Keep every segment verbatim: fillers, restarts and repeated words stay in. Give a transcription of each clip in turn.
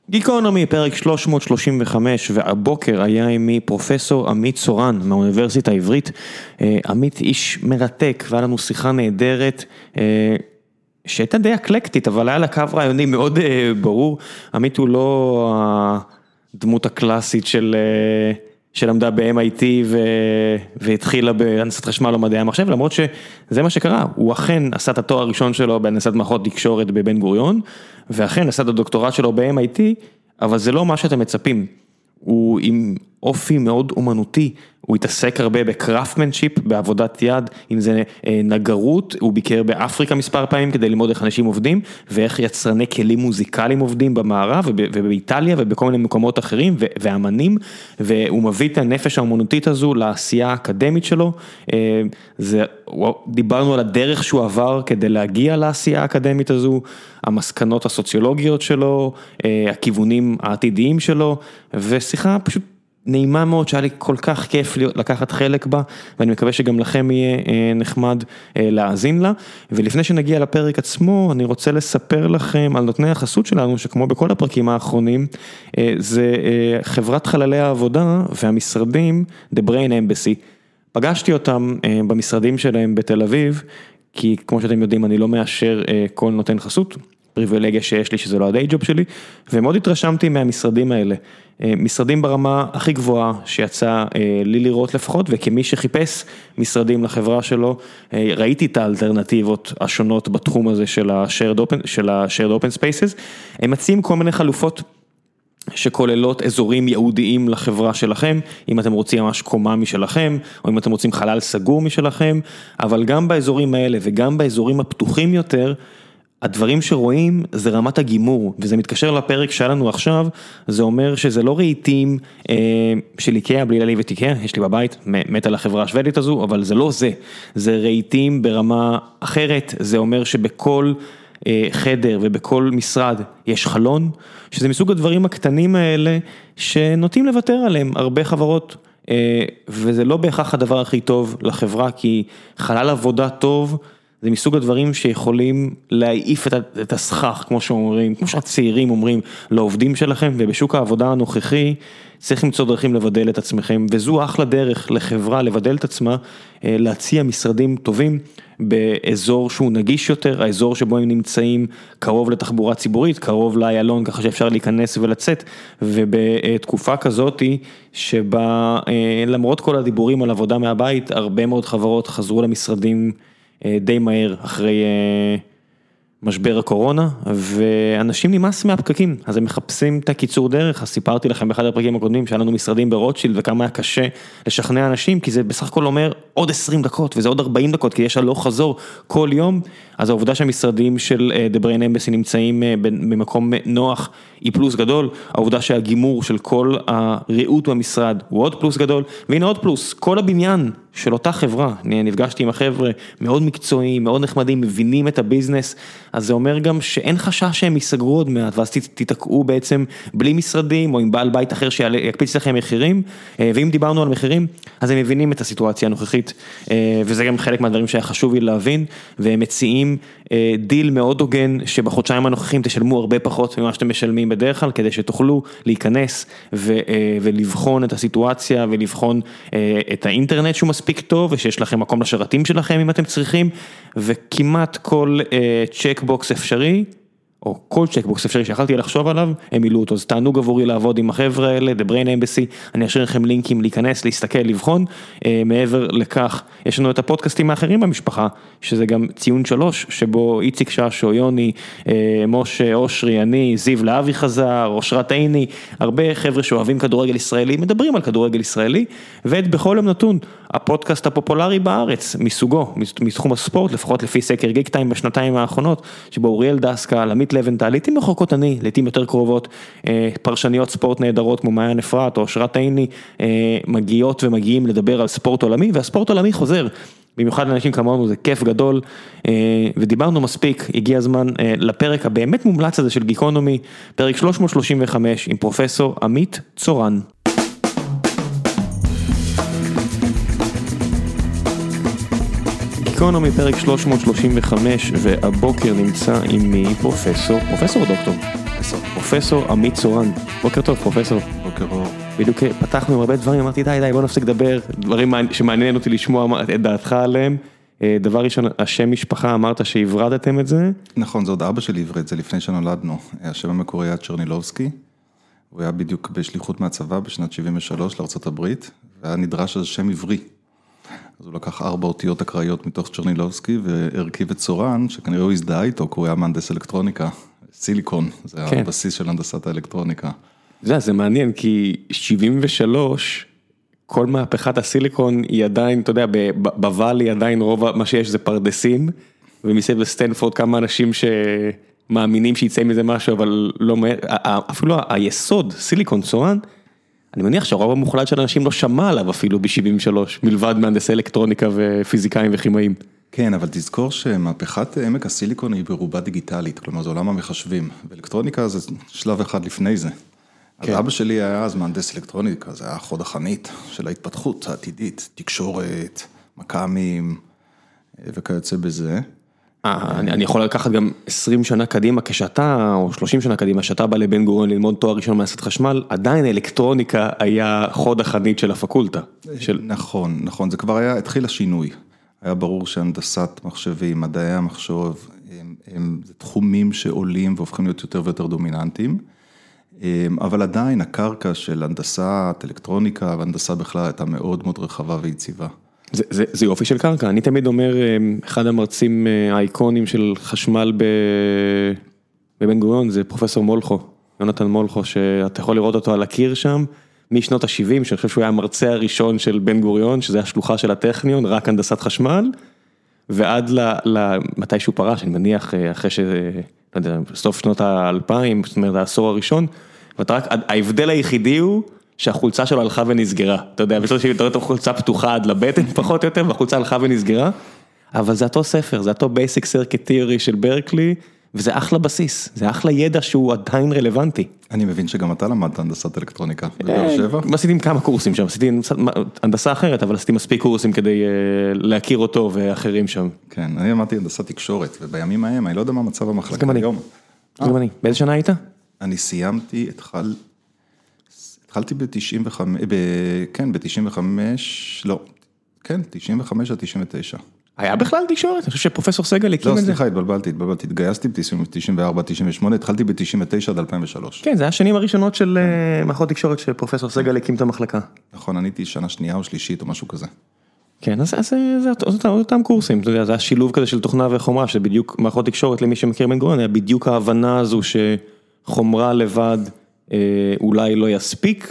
גיקונומי, פרק שלוש מאות שלושים וחמש, והבוקר היה עמי פרופסור עמית צורן מהאוניברסיטה העברית. עמית איש מרתק, והיה לנו שיחה נהדרת, שהייתה די אקלקטית, אבל היה לה קו רעיוני מאוד ברור. עמית הוא לא הדמות הקלאסית של... שלמדה ב-אם איי טי והתחילה בהנדסת חשמל או מדעי המחשב, למרות שזה מה שקרה, הוא אכן עשה את התואר הראשון שלו בהנדסת מערכות תקשורת בבן גוריון, ואכן עשה את הדוקטורט שלו ב-אם איי טי, אבל זה לא מה שאתם מצפים, הוא עם אופי מאוד אומנותי, הוא התעסק הרבה בקראפטמנשיפ, בעבודת יד, אם זה נגרות, הוא ביקר באפריקה מספר פעמים כדי ללמוד איך אנשים עובדים, ואיך יצרני כלים מוזיקליים עובדים במערב, ובאיטליה ובכל מיני מקומות אחרים, ואמנים, והוא מביא את הנפש האומנותית הזו לעשייה האקדמית שלו, זה, דיברנו על הדרך שהוא עבר כדי להגיע לעשייה האקדמית הזו, המסקנות הסוציולוגיות שלו, הכיוונים העתידיים שלו, ושיחה פשוט נעימה מאוד שהיה לי כל כך כיף לקחת חלק בה, ואני מקווה שגם לכם יהיה נחמד להאזין לה, ולפני שנגיע לפרק עצמו, אני רוצה לספר לכם על נותני החסות שלנו, שכמו בכל הפרקים האחרונים, זה חברת חללי העבודה והמשרדים, The Brain Embassy. פגשתי אותם במשרדים שלהם בתל אביב, כי כמו שאתם יודעים, אני לא מאשר כל נותן חסות, פריבילגיה שיש לי שזה לא הדיי ג'וב שלי, ומאוד התרשמתי מהמשרדים האלה. משרדים ברמה הכי גבוהה שיצא לי לראות לפחות, וכמי שחיפש משרדים לחברה שלו, ראיתי את האלטרנטיבות השונות בתחום הזה של ה-shared open, של ה-shared open spaces, הם מציעים כל מיני חלופות, שכוללות אזורים ייעודיים לחברה שלכם, אם אתם רוצים ממש קומה משלכם, או אם אתם רוצים חלל סגור משלכם, אבל גם באזורים האלה, וגם באזורים הפתוחים יותר, הדברים שרואים זה רמת הגימור, וזה מתקשר לפרק שלנו עכשיו, זה אומר שזה לא רהיטים אה, של איקאה, בלי להעליב את איקאה, יש לי בבית, מת על החברה השוודית הזו, אבל זה לא זה, זה רהיטים ברמה אחרת, זה אומר שבכל אה, חדר ובכל משרד יש חלון, שזה מסוג הדברים הקטנים האלה, שנוטים לוותר עליהם, הרבה חברות, אה, וזה לא בהכרח הדבר הכי טוב לחברה, כי חלל עבודה טוב, זה מסוג הדברים שיכולים להעיף את הסכך, כמו שאומרים, כמו שהצעירים אומרים, לעובדים שלכם, ובשוק העבודה הנוכחי, צריך למצוא דרכים לבדל את עצמכם, וזו אחלה דרך לחברה לבדל את עצמה, להציע משרדים טובים, באזור שהוא נגיש יותר, האזור שבו הם נמצאים קרוב לתחבורה ציבורית, קרוב לאיילון, ככה שאפשר להיכנס ולצאת, ובתקופה כזאת, שבה למרות כל הדיבורים על עבודה מהבית, הרבה מאוד חברות חזרו למשרדים, די מהר אחרי משבר הקורונה, ואנשים נמאס מהפקקים, אז הם מחפשים את הקיצור דרך, אז סיפרתי לכם באחד הפרקים הקודמים, שהיה לנו משרדים ברוטשילד, וכמה היה קשה לשכנע אנשים, כי זה בסך הכל אומר עוד עשרים דקות, וזה עוד ארבעים דקות, כי יש הלוך חזור כל יום, אז העובדה שהמשרדים של The Brain Embassy נמצאים במקום נוח, היא פלוס גדול, העובדה שהגימור של כל הראות במשרד, הוא עוד פלוס גדול, והנה עוד פלוס, כל הבניין של אותה חברה, אני נפגשתי עם החבר'ה מאוד מקצועיים, מאוד נחמדים, מבינים את הביזנס, אז זה אומר גם שאין חשש שהם ייסגרו עוד מעט, ואז תתקעו בעצם בלי משרדים, או עם בעל בית אחר שיקפיץ לכם מחירים, ואם דיברנו על מחירים, אז הם מבינים את הסיטואציה הנוכחית, וזה גם חלק מהדברים שהיה חשוב לי להבין, והם מציעים דיל מאוד הוגן, שבחודשיים הנוכחים תשלמו הרבה פחות ממה שאתם משלמים בדרך כלל, כדי שתוכלו להיכנס ולבחון את הסיטואציה, ולבחון את האינטרנט שהוא מספיק טוב, ושיש לכם מקום לשרתים שלכם אם אתם צריכים, וכמעט כל צ'קבוקס אפשרי, או כל צ'קבוקס אפשרי שיכלתי לחשוב עליו, הם מילאו אותו, אז תענוג עבורי לעבוד עם החבר'ה האלה, The Brain Embassy, אני אשאיר לכם לינקים להיכנס, להסתכל, לבחון, מעבר לכך, יש לנו את הפודקאסטים האחרים במשפחה, שזה גם ציון שלוש, שבו איציק ששו, יוני, משה, אושרי, אני, זיו להבי חזר, אושרת עיני, הרבה חבר'ה שאוהבים כדורגל ישראלי, מדברים על כדורגל ישראלי, ואת בכל יום נתון, הפודקאסט הפופולרי בארץ, מסוגו, מתחום הספורט, לפחות לפי סקר גיק טיים בשנתיים האחרונות, שבו אוריאל דסקה, עמית לבנטל, לעתים רחוקות אני, לעתים יותר קרובות, פרשניות ספורט נהדרות כמו מעיין אפרת או אושרת עיני, מגיעות ומגיעים לדבר על ספורט עולמי, והספורט עולמי חוזר, במיוחד לאנשים כמונו, זה כיף גדול, ודיברנו מספיק, הגיע הזמן לפרק הבאמת מומלץ הזה של גיקונומי, פרק שלוש מאות שלושים וחמש עם פרופסור עמית צורן. גיקונומי פרק שלוש מאות שלושים וחמש, והבוקר נמצא עם פרופסור, פרופסור או דוקטור? פרופסור עמית צורן. בוקר טוב, פרופסור. בוקר אור. בדיוק פתחנו עם הרבה דברים, אמרתי די די בוא נפסיק לדבר, דברים שמעניין אותי לשמוע את דעתך עליהם. דבר ראשון, השם משפחה, אמרת שהברדתם את זה? נכון, זה עוד אבא שלי עברי את זה לפני שנולדנו. השם המקורי היה צ'רנילובסקי, הוא היה בדיוק בשליחות מהצבא בשנת שבעים ושלוש לארצות הברית, והיה נדרש על שם עברי. אז הוא לקח ארבע אותיות אקראיות מתוך צ'רנילובסקי, והרכיב את צורן, שכנראה הוא הזדהה איתו, כי הוא היה מהנדס אלקטרוניקה, סיליקון, זה כן. הבסיס של הנדסת האלקטרוניקה. זה, זה מעניין, כי שבעים ושלוש, כל מהפכת הסיליקון היא עדיין, אתה יודע, בוואלי עדיין רוב מה שיש זה פרדסים, ומסביב לסטנפורד כמה אנשים שמאמינים שיצא מזה משהו, אבל לא, אפילו היסוד, סיליקון, צורן, אני מניח שהרוב המוחלט של אנשים לא שמע עליו אפילו ב-שבעים ושלוש, מלבד מהנדסי אלקטרוניקה ופיזיקאים וכימאים. כן, אבל תזכור שמהפכת עמק הסיליקון היא ברובה דיגיטלית, כלומר זה עולם המחשבים, ואלקטרוניקה זה שלב אחד לפני זה. אז אבא שלי היה אז מהנדס אלקטרוניקה, זה היה חוד החנית של ההתפתחות העתידית, תקשורת, מקאמים וכיוצא בזה. אני יכול לקחת גם עשרים שנה קדימה כשאתה, או שלושים שנה קדימה, שאתה בא לבן גוריון ללמוד תואר ראשון מהנדסת חשמל, עדיין אלקטרוניקה היה חוד החנית של הפקולטה. נכון, נכון, זה כבר היה, התחיל השינוי. היה ברור שהנדסת מחשבים, מדעי המחשוב, הם תחומים שעולים והופכים להיות יותר ויותר דומיננטיים. אבל עדיין הקרקע של הנדסת אלקטרוניקה והנדסה בכלל הייתה מאוד מאוד רחבה ויציבה. זה, זה, זה יופי של קרקע, אני תמיד אומר, אחד המרצים האיקונים של חשמל בבן גוריון, זה פרופסור מולכו, יונתן מולכו, שאתה יכול לראות אותו על הקיר שם, משנות ה-שבעים, שאני חושב שהוא היה המרצה הראשון של בן גוריון, שזה השלוחה של הטכניון, רק הנדסת חשמל, ועד למתי שהוא פרש, אני מניח, אחרי ש... לא יודע, בסוף שנות האלפיים, זאת אומרת, העשור הראשון, ואתה רק, ההבדל היחידי הוא, שהחולצה שלו הלכה ונסגרה, אתה יודע, בסוף שהיא תראית חולצה פתוחה עד לבטן, פחות או יותר, והחולצה הלכה ונסגרה, אבל זה אותו ספר, זה אותו Basic Circuit Theory של ברקלי, וזה אחלה בסיס, זה אחלה ידע שהוא עדיין רלוונטי. אני מבין שגם אתה למדת הנדסת אלקטרוניקה, בבאר שבע? עשיתי כמה קורסים שם, עשיתי הנדסה אחרת, אבל עשיתי מספיק קורסים כדי להכיר אותו ואחרים שם. כן, אני למדתי הנדסת תקשורת, ובימים ההם, אני לא יודע מה מצב המחלקה היום. גם אני. באיזה שנה היית? אני סיימתי, התחל... התחלתי ב-תשעים וחמש, כן, ב-תשעים וחמש, לא, כן, תשעים וחמש עד תשעים ותשע. היה בכלל תקשורת? אני חושב שפרופסור סגל הקים את זה. לא, סליחה, התבלבלתי, התבלבלתי, התגייסתי ב-תשעים וארבע תשעים ושמונה, התחלתי ב-תשעים ותשע עד אלפיים ושלוש. כן, זה היה השנים הראשונות של מערכות תקשורת שפרופסור סגל הקים את המחלקה. נכון, אני הייתי שנה שנייה או שלישית או משהו כזה. כן, אז זה אותם קורסים, זה היה שילוב כזה של תוכנה וחומרה, שבדיוק מערכות תקשורת למי שמכיר בן גוריון, היה בדיוק ההבנה הזו שחומרה לבד אולי לא יספיק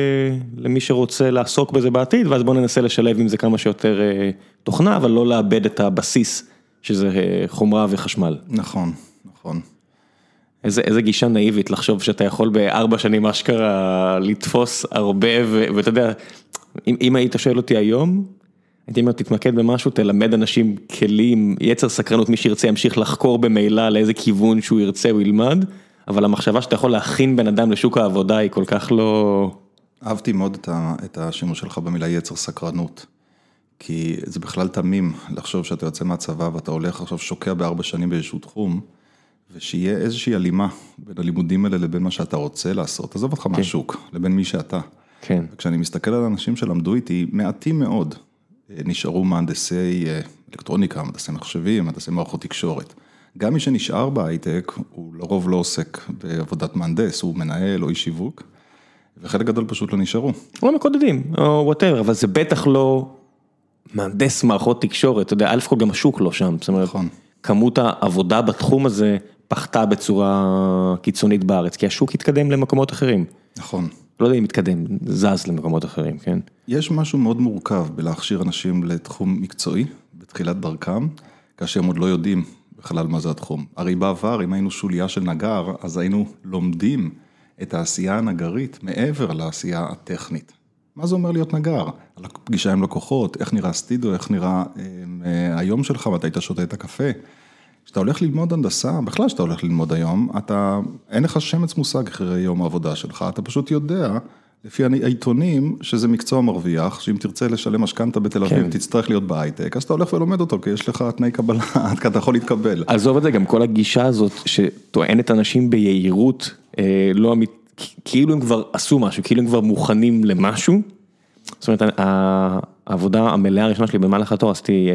למי שרוצה לעסוק בזה בעתיד, ואז בואו ננסה לשלב עם זה כמה שיותר תוכנה, אבל לא לאבד את הבסיס, שזה חומרה וחשמל. נכון, נכון. איזה, איזה גישה נאיבית לחשוב שאתה יכול בארבע שנים אשכרה לתפוס הרבה, ואתה יודע, אם, אם היית שואל אותי היום, הייתי אומר, תתמקד במשהו, תלמד אנשים כלים, יצר סקרנות, מי שירצה ימשיך לחקור במילה לאיזה כיוון שהוא ירצה הוא ילמד, אבל המחשבה שאתה יכול להכין בן אדם לשוק העבודה היא כל כך לא... אהבתי מאוד את השימוש שלך במילה יצר סקרנות, כי זה בכלל תמים לחשוב שאתה יוצא מהצבא ואתה הולך עכשיו שוקע בארבע שנים באיזשהו תחום, ושיהיה איזושהי הלימה בין הלימודים האלה לבין מה שאתה רוצה לעשות, עזוב אותך מהשוק, לבין מי שאתה. כן. וכשאני מסתכל על אנשים שלמדו איתי, מעטים מאוד נשארו מהנדסי אלקטרוניקה, מהנדסי מחשבים, מהנדסי מערכות תקשורת. גם מי שנשאר בהייטק, הוא לרוב לא עוסק בעבודת מהנדס, הוא מנהל או איש שיווק, וחלק גדול פשוט לא נשארו. לא מקודדים, או whatever, אבל זה בטח לא מהנדס מערכות תקשורת, אתה יודע, אלף כל גם השוק לא שם, זאת אומרת, נכון. כמות העבודה בתחום הזה פחתה בצורה קיצונית בארץ, כי השוק התקדם למקומות אחרים. נכון. לא יודע אם מתקדם, זז למקומות אחרים, כן? יש משהו מאוד מורכב בלהכשיר אנשים לתחום מקצועי, בתחילת דרכם, כאשר הם עוד לא יודעים בכלל מה זה התחום. הרי בעבר, אם היינו שוליה של נגר, אז היינו לומדים את העשייה הנגרית מעבר לעשייה הטכנית. מה זה אומר להיות נגר? על הפגישה עם לקוחות, איך נראה סטידו, איך נראה אה, היום שלך, מתי אתה שותה את הקפה. כשאתה הולך ללמוד הנדסה, בכלל שאתה הולך ללמוד היום, אתה, אין לך שמץ מושג אחרי יום העבודה שלך, אתה פשוט יודע לפי העיתונים, שזה מקצוע מרוויח, שאם תרצה לשלם משכנתה בתל אביב, תצטרך להיות בהייטק, אז אתה הולך ולומד אותו, כי יש לך תנאי קבלה, אתה יכול להתקבל. עזוב את זה, גם כל הגישה הזאת, שטוענת אנשים ביהירות, לא אמיתית, כאילו הם כבר עשו משהו, כאילו הם כבר מוכנים למשהו. זאת אומרת, העבודה המלאה הראשונה שלי במהלך התואר, עשיתי,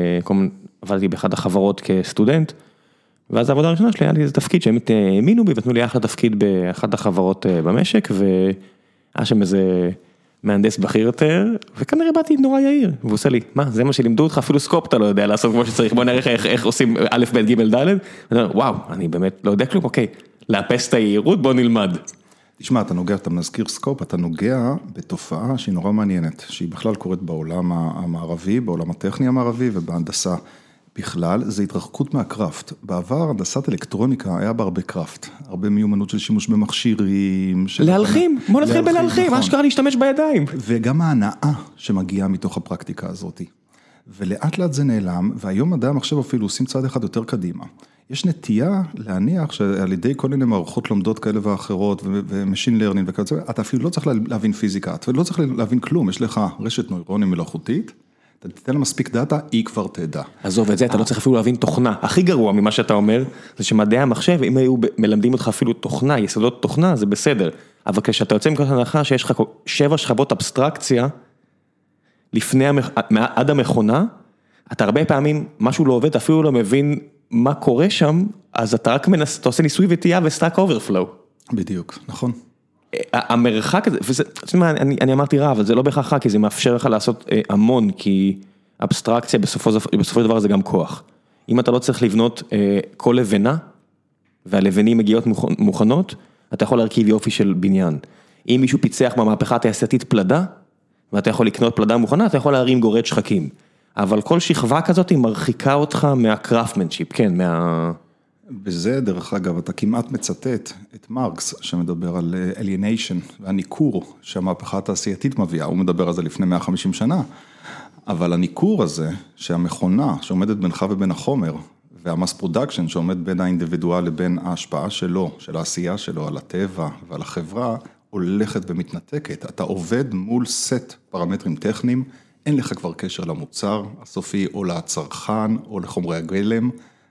עבדתי באחד החברות כסטודנט, ואז העבודה הראשונה שלי היה לי איזה תפקיד שהם האמינו בי, ונתנו לי אחלה תפקיד באחת החברות במשק, והיה שם איזה מהנדס בכיר יותר, וכנראה באתי נורא יאיר, והוא עושה לי, מה, זה מה שלימדו אותך, אפילו סקופ אתה לא יודע לעשות כמו שצריך, בוא נראה איך, איך עושים א', ב', ג', ד', ואני אומר, וואו, אני באמת לא יודע כלום, אוקיי, לאפס את היהירות, בוא נלמד. תשמע, אתה נוגע, אתה מזכיר סקופ, אתה נוגע בתופעה שהיא נורא מעניינת, שהיא בכלל קורית בעולם המערבי, בעולם הטכני המערבי ובהנדסה בכלל, זה התרחקות מהקראפט. בעבר, הנדסת אלקטרוניקה היה בה הרבה קראפט, הרבה מיומנות של שימוש במכשירים. להלחים, בוא נתחיל בלהלחים, מה שקרה להשתמש בידיים. וגם ההנאה שמגיעה מתוך הפרקטיקה הזאת. ולאט לאט זה נעלם, והיום מדעי המחשב אפילו עושים צעד אחד יותר קדימה. יש נטייה להניח שעל ידי כל מיני מערכות לומדות כאלה ואחרות, ומשין לרנינג וכזה, אתה אפילו לא צריך להבין פיזיקה, אתה לא צריך להבין כלום, יש לך רשת נוירונים מלאכותית, אתה תיתן לה מספיק דאטה, היא כבר תדע. עזוב את זה, אתה לא צריך אפילו להבין תוכנה. הכי גרוע ממה שאתה אומר, זה שמדעי המחשב, אם היו מלמדים אותך אפילו תוכנה, יסודות תוכנה, זה בסדר. אבל כשאתה יוצא מכך הנחה שיש לך שבע שכבות אבסטרקציה, לפני, עד המכונה, אתה הרבה פעמים, משהו לא עובד, אפילו לא מבין מה קורה שם, אז אתה רק מנס, אתה עושה ניסוי וטעייה וסטאק אוברפלואו. בדיוק, נכון. המרחק הזה, וזה, אני, אני אמרתי רע, אבל זה לא בהכרח רע, כי זה מאפשר לך לעשות המון, כי אבסטרקציה בסופו, בסופו של דבר זה גם כוח. אם אתה לא צריך לבנות כל לבנה, והלבנים מגיעות מוכנות, אתה יכול להרכיב יופי של בניין. אם מישהו פיצח במהפכה התעשייתית פלדה, ואתה יכול לקנות פלדה מוכנה, אתה יכול להרים גורד שחקים. אבל כל שכבה כזאת היא מרחיקה אותך מהקראפטמנשיפ, כן, מה... בזה, דרך אגב, אתה כמעט מצטט את מרקס, שמדבר על alienation והניכור שהמהפכה התעשייתית מביאה, הוא מדבר על זה לפני מאה וחמישים שנה, אבל הניכור הזה, שהמכונה שעומדת בינך ובין החומר, והמס פרודקשן שעומד בין האינדיבידואל לבין ההשפעה שלו, של העשייה שלו על הטבע ועל החברה, הולכת ומתנתקת. אתה עובד מול סט פרמטרים טכניים, אין לך כבר קשר למוצר הסופי, או לצרכן, או לחומרי הגלם,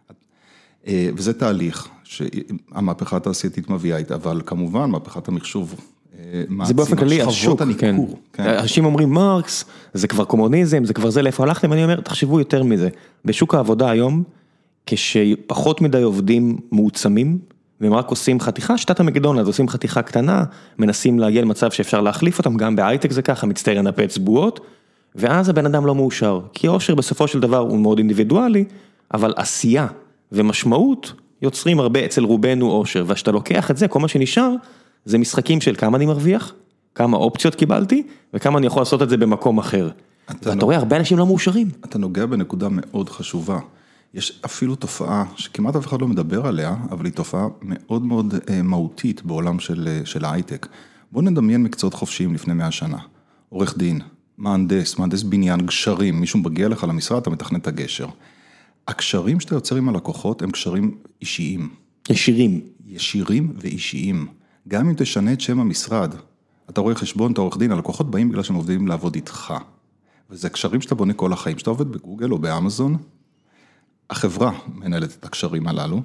וזה תהליך שהמהפכה התעשייתית מביאה איתה, אבל כמובן, מהפכת המחשוב, זה באופן כללי, השוק, כן. אנשים אומרים, מרקס, זה כבר קומוניזם, זה כבר זה, לאיפה הלכתם? אני אומר, תחשבו יותר מזה. בשוק העבודה היום, כשפחות מדי עובדים מעוצמים, והם רק עושים חתיכה, שיטת המקדונלדס, עושים חתיכה קטנה, מנסים להגיע למצב שאפשר להחליף אותם, גם בהייטק זה ככה, מצטער לנפץ בועות, ואז הבן אדם לא מאושר, כי אושר בסופו של דבר הוא מאוד אינדיבידואלי, אבל עשייה ומשמעות יוצרים הרבה אצל רובנו אושר, ואתה לוקח את זה, כל מה שנשאר, זה משחקים של כמה אני מרוויח, כמה אופציות קיבלתי, וכמה אני יכול לעשות את זה במקום אחר. ואתה רואה, הרבה אנשים לא מאושרים. אתה נוגע בנקודה מאוד חשובה. יש אפילו תופעה שכמעט אף אחד לא מדבר עליה, אבל היא תופעה מאוד מאוד מהותית בעולם של, של ההייטק. בוא נדמיין מקצועות חופשיים לפני מאה שנה. עורך דין, מהנדס, מהנדס בניין, גשרים, מישהו מגיע לך למשרד, אתה מתכנן את הגשר. הקשרים שאתה יוצר עם הלקוחות הם קשרים אישיים. ישירים. ישירים ואישיים. גם אם תשנה את שם המשרד, אתה רואה חשבון, אתה עורך דין, הלקוחות באים בגלל שהם עובדים לעבוד איתך. וזה הקשרים שאתה בונה כל החיים. שאתה עובד בגוגל או באמזון, החברה מנהלת את הקשרים הללו.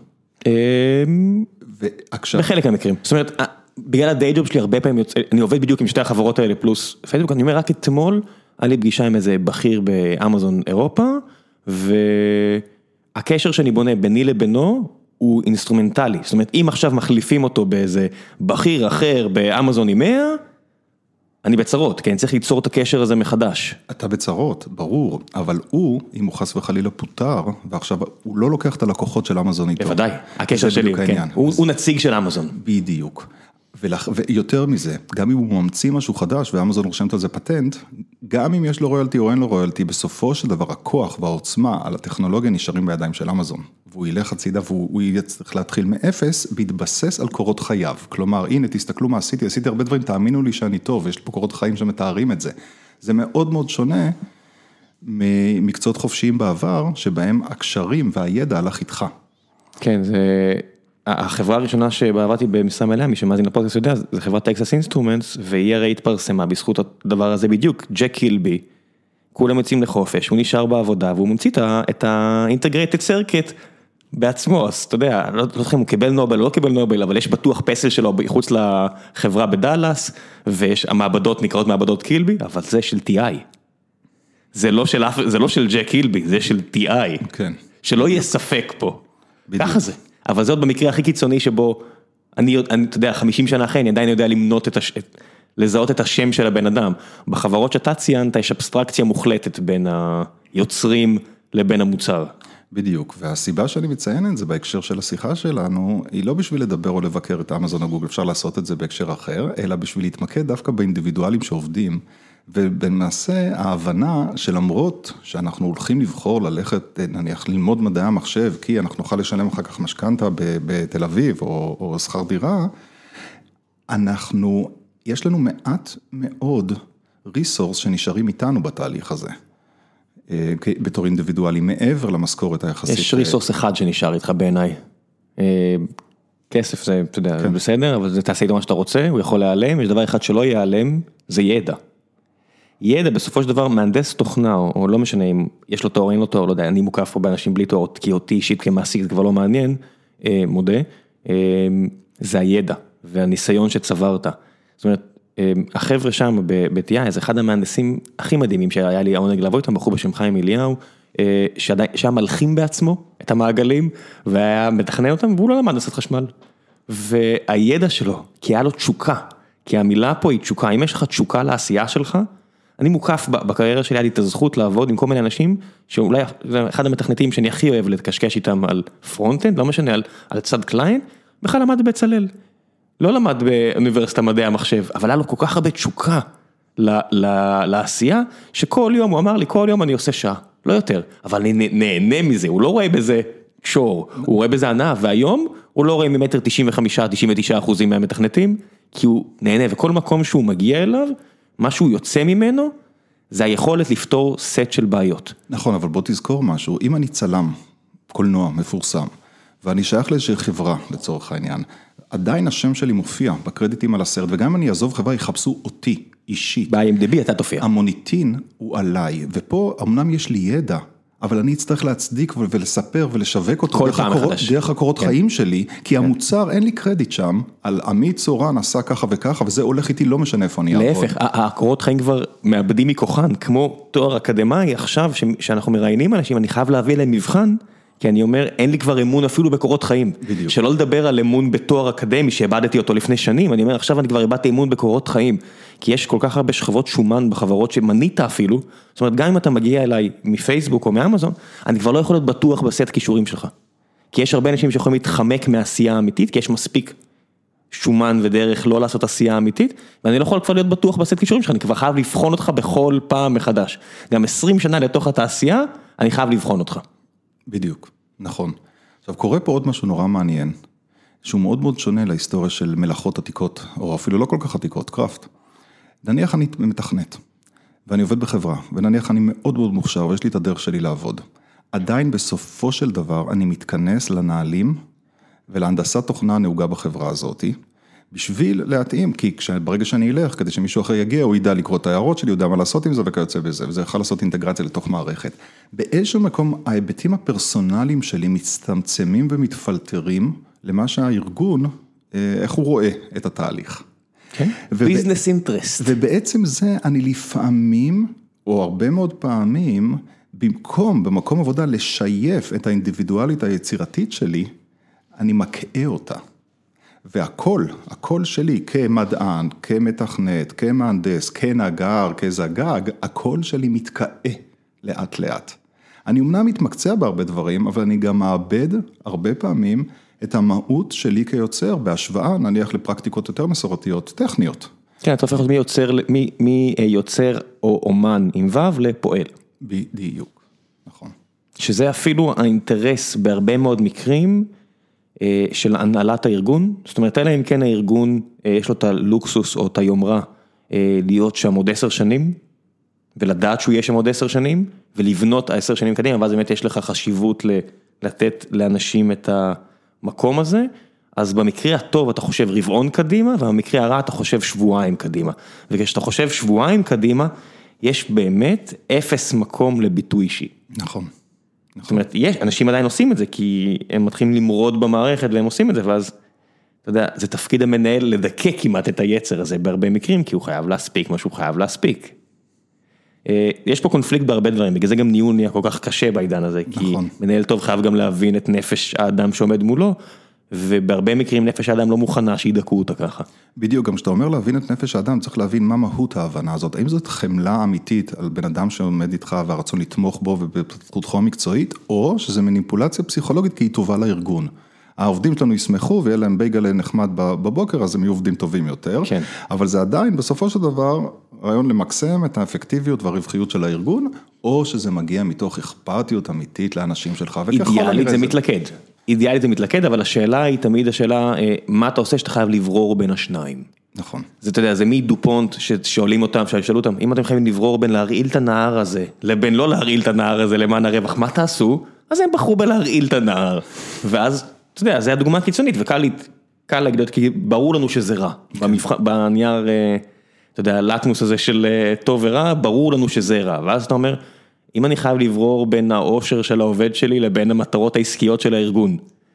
בחלק המקרים. זאת אומרת, בגלל הדיי ג'וב שלי הרבה פעמים יוצא, אני עובד בדיוק עם שתי החברות האלה פלוס פייסבוק, אני אומר רק אתמול, היה לי פגישה עם איזה בכיר באמזון אירופה, והקשר שאני בונה ביני לבינו, הוא אינסטרומנטלי. זאת אומרת, אם עכשיו מחליפים אותו באיזה בכיר אחר באמזון עם מאה, אני בצרות, כי אני צריך ליצור את הקשר הזה מחדש. אתה בצרות, ברור, אבל הוא, אם הוא חס וחלילה פוטר, ועכשיו הוא לא לוקח את הלקוחות של אמזון איתו. בוודאי, הקשר שלי, כן. הוא, הוא נציג של אמזון. בדיוק. ולח... ויותר מזה, גם אם הוא ממציא משהו חדש, ואמזון רושמת על זה פטנט, גם אם יש לו רויאלטי או אין לו רויאלטי, בסופו של דבר הכוח והעוצמה על הטכנולוגיה נשארים בידיים של אמזון. והוא ילך הצידה והוא יצטרך להתחיל מאפס, בהתבסס על קורות חייו. כלומר, הנה, תסתכלו מה עשיתי, עשיתי הרבה דברים, תאמינו לי שאני טוב, ויש פה קורות חיים שמתארים את זה. זה מאוד מאוד שונה ממקצועות חופשיים בעבר, שבהם הקשרים והידע הלך איתך. כן, זה... החברה הראשונה שעבדתי במשרה מלאה, מי שמאזין לפודקאסט יודע, זה חברת טקסס אינסטרומנטס, והיא הרי התפרסמה בזכות הדבר הזה בדיוק, ג'ק קילבי, כולם יוצאים לחופש, הוא נשאר בעבודה, והוא ממציא את ה-Integrated Circuit בעצמו, אז אתה יודע, לא זוכר אם הוא קיבל נובל או לא קיבל נובל, אבל יש בטוח פסל שלו חוץ לחברה בדלס, ויש המעבדות נקראות מעבדות קילבי, אבל זה של טי איי. זה לא של, זה לא של ג'ק קילבי, זה של טי איי. כן. שלא יהיה ספק פה. ככה זה. אבל זה עוד במקרה הכי קיצוני שבו, אני, אני, אתה יודע, חמישים שנה אחרי, אני עדיין יודע למנות את הש... לזהות את השם של הבן אדם. בחברות שאתה ציינת, יש אבסטרקציה מוחלטת בין היוצרים לבין המוצר. בדיוק, והסיבה שאני מציין את זה בהקשר של השיחה שלנו, היא לא בשביל לדבר או לבקר את אמזון או גוגל, אפשר לעשות את זה בהקשר אחר, אלא בשביל להתמקד דווקא באינדיבידואלים שעובדים, ובמעשה ההבנה שלמרות שאנחנו הולכים לבחור ללכת, נניח ללמוד מדעי המחשב, כי אנחנו נוכל לשלם אחר כך משכנתה בתל אביב או, או שכר דירה, אנחנו, יש לנו מעט מאוד ריסורס שנשארים איתנו בתהליך הזה. בתור אינדיבידואלי, מעבר למשכורת היחסית. יש ריסורס אחד שנשאר איתך בעיניי. כסף זה, אתה יודע, בסדר, אבל זה תעשה איתו מה שאתה רוצה, הוא יכול להיעלם, יש דבר אחד שלא ייעלם, זה ידע. ידע, בסופו של דבר, מהנדס תוכנה, או לא משנה אם יש לו תואר, אין לו תואר, לא יודע, אני מוקף פה באנשים בלי תואר, כי אותי אישית כמעסיק, זה כבר לא מעניין, מודה, זה הידע, והניסיון שצברת. זאת אומרת, החבר'ה שם ב-טי איי, זה אחד המהנדסים הכי מדהימים שהיה לי העונג לעבוד איתם, בחור בשם חיים אליהו, שהיה מלחים בעצמו את המעגלים, והיה מתכנן אותם, והוא לא למד לעשות חשמל. והידע שלו, כי היה לו תשוקה, כי המילה פה היא תשוקה, אם יש לך תשוקה לעשייה שלך, אני מוקף בקריירה שלי, היה לי את הזכות לעבוד עם כל מיני אנשים, שאולי אחד המתכנתים שאני הכי אוהב לקשקש איתם על פרונט-אנד, לא משנה, על, על צד קליין, בכלל למד בצלאל. לא למד באוניברסיטה מדעי המחשב, אבל היה לו כל כך הרבה תשוקה לעשייה, שכל יום, הוא אמר לי, כל יום אני עושה שעה, לא יותר, אבל אני נהנה מזה, הוא לא רואה בזה שור, הוא רואה בזה ענה, והיום הוא לא רואה ממטר תשעים וחמישה עד תשעים ותשעה אחוזים מהמתכנתים, כי הוא נהנה, וכל מקום שהוא מגיע אליו, מה שהוא יוצא ממנו, זה היכולת לפתור סט של בעיות. נכון, אבל בוא תזכור משהו, אם אני צלם, קולנוע, מפורסם, ואני שייך לאיזושהי חברה, לצורך העניין, עדיין השם שלי מופיע בקרדיטים על הסרט, וגם אם אני אעזוב חברה, יחפשו אותי, אישית. ב-איי אם די בי אתה תופיע. המוניטין הוא עליי, ופה אמנם יש לי ידע, אבל אני אצטרך להצדיק ולספר ולשווק אותו דרך, הקור... דרך הקורות כן. חיים שלי, כי כן. המוצר אין לי קרדיט שם, על עמית צורן עשה ככה וככה, וזה הולך איתי לא משנה איפה אני אעבוד. להפך, הקורות חיים כבר מאבדים מכוחן, כמו תואר אקדמי עכשיו, שאנחנו מראיינים אנשים, אני חייב להביא להם מבחן, כי אני אומר, אין לי כבר אמון אפילו בקורות חיים. בדיוק. שלא לדבר על אמון בתואר אקדמי, שאיבדתי אותו לפני שנים, אני אומר, עכשיו אני כבר איבדתי אמון בקורות חיים, כי יש כל כך הרבה שכבות שומן בחברות שמנית אפילו, זאת אומרת, גם אם אתה מגיע אליי מפייסבוק או מאמזון, אני כבר לא יכול להיות בטוח בסט קישורים שלך. כי יש הרבה אנשים שיכולים להתחמק מעשייה אמיתית, כי יש מספיק שומן ודרך לא לעשות עשייה אמיתית, ואני לא יכול כבר להיות בטוח בסט קישורים שלך, אני כבר חייב לבחון אותך בכל פעם מחדש. גם עשרים שנה לתוך התעשייה, אני חייב לבחון אותך. בדיוק, נכון. עכשיו, קורה פה עוד משהו נורא מעניין, שהוא מאוד מאוד שונה להיסטוריה של מלאכות עתיקות, או אפילו לא כל כך עתיקות, קראפט. נניח אני מתכנת, ואני עובד בחברה, ונניח אני מאוד מאוד מוכשר, ויש לי את הדרך שלי לעבוד. עדיין בסופו של דבר, אני מתכנס לנהלים, ולהנדסת תוכנה נהוגה בחברה הזאת, בשביל להתאים, כי ברגע שאני אלך, כדי שמישהו אחר יגיע, הוא ידע לקרוא את ההערות שלי, הוא יודע מה לעשות עם זה וכיוצא בזה, וזה יכול לעשות אינטגרציה לתוך מערכת. באיזשהו מקום, ההיבטים הפרסונליים שלי מצטמצמים ומתפלטרים, למה שהארגון, איך הוא רואה את התהליך. ביזנס אינטרסט. ובעצם זה, אני לפעמים, או הרבה מאוד פעמים, במקום, במקום עבודה, לשייף את האינדיבידואלית היצירתית שלי, אני מקעה אותה. והכל, הכל שלי, כמדען, כמתכנת, כמהנדס, כנגר, כזגג, הכל שלי מתקעה לאט לאט. אני אמנם מתמקצע בהרבה דברים, אבל אני גם מאבד הרבה פעמים את המהות שלי כיוצר, בהשוואה נניח לפרקטיקות יותר מסורתיות, טכניות. כן, אתה הופך מיוצר, מיוצר או אומן עם וו לפועל. בדיוק, נכון. שזה אפילו האינטרס בהרבה מאוד מקרים, של הנהלת הארגון, זאת אומרת, אלא אם כן הארגון, יש לו את הלוקסוס או את היומרה, להיות שם עוד עשר שנים, ולדעת שהוא יהיה שם עוד עשר שנים, ולבנות העשר שנים קדימה, ואז באמת יש לך חשיבות לתת לאנשים את המקום הזה, אז במקרה הטוב אתה חושב רבעון קדימה, ובמקרה הרע אתה חושב שבועיים קדימה. וכשאתה חושב שבועיים קדימה, יש באמת אפס מקום לביטוי אישי. נכון. זאת אומרת, יש, אנשים עדיין עושים את זה, כי הם מתחילים למרוד במערכת, והם עושים את זה, ואז, אתה יודע, זה תפקיד המנהל לדכא כמעט את היצר הזה, בהרבה מקרים, כי הוא חייב להספיק מה שהוא חייב להספיק. יש פה קונפליקט בהרבה דברים, בגלל זה גם ניהול נהיה כל כך קשה בעידן הזה, כי מנהל טוב חייב גם להבין את נפש האדם שעומד מולו, ובהרבה מקרים נפש האדם לא מוכנה שידכאו אותה ככה. בדיוק, גם כשאתה אומר להבין את נפש האדם, צריך להבין מה מהות ההבנה הזאת. האם זאת חמלה אמיתית על בן אדם שעומד איתך והרצון לתמוך בו ובפתחותך המקצועית, או שזה מניפולציה פסיכולוגית כי היא טובה לארגון. העובדים שלנו ישמחו ויהיה להם בייגלה נחמד בבוקר, אז הם יהיו עובדים טובים יותר. כן. אבל זה עדיין בסופו של דבר רעיון למקסם את האפקטיביות והרווחיות של הארגון, או שזה מגיע מתוך אכפתיות אמיתית לאנשים שלך. אידיאלית זה מתלכד. אידיאלית זה מתלכד, אבל השאלה היא תמיד השאלה, מה אתה עושה שאתה חייב לברור בין השניים? נכון. זה, אתה יודע, זה מי דופונט ששואלים אותם, שישאלו אותם, אם אתם חייבים לברור בין להרעיל את הנהר הזה, לבין לא להרעיל את הנהר הזה למען הרווח, מה תעשו? אז הם בחרו בלהרעיל את הנהר. ואז, אתה יודע, זה הדוגמה הקיצונית, וקל קל להגיד, כי ברור לנו שזה רע. במבח... בנייר, אתה יודע, הלטמוס הזה של טוב ורע, ברור לנו שזה רע. ואז אתה אומר, אם אני חייב לברור בין העושר של העובד שלי לבין המטרות העסקיות של הארגון.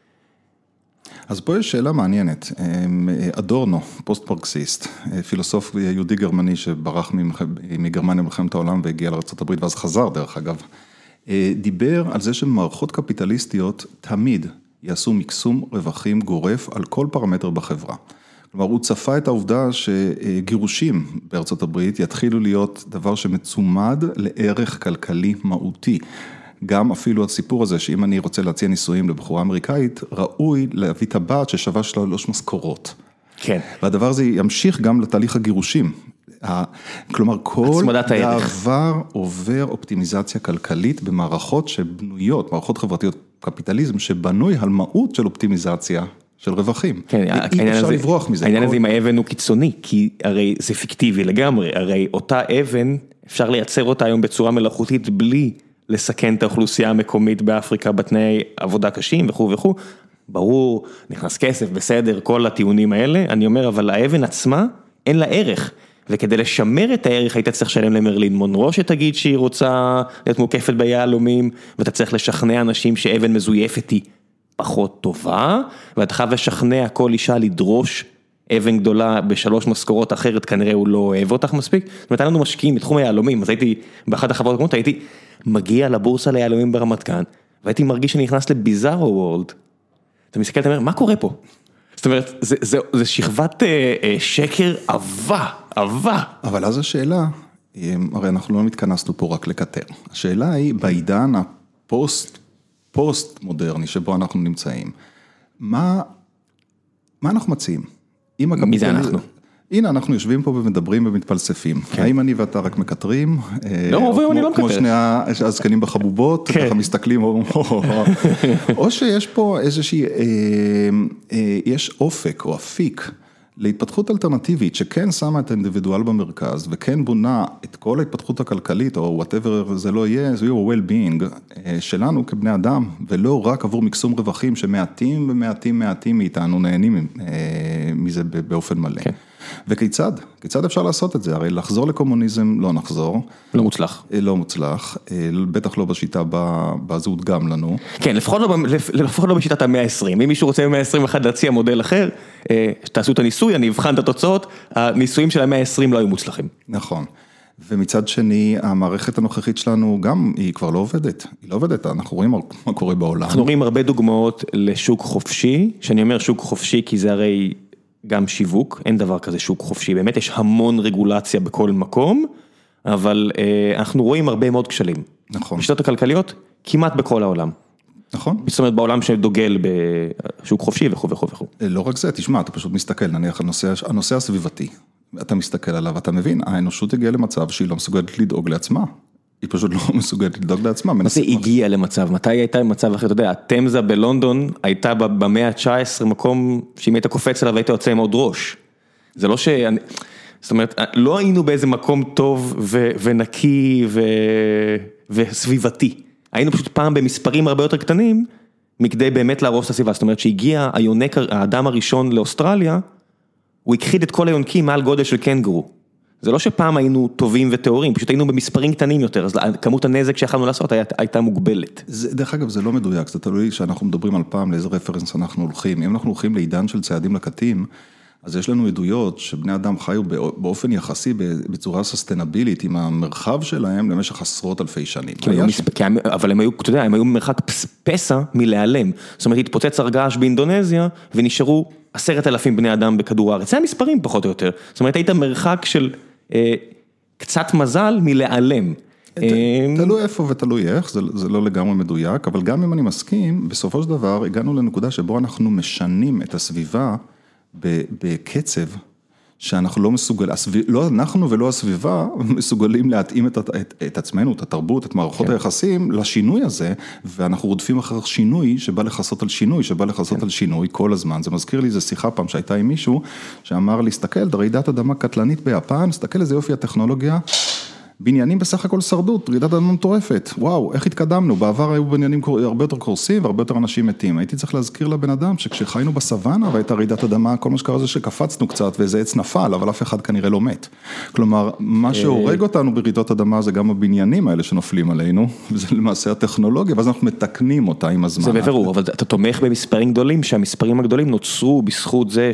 אז פה יש שאלה מעניינת. אדורנו, פוסט-מרקסיסט, פילוסוף יהודי גרמני שברח מגרמניה במלחמת העולם והגיע לארצות הברית ואז חזר דרך אגב, דיבר על זה שמערכות קפיטליסטיות תמיד יעשו מקסום רווחים גורף על כל פרמטר בחברה. כלומר, הוא צפה את העובדה שגירושים בארצות הברית יתחילו להיות דבר שמצומד לערך כלכלי מהותי. גם אפילו הסיפור הזה, שאם אני רוצה להציע ניסויים לבחורה אמריקאית, ראוי להביא את הבת ששווה שלוש משכורות. כן. והדבר הזה ימשיך גם לתהליך הגירושים. כלומר, כל דבר עובר אופטימיזציה כלכלית במערכות שבנויות, מערכות חברתיות קפיטליזם, שבנוי על מהות של אופטימיזציה של רווחים. אי אפשר לברוח מזה. העניין הזה עם האבן הוא קיצוני, כי הרי זה פיקטיבי לגמרי, הרי אותה אבן, אפשר לייצר אותה היום בצורה מלאכותית, בלי לסכן את האוכלוסייה המקומית באפריקה, בתנאי עבודה קשים וכו' וכו'. ברור, נכנס כסף, בסדר, כל הטיעונים האלה, אני אומר, אבל האבן עצמה, אין לה ערך. וכדי לשמר את הערך, היית צריך לשלם למרלין מונרו שתגיד שהיא רוצה להיות מוקפת ביהלומים, ואתה צריך לשכנע אנשים שאבן מזויפת היא פחות טובה, ואתה חייב לשכנע כל אישה לדרוש אבן גדולה בשלוש משכורות אחרת, כנראה הוא לא אוהב אותך מספיק. זאת אומרת, לנו משקיעים בתחום היהלומים, אז הייתי, באחת החברות הקומות, הייתי מגיע לבורסה ליהלומים ברמת גן, והייתי מרגיש שאני נכנס לביזארו וורלד. אתה מסתכל, אתה אומר, מה קורה פה? זאת אומרת, זה, זה, זה שכבת אה, אה, שקר עבה, עבה. אבל אז השאלה, הרי אנחנו לא מתכנסנו פה רק לקטר. השאלה היא, בעידן הפוסט, פוסט מודרני שבו אנחנו נמצאים, מה, מה אנחנו מציעים? מי זה אנחנו? הנה, אנחנו יושבים פה ומדברים ומתפלספים. האם אני ואתה רק מקטרים? לא, אני לא מקטר. כמו שני הזקנים בחבובות, ככה מסתכלים, או שיש פה איזושהי, יש אופק או אפיק להתפתחות אלטרנטיבית, שכן שמה את האינדיבידואל במרכז, וכן בונה את כל ההתפתחות הכלכלית, או whatever זה לא יהיה, זה יהיה well-being שלנו כבני אדם, ולא רק עבור מקסום רווחים, שמעטים ומעטים מעטים מאיתנו נהנים מזה באופן מלא. כן. וכיצד? כיצד אפשר לעשות את זה? הרי לחזור לקומוניזם לא נחזור. לא מוצלח. לא מוצלח, בטח לא בשיטה בזהות גם לנו. כן, לפחות לא, לפחות לא בשיטת המאה ה-עשרים. אם מישהו רוצה במאה ה-עשרים ואחת להציע מודל אחר, תעשו את הניסוי, אני אבחן את התוצאות, הניסויים של המאה ה-עשרים לא היו מוצלחים. נכון. ומצד שני, המערכת הנוכחית שלנו גם, היא כבר לא עובדת. היא לא עובדת, אנחנו רואים מה קורה בעולם. אנחנו רואים הרבה דוגמאות לשוק חופשי, שאני אומר שוק חופשי כי זה הרי גם שיווק, אין דבר כזה שוק חופשי, באמת יש המון רגולציה בכל מקום, אבל אה, אנחנו רואים הרבה מאוד כשלים. נכון. בשיטות הכלכליות, כמעט בכל העולם. נכון. זאת אומרת, בעולם שדוגל בשוק חופשי וכו' וכו' וכו'. לא רק זה, תשמע, אתה פשוט מסתכל, נניח, הנושא, הנושא הסביבתי, אתה מסתכל עליו, אתה מבין, האנושות הגיעה למצב שהיא לא מסוגלת לדאוג לעצמה. היא פשוט לא מסוגלת לדאוג לעצמה. מה זה הגיעה למצב? מתי היא הייתה במצב אחר? אתה יודע, התמזה בלונדון הייתה במאה ה-תשע עשרה מקום שאם היית קופץ עליו והיית יוצא עם עוד ראש. זה לא ש... זאת אומרת, לא היינו באיזה מקום טוב ו- ונקי ו- וסביבתי. היינו פשוט פעם במספרים הרבה יותר קטנים, מכדי באמת להרוס את הסביבה, זאת אומרת שהגיע היונק, האדם הראשון לאוסטרליה, הוא הכחיד את כל היונקים מעל גודל של קנגורו. זה לא שפעם היינו טובים וטהורים, פשוט היינו במספרים קטנים יותר, אז כמות הנזק שיכולנו לעשות הייתה מוגבלת. זה, דרך אגב, זה לא מדויק, זה תלוי שאנחנו מדברים על פעם לאיזה רפרנס אנחנו הולכים. אם אנחנו הולכים לעידן של צעדים לקטים, אז יש לנו עדויות שבני אדם חיו באופן יחסי בצורה סוסטנבילית עם המרחב שלהם למשך עשרות אלפי שנים. אבל הם היו, אתה יודע, הם היו במרחק פסע מלהיעלם. זאת אומרת, התפוצץ הר געש באינדונזיה ונשארו עשרת אלפים בני אדם בכדור הארץ. זה המספרים פחות או יותר. זאת אומרת, היית מרחק של אה, קצת מזל מלהיעלם. תלוי איפה ותלוי איך, זה, זה לא לגמרי מדויק, אבל גם אם אני מסכים, בסופו של דבר הגענו לנקודה שבו אנחנו משנים את הסביבה בקצב שאנחנו לא מסוגל, לא אנחנו ולא הסביבה מסוגלים להתאים את, את, את עצמנו, את התרבות, את מערכות כן. היחסים לשינוי הזה, ואנחנו רודפים אחר שינוי שבא לחסות על שינוי, שבא לחסות כן. על שינוי כל הזמן. זה מזכיר לי, זו שיחה פעם שהייתה עם מישהו, שאמר לי, סתכל, רעידת אדמה קטלנית ביפן, סתכל איזה יופי הטכנולוגיה, בניינים בסך הכל שרדות, רעידת אדמה מטורפת, וואו, איך התקדמנו, בעבר היו בניינים הרבה יותר קורסים והרבה יותר אנשים מתים, הייתי צריך להזכיר לבן אדם שכשחיינו בסוואנה והייתה רעידת אדמה, כל מה שקרה זה שקפצנו קצת ואיזה עץ נפל, אבל אף אחד כנראה לא מת. כלומר, מה שהורג אותנו ברעידות אדמה זה גם הבניינים האלה שנופלים עלינו, וזה למעשה הטכנולוגיה, ואז אנחנו מתקנים אותה עם הזמן. זה בבירור, אבל אתה תומך במספרים גדולים, שהמספרים הגדולים נוצרו בזכות זה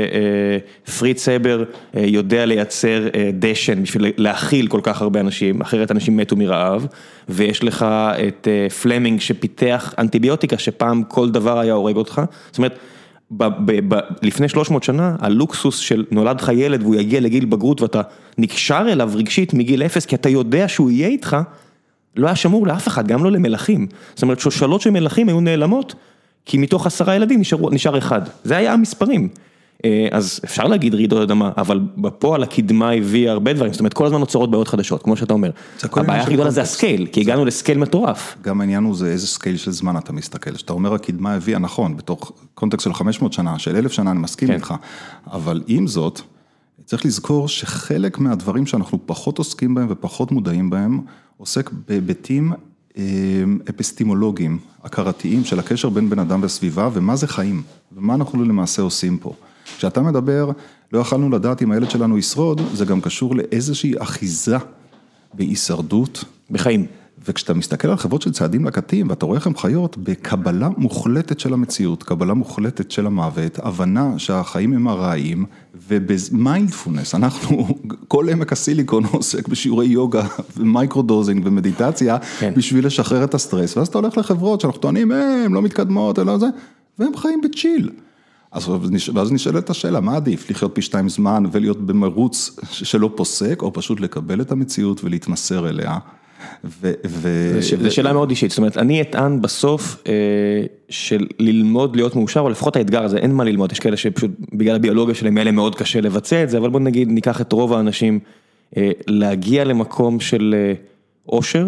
שפריץ סבר יודע לייצר דשן בשביל להכיל כל כך הרבה אנשים, אחרת אנשים מתו מרעב, ויש לך את פלמינג שפיתח אנטיביוטיקה, שפעם כל דבר היה הורג אותך, זאת אומרת, ב- ב- ב- לפני שלוש מאות שנה, הלוקסוס של נולד לך ילד, והוא יגיע לגיל בגרות, ואתה נקשר אליו רגשית מגיל אפס, כי אתה יודע שהוא יהיה איתך, לא היה שמור לאף אחד, גם לא למלכים, זאת אומרת, שושלות של מלכים היו נעלמות, כי מתוך עשרה ילדים נשאר, נשאר אחד, זה היה המספרים, אז אפשר להגיד רעידות אדמה, אבל בפועל הקדמה הביאה הרבה דברים, זאת אומרת, כל הזמן נוצרות בעיות חדשות, כמו שאתה אומר. הבעיה הכי גדולה זה הסקייל, כי הגענו לסקייל מטורף. גם העניין הוא זה איזה סקייל של זמן אתה מסתכל, שאתה אומר הקדמה הביאה, נכון, בתוך קונטקסט של חמש מאות שנה, של אלף שנה, אני מסכים איתך, אבל עם זאת, צריך לזכור שחלק מהדברים שאנחנו פחות עוסקים בהם ופחות מודעים בהם, עוסק בהיבטים אפיסטימולוגיים, הכרתיים, של הקשר בין בן אדם וסביבה, ומה זה חיים, ומה אנחנו למעשה עושים פה. כשאתה מדבר, לא יכולנו לדעת אם הילד שלנו ישרוד, זה גם קשור לאיזושהי אחיזה בהישרדות. בחיים. וכשאתה מסתכל על חברות של צעדים לקטים, ואתה רואה איך הם חיות בקבלה מוחלטת של המציאות, קבלה מוחלטת של המוות, הבנה שהחיים הם הרעים, ובמיינדפולנס, אנחנו, כל עמק הסיליקון עוסק בשיעורי יוגה, ומייקרודוזינג ומדיטציה, כן. בשביל לשחרר את הסטרס, ואז אתה הולך לחברות שאנחנו טוענים, הם לא מתקדמות, אלא זה, והם חיים בצ'יל. אז, ואז נשאלת השאלה, מה עדיף? לחיות פי שתיים זמן ולהיות במרוץ שלא פוסק, או פשוט לקבל את המציאות ולהתמסר אליה. ו, ו... זו שאלה מאוד אישית, זאת אומרת, אני אטען בסוף אה, של ללמוד להיות מאושר, או לפחות האתגר הזה, אין מה ללמוד, יש כאלה שפשוט בגלל הביולוגיה שלהם, אלה מאוד קשה לבצע את זה, אבל בוא נגיד, ניקח את רוב האנשים, אה, להגיע למקום של אה, אושר,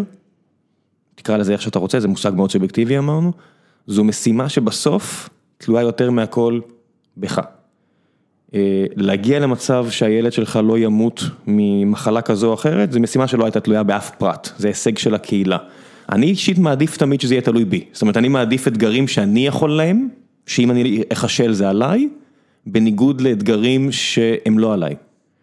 תקרא לזה איך שאתה רוצה, זה מושג מאוד סובייקטיבי אמרנו, זו משימה שבסוף תלויה יותר מהכל בך. להגיע למצב שהילד שלך לא ימות ממחלה כזו או אחרת, זו משימה שלא הייתה תלויה באף פרט, זה הישג של הקהילה. אני אישית מעדיף תמיד שזה יהיה תלוי בי, זאת אומרת, אני מעדיף אתגרים שאני יכול להם, שאם אני אחשל זה עליי, בניגוד לאתגרים שהם לא עליי.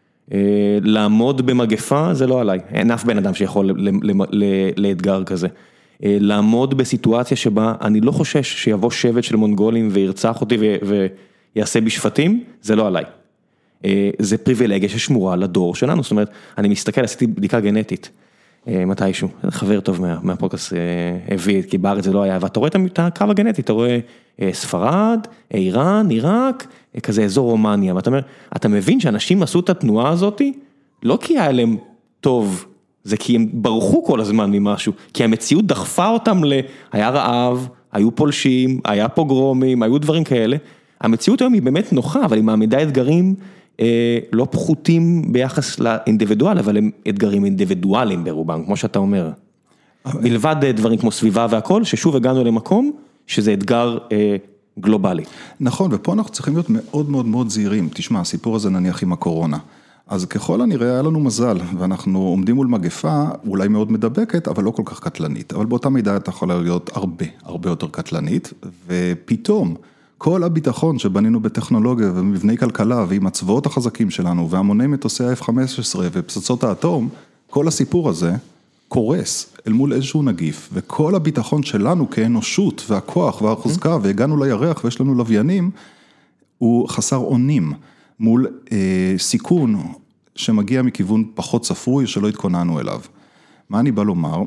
לעמוד במגפה זה לא עליי, אין אף בן אדם שיכול לאתגר כזה. לעמוד בסיטואציה שבה אני לא חושש שיבוא שבט של מונגולים וירצח אותי ויעשה בשפטים, זה לא עליי. זה פריבילגיה ששמורה לדור שלנו, זאת אומרת, אני מסתכל, עשיתי בדיקה גנטית, מתישהו, חבר טוב מהפודקאסט הביא, כי בארץ זה לא היה, ואתה רואה את הקו הגנטי, אתה רואה ספרד, איראן, עיראק, כזה אזור רומניה, ואתה אומר, אתה מבין שאנשים עשו את התנועה הזאת, לא כי היה להם טוב, זה כי הם ברחו כל הזמן ממשהו, כי המציאות דחפה אותם ל... היה רעב, היו פולשים, היה פוגרומים, היו דברים כאלה. המציאות היום היא באמת נוחה, אבל היא מעמידה אתגרים אה, לא פחותים ביחס לאינדיבידואל, אבל הם אתגרים אינדיבידואליים ברובם, כמו שאתה אומר. מלבד דברים כמו סביבה והכל, ששוב הגענו למקום שזה אתגר אה, גלובלי. נכון, ופה אנחנו צריכים להיות מאוד מאוד מאוד זהירים. תשמע, הסיפור הזה נניח עם הקורונה. אז ככל הנראה היה לנו מזל, ואנחנו עומדים מול מגפה, אולי מאוד מדבקת, אבל לא כל כך קטלנית. אבל באותה מידה אתה יכול להיות הרבה, הרבה יותר קטלנית, ופתאום כל הביטחון שבנינו בטכנולוגיה ומבני כלכלה, ועם הצבאות החזקים שלנו, והמוני מטוסי ה-אף חמש עשרה ופצצות האטום, כל הסיפור הזה קורס אל מול איזשהו נגיף, וכל הביטחון שלנו כאנושות, והכוח והחוזקה, והגענו לירח ויש לנו לוויינים, הוא חסר אונים מול אה, סיכון שמגיע מכיוון פחות צפוי שלא התכוננו אליו. מה אני בא לומר?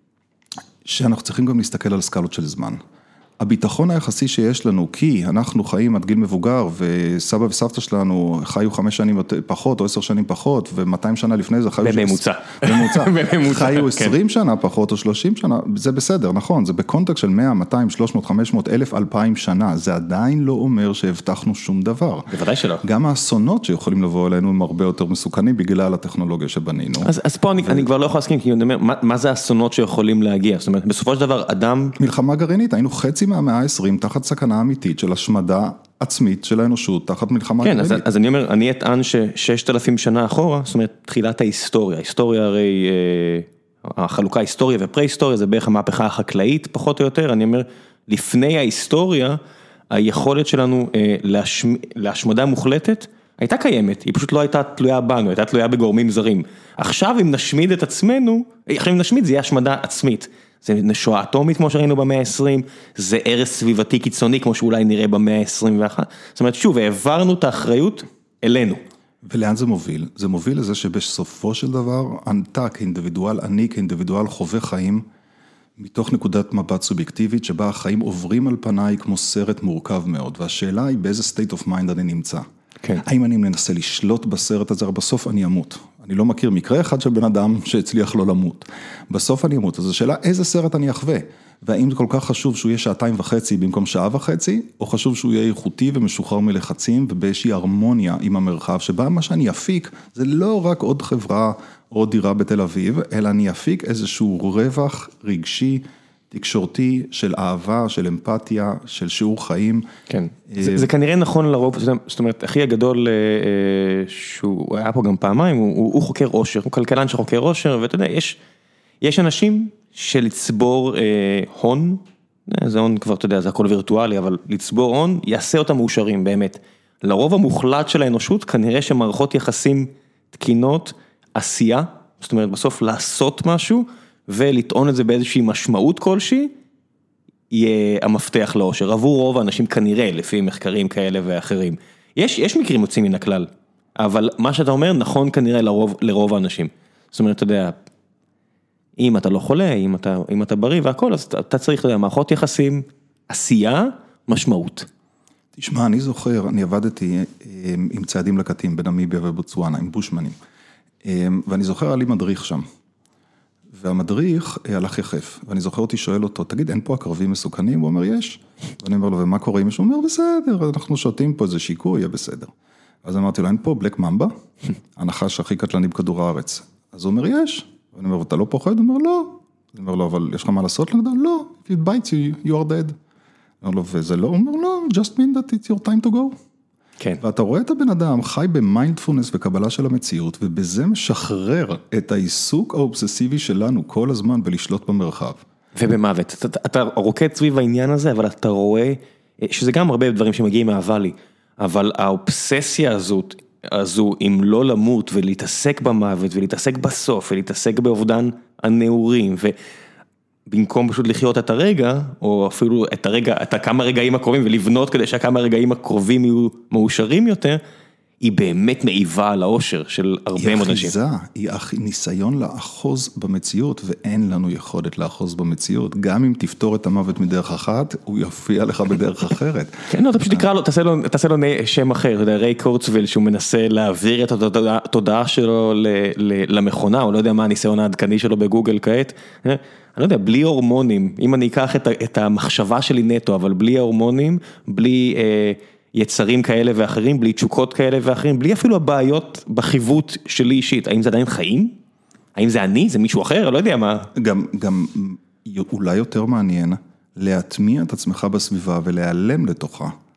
שאנחנו צריכים גם להסתכל על סקלות של זמן. הביטחון היחסי שיש לנו, כי אנחנו חיים עד גיל מבוגר, וסבא וסבתא שלנו חיו חמש שנים פחות, או עשר שנים פחות, ומאתיים שנה לפני זה חיו... בממוצע. בממוצע. חיו עשרים שנה פחות, או שלושים שנה, זה בסדר, נכון, זה בקונטקסט של מאה, מאתיים, שלוש מאות, חמש מאות, אלף, אלפיים שנה, זה עדיין לא אומר שהבטחנו שום דבר. בוודאי שלא. גם האסונות שיכולים לבוא אלינו הם הרבה יותר מסוכנים, בגלל הטכנולוגיה שבנינו. אז, אז פה אני, ו... אני כבר לא יכול להסכים, כי אני אומר, מה, מה זה האסונות שיכולים להגיע? זאת אומרת, בסופו של דבר, אדם... מלחמה גרעינית, היינו חצי מהמאה ה-עשרים תחת סכנה אמיתית של השמדה עצמית של האנושות, תחת מלחמה כן, גרעינית. אז, אז אני אומר, אני אטען שששת אלפים שנה אחורה, זאת אומרת, תחילת ההיסטוריה, ההיסטוריה הרי, אה, החלוקה היסטוריה ופרה-היסטוריה, זה בערך המהפכה החקלאית, פחות או יותר, אני אומר, לפני ההיסטוריה, היכולת שלנו אה, להשמ... להשמדה מוחלטת, הייתה קיימת, היא פשוט לא הייתה תלויה בנו, הייתה תלויה בגורמים זרים. עכשיו אם נשמיד את עצמנו, עכשיו אם נשמיד זה יהיה השמדה עצמית. זה שואה אטומית כמו שראינו במאה ה-עשרים, זה הרס סביבתי קיצוני כמו שאולי נראה במאה ה-עשרים ואחת. זאת אומרת שוב, העברנו את האחריות אלינו. ולאן זה מוביל? זה מוביל לזה שבסופו של דבר, אתה כאינדיבידואל, אני כאינדיבידואל חווה חיים, מתוך נקודת מבט סובייקטיבית, שבה החיים עוברים על פניי כמו סרט מורכב מאוד, והשאלה היא באיזה state of mind אני נמצא. כן. האם אני מנסה לשלוט בסרט הזה, בסוף אני אמות. אני לא מכיר מקרה אחד של בן אדם שהצליח לא למות. בסוף אני אמות, אז השאלה איזה סרט אני אחווה, והאם זה כל כך חשוב שהוא יהיה שעתיים וחצי במקום שעה וחצי, או חשוב שהוא יהיה איכותי ומשוחרר מלחצים, ובאיזושהי הרמוניה עם המרחב, שבה מה שאני אפיק, זה לא רק עוד חברה או דירה בתל אביב, אלא אני אפיק איזשהו רווח רגשי, תקשורתי, של אהבה, של אמפתיה, של שיעור חיים. כן, זה, זה כנראה נכון לרוב, זאת אומרת, אחי הגדול, שהוא היה פה גם פעמיים, הוא, הוא חוקר אושר, הוא כלכלן שחוקר אושר, ואתה יודע, יש, יש אנשים שלצבור אה, הון, זה הון כבר, אתה יודע, זה הכל וירטואלי, אבל לצבור הון, יעשה אותם מאושרים, באמת. לרוב המוחלט של האנושות, כנראה שמערכות יחסים תקינות, עשייה, זאת אומרת, בסוף לעשות משהו, ולטעון את זה באיזושהי משמעות כלשהי, יהיה המפתח לאושר. עבור רוב האנשים כנראה, לפי מחקרים כאלה ואחרים. יש, יש מקרים יוצאים מן הכלל, אבל מה שאתה אומר נכון כנראה לרוב, לרוב האנשים. זאת אומרת, אתה יודע, אם אתה לא חולה, אם אתה, אם אתה בריא והכל, אז אתה, אתה צריך, אתה יודע, מערכות יחסים, עשייה, משמעות. תשמע, אני זוכר, אני עבדתי עם צעדים לקטים בנמיביה ובוצואנה, עם בושמנים, ואני זוכר היה לי מדריך שם. והמדריך הלך יחף, ואני זוכר אותי שואל אותו, תגיד, אין פה עקרבים מסוכנים? הוא אומר, יש. ואני אומר לו, ומה קורה אם יש? הוא אומר, בסדר, אנחנו שותים פה איזה שיקוי, יהיה בסדר. אז אמרתי לו, אין פה בלק ממבה? הנחש הכי קטלני בכדור הארץ. אז הוא אומר, יש. ואני אומר, אתה לא פוחד? הוא אומר, לא. אני אומר לו, אבל יש לך מה לעשות לגדול? לא, if it bites you, you are dead. אני אומר לו, וזה לא? הוא אומר, לא, just mean that it's your time to go. כן. ואתה רואה את הבן אדם חי במיינדפולנס וקבלה של המציאות, ובזה משחרר את העיסוק האובססיבי שלנו כל הזמן בלשלוט במרחב. ובמוות. אתה, אתה רוקד סביב העניין הזה, אבל אתה רואה, שזה גם הרבה דברים שמגיעים מהוואלי, אבל האובססיה הזאת, הזו, אם לא למות ולהתעסק במוות, ולהתעסק בסוף, ולהתעסק באובדן הנעורים, ובמקום פשוט לחיות את הרגע, או אפילו את הרגע, את הכמה רגעים הקרובים, ולבנות כדי שהכמה רגעים הקרובים יהיו מאושרים יותר, היא באמת מעיבה על האושר של הרבה מאוד אנשים. היא אחיזה, היא ניסיון לאחוז במציאות, ואין לנו יכולת לאחוז במציאות. גם אם תפתור את המוות מדרך אחת, הוא יופיע לך בדרך אחרת. כן, לא, אתה פשוט תקרא לו, תעשה לו שם אחר, אתה יודע, ריי קורצוויל, שהוא מנסה להעביר את התודעה שלו למכונה, או לא יודע מה הניסיון העדכני שלו בגוגל כעת. אני לא יודע, בלי הורמונים, אם אני אקח את המחשבה שלי נטו, אבל בלי ההורמונים, בלי יצרים כאלה ואחרים, בלי תשוקות כאלה ואחרים, בלי אפילו הבעיות בחיוות שלי אישית. האם זה עדיין חיים? האם זה אני? זה מישהו אחר? לא יודע מה. גם, גם אולי יותר מעניין, להטמיע את עצמך בסביבה ולהיעלם לתוכה.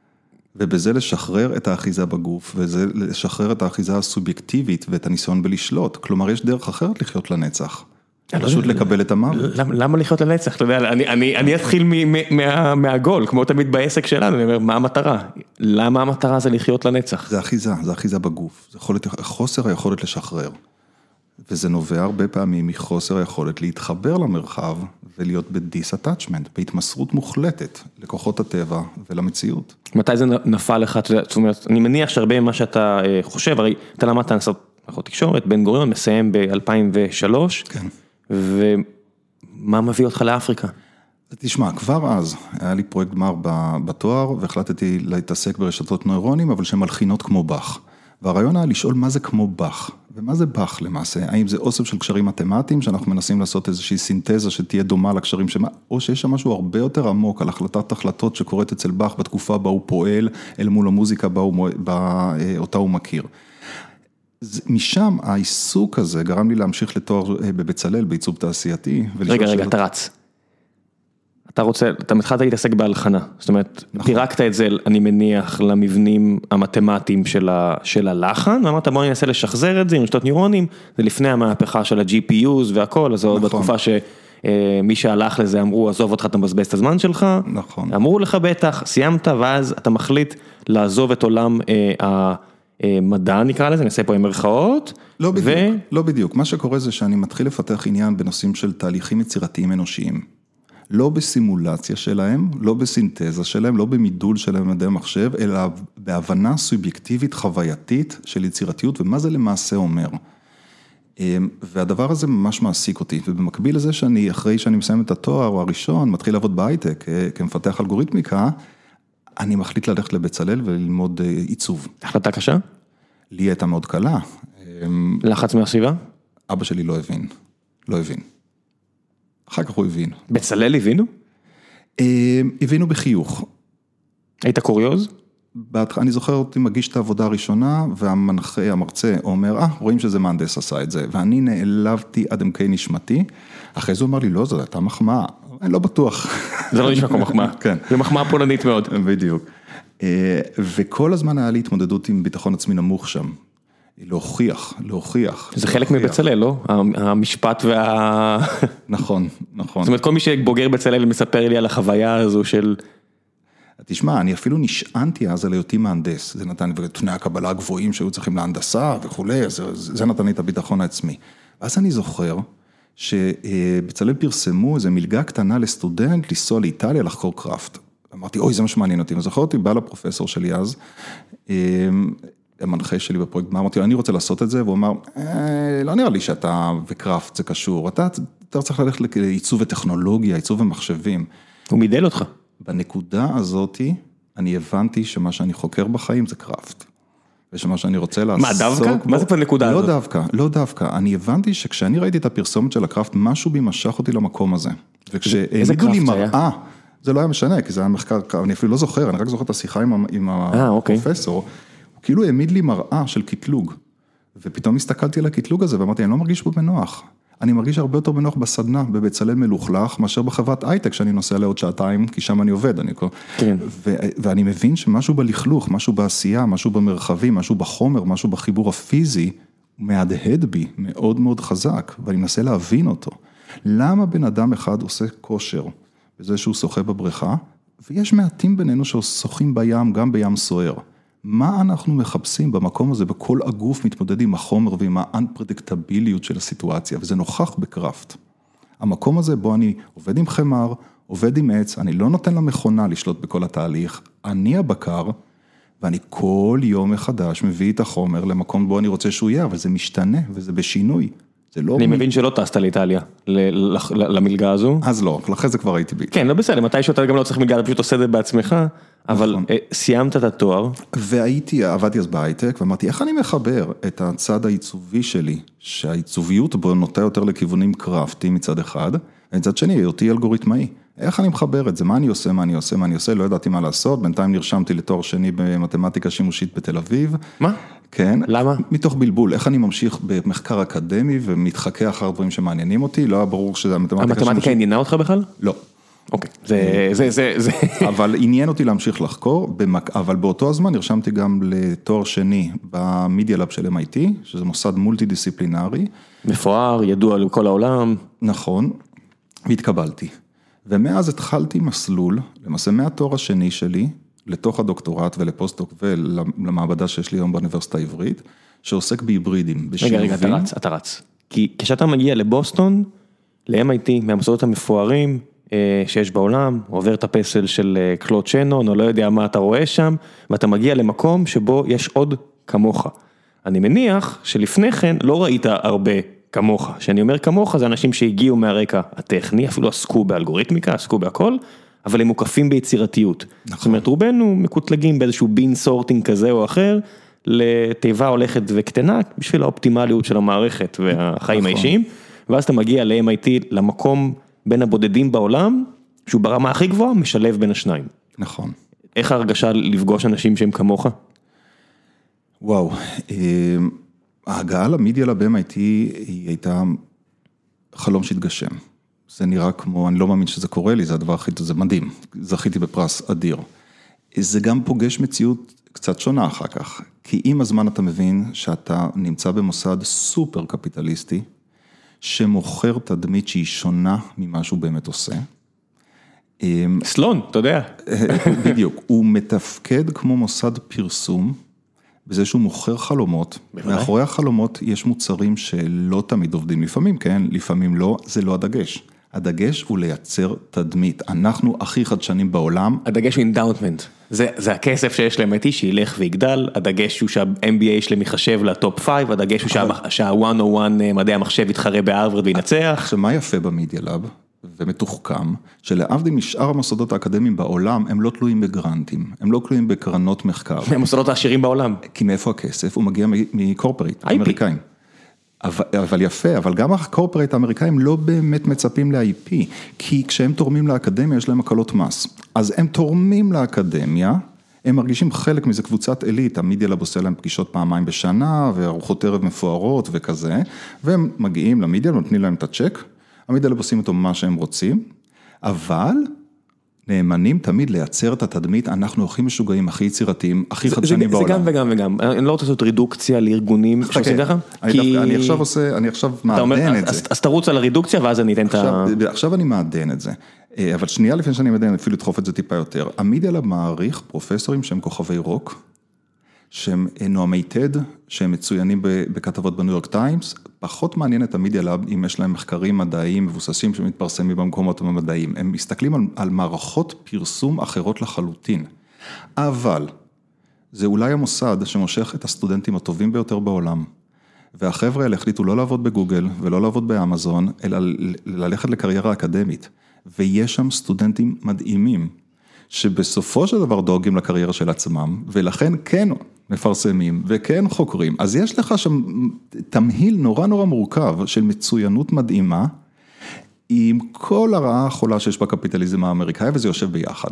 ובזה לשחרר את האחיזה בגוף, וזה לשחרר את האחיזה הסובייקטיבית ואת הניסיון בלשלוט. כלומר, יש דרך אחרת לחיות לנצח. פשוט לקבל את המוות. למה לחיות לנצח? אתה יודע, אני אתחיל מהגול, כמו תמיד בעסק שלנו, אני אומר, מה המטרה? למה המטרה זה לחיות לנצח? זה אחיזה, זה אחיזה בגוף. זה חוסר היכולת לשחרר. וזה נובע הרבה פעמים מחוסר היכולת להתחבר למרחב, ולהיות בדיס-אטאצ'מנט, בהתמסרות מוחלטת לכוחות הטבע ולמציאות. מתי זה נפל לך? זאת אומרת, אני מניח שהרבה ממה שאתה חושב, הרי אתה למדת לעשות תקשורת, בן גוריון מסיים ב-אלפיים ושלוש, כן. ומה מביא אותך לאפריקה? תשמע, כבר אז היה לי פרויקט גמר בתואר, והחלטתי להתעסק ברשתות נוירונים, אבל שהן מלחינות כמו באך. והרעיון היה לשאול מה זה כמו באך, ומה זה באך למעשה? האם זה אוסף של קשרים מתמטיים, שאנחנו מנסים לעשות איזושהי סינתזה שתהיה דומה לקשרים שמה, או שיש שם משהו הרבה יותר עמוק על החלטת החלטות שקורית אצל באך בתקופה בה הוא פועל, אל מול המוזיקה בה הוא, בה, אותה הוא מכיר. משם העיסוק הזה גרם לי להמשיך לתואר בבצלאל, בעיצוב תעשייתי. רגע, רגע, אתה רץ. אתה רוצה, אתה מתחלת להתעסק בהלחנה, זאת אומרת, פירקת את זה, אני מניח, למבנים המתמטיים של הלחן, ואמרת, בוא ננסה לשחזר את זה עם רשתות ניורונים, זה לפני המהפכה של ה-ג'י פי יוז והכל, אז עוד בתקופה שמי שהלך לזה אמרו, עזוב אותך, אתה מבזבז את הזמן שלך, אמרו לך בטח, סיימת, ואז אתה מחליט לעזוב את עולם המדע, נקרא לזה, נעשה פה עם מרכאות. לא בדיוק, לא בדיוק, מה שקורה זה שאני מתחיל לפתח עניין בנושאים של תהליכים יצירתיים אנושיים. לא בסימולציה שלהם, לא בסינתזה שלהם, לא במידול שלהם במדעי המחשב, אלא בהבנה סובייקטיבית חווייתית של יצירתיות, ומה זה למעשה אומר. והדבר הזה ממש מעסיק אותי, ובמקביל לזה שאני, אחרי שאני מסיים את התואר הראשון, מתחיל לעבוד בהייטק, כמפתח אלגוריתמיקה, אני מחליט ללכת לבצלאל וללמוד עיצוב. החלטה קשה? לי הייתה מאוד קלה. לחץ מהסביבה? אבא שלי לא הבין, לא הבין. אחר כך הוא הבין. בצלאל הבינו? הבינו בחיוך. היית קוריוז? אני זוכר אותי מגיש את העבודה הראשונה, והמנחה, המרצה, אומר, אה, רואים שזה מהנדס עשה את זה, ואני נעלבתי עד עמקי נשמתי, אחרי זה הוא אמר לי, לא, זו הייתה מחמאה, אני לא בטוח. זה לא נשמע כמו מחמאה, כן. זה מחמאה פולנית מאוד. בדיוק. וכל הזמן היה לי התמודדות עם ביטחון עצמי נמוך שם. להוכיח, להוכיח. זה חלק מבצלאל, לא? המשפט וה... נכון, נכון. זאת אומרת, כל מי שבוגר בצלאל מספר לי על החוויה הזו של... תשמע, אני אפילו נשענתי אז על היותי מהנדס. זה נתן לי תנאי הקבלה הגבוהים שהיו צריכים להנדסה וכו', זה, זה נתן לי את הביטחון העצמי. ואז אני זוכר שבצלאל פרסמו איזו מלגה קטנה לסטודנט לנסוע לאיטליה לחקור קראפט. אמרתי, אוי, זה מה שמעניין אותי. וזוכר אותי, בא לפרופסור שלי אז, המנחה שלי בפרויקט, אמרתי לו, אני רוצה לעשות את זה, והוא אמר, לא נראה לי שאתה וקראפט זה קשור, אתה, אתה צריך ללכת לעיצוב וטכנולוגיה, עיצוב ומחשבים. הוא מידל אותך. בנקודה הזאת, אני הבנתי שמה שאני חוקר בחיים זה קראפט. ושמה שאני רוצה לעסוק... מה, דווקא? מה זה בנקודה הזאת? לא דווקא, לא דווקא. אני הבנתי שכשאני ראיתי את הפרסומת של הקראפט, משהו בי משך אותי למקום הזה. איזה קראפט זה היה? זה לא היה משנה, כי זה היה מחקר, אני אפילו לא זוכר, אני רק זוכר את השיחה עם הפרופסור. כאילו העמיד לי מראה של קטלוג, ופתאום הסתכלתי על הקטלוג הזה, ואמרתי, אני לא מרגיש בו בנוח. אני מרגיש הרבה יותר בנוח בסדנה, בבצלאל מלוכלך, מאשר בחברת הייטק, שאני נוסע לעוד שעתיים, כי שם אני עובד, אני קורא. כן. ו- ואני מבין שמשהו בלכלוך, משהו בעשייה, משהו במרחבים, משהו בחומר, משהו בחיבור הפיזי, מהדהד בי מאוד מאוד חזק, ואני מנסה להבין אותו. למה בן אדם אחד עושה כושר, בזה שהוא שוחה בבריכה, ויש מעטים בינינו ששוחים בים, גם בים סוער. מה אנחנו מחפשים במקום הזה, בכל הגוף מתמודד עם החומר ועם האנפרדיקטביליות של הסיטואציה, וזה נוכח בקראפט. המקום הזה בו אני עובד עם חמר, עובד עם עץ, אני לא נותן למכונה לשלוט בכל התהליך, אני הבקר, ואני כל יום מחדש מביא את החומר למקום בו אני רוצה שהוא יהיה, אבל זה משתנה וזה בשינוי. אני מבין שלא טסת לאיטליה, למלגה הזו. אז לא, אחרי זה כבר הייתי בי. כן, לא בסדר, מתי שאתה גם לא צריך מלגה, אתה פשוט עושה את זה בעצמך, אבל סיימת את התואר. והייתי, עבדתי אז בהייטק, ואמרתי, איך אני מחבר את הצד העיצובי שלי, שהעיצוביות בו נוטה יותר לכיוונים קראפטיים מצד אחד, ומצד שני, אותי אלגוריתמאי. איך אני מחבר את זה? מה אני עושה, מה אני עושה, מה אני עושה? לא ידעתי מה לעשות, בינתיים נרשמתי לתואר שני במתמטיקה שימושית בתל אביב. מה? כן. למה? מתוך בלבול. איך אני ממשיך במחקר אקדמי ומתחכה אחר דברים שמעניינים אותי? לא היה ברור שזה המתמטיקה שימושית. המתמטיקה עניינה אותך בכלל? לא. אוקיי, זה, זה, זה, זה. אבל עניין אותי להמשיך לחקור, אבל באותו הזמן נרשמתי גם לתואר שני במידיה לאב של אם איי טי, שזה מוסד מולטי דיסציפלינרי. מפואר, ידוע לכל העולם. נכון, והתקבלתי. ומאז התחלתי מסלול, למעשה מהתואר השני שלי, לתוך הדוקטורט ולפוסט-דוק ולמעבדה שיש לי היום באוניברסיטה העברית, שעוסק בהיברידים, בשילובים. רגע, רגע, אתה רץ, אתה רץ. כי כשאתה מגיע לבוסטון, ל-אם איי טי, מהמוסדות המפוארים שיש בעולם, עובר את הפסל של קלוד שנון, או לא יודע מה אתה רואה שם, ואתה מגיע למקום שבו יש עוד כמוך. אני מניח שלפני כן לא ראית הרבה כמוך. שאני אומר כמוך, זה אנשים שהגיעו מהרקע הטכני, אפילו עסקו באלגוריתמיקה, עסקו בהכל, אבל הם מוקפים ביצירתיות. נכון. זאת אומרת, רובנו מקוטלגים באיזשהו בין סורטינג כזה או אחר, לתיבה הולכת וקטנה, בשביל האופטימליות של המערכת והחיים נכון. האישיים, ואז אתה מגיע ל-אם איי טי, למקום בין הבודדים בעולם, שהוא ברמה הכי גבוהה, משלב בין השניים. נכון. איך ההרגשה לפגוש אנשים שהם כמוך? וואו, ההגעה למידיה לאב אם איי טי היא הייתה חלום שהתגשם. זה נראה כמו, אני לא מאמין שזה קורה לי, זה הדבר הכי, זה מדהים. זכיתי בפרס אדיר. זה גם פוגש מציאות קצת שונה אחר כך, כי עם הזמן אתה מבין שאתה נמצא במוסד סופר קפיטליסטי, שמוכר תדמית שהיא שונה ממה שהוא באמת עושה. סלון, אתה יודע. בדיוק, הוא מתפקד כמו מוסד פרסום, בזה שהוא מוכר חלומות, מאחורי החלומות יש מוצרים שלא תמיד עובדים, לפעמים כן, לפעמים לא, זה לא הדגש. הדגש הוא לייצר תדמית, אנחנו הכי חדשנים בעולם. הדגש הוא אינדאונטמנט, זה, זה הכסף שיש ל-אם איי טי שילך ויגדל, הדגש הוא שה-אם בי איי שלהם יחשב לטופ חמש, הדגש הוא שה-מאה ואחת מדעי המחשב יתחרה בהרווארד וינצח. עכשיו, מה יפה במידיה לאב, ומתוחכם, שלהבדיל משאר המוסדות האקדמיים בעולם, הם לא תלויים בגרנטים, הם לא תלויים בקרנות מחקר. המוסדות העשירים בעולם. כי מאיפה הכסף? הוא מגיע מקורפרייט, אמריקאים. אבל, אבל יפה, אבל גם הקורפרייט האמריקאים לא באמת מצפים ל-איי פי, כי כשהם תורמים לאקדמיה יש להם הקלות מס. אז הם תורמים לאקדמיה, הם מרגישים חלק מזה קבוצת אלית, המידיה לאב עושה להם פגישות פעמיים בשנה, וארוחות ערב מפוארות וכזה, והם מגיעים למידיה, נותנים להם את הצ'ק, המידיה לאב עושים אותו מה שהם רוצים, אבל נאמנים תמיד לייצר את התדמית, אנחנו הכי משוגעים, הכי יצירתיים, הכי חדשנים בעולם. זה גם וגם וגם, אני לא רוצה לעשות רידוקציה לארגונים שעושים ככה. אני עכשיו עושה, אני עכשיו מעדן את זה. אז תרוץ על הרידוקציה ואז אני אתן את ה... עכשיו אני מעדן את זה, אבל שנייה לפני שאני מעדן, אפילו לדחוף את זה טיפה יותר. המידיה לאב מעריך פרופסורים שהם כוכבי רוק, שהם נועמי טד, שהם מצוינים בכתבות בניו יורק טיימס, פחות מעניין את המידיה לאב אם יש להם מחקרים מדעיים מבוססים שמתפרסמים במקומות המדעיים. הם מסתכלים על, על מערכות פרסום אחרות לחלוטין. אבל זה אולי המוסד שמושך את הסטודנטים הטובים ביותר בעולם. והחבר'ה האלה החליטו לא לעבוד בגוגל ולא לעבוד באמזון, אלא ללכת לקריירה אקדמית. ויש שם סטודנטים מדהימים, שבסופו של דבר דואגים לקריירה של עצמם, ולכן כן מפרסמים וכן חוקרים. אז יש לך שם תמהיל נורא נורא מורכב של מצוינות מדהימה, עם כל הרעה החולה שיש בקפיטליזם האמריקאי, וזה יושב ביחד.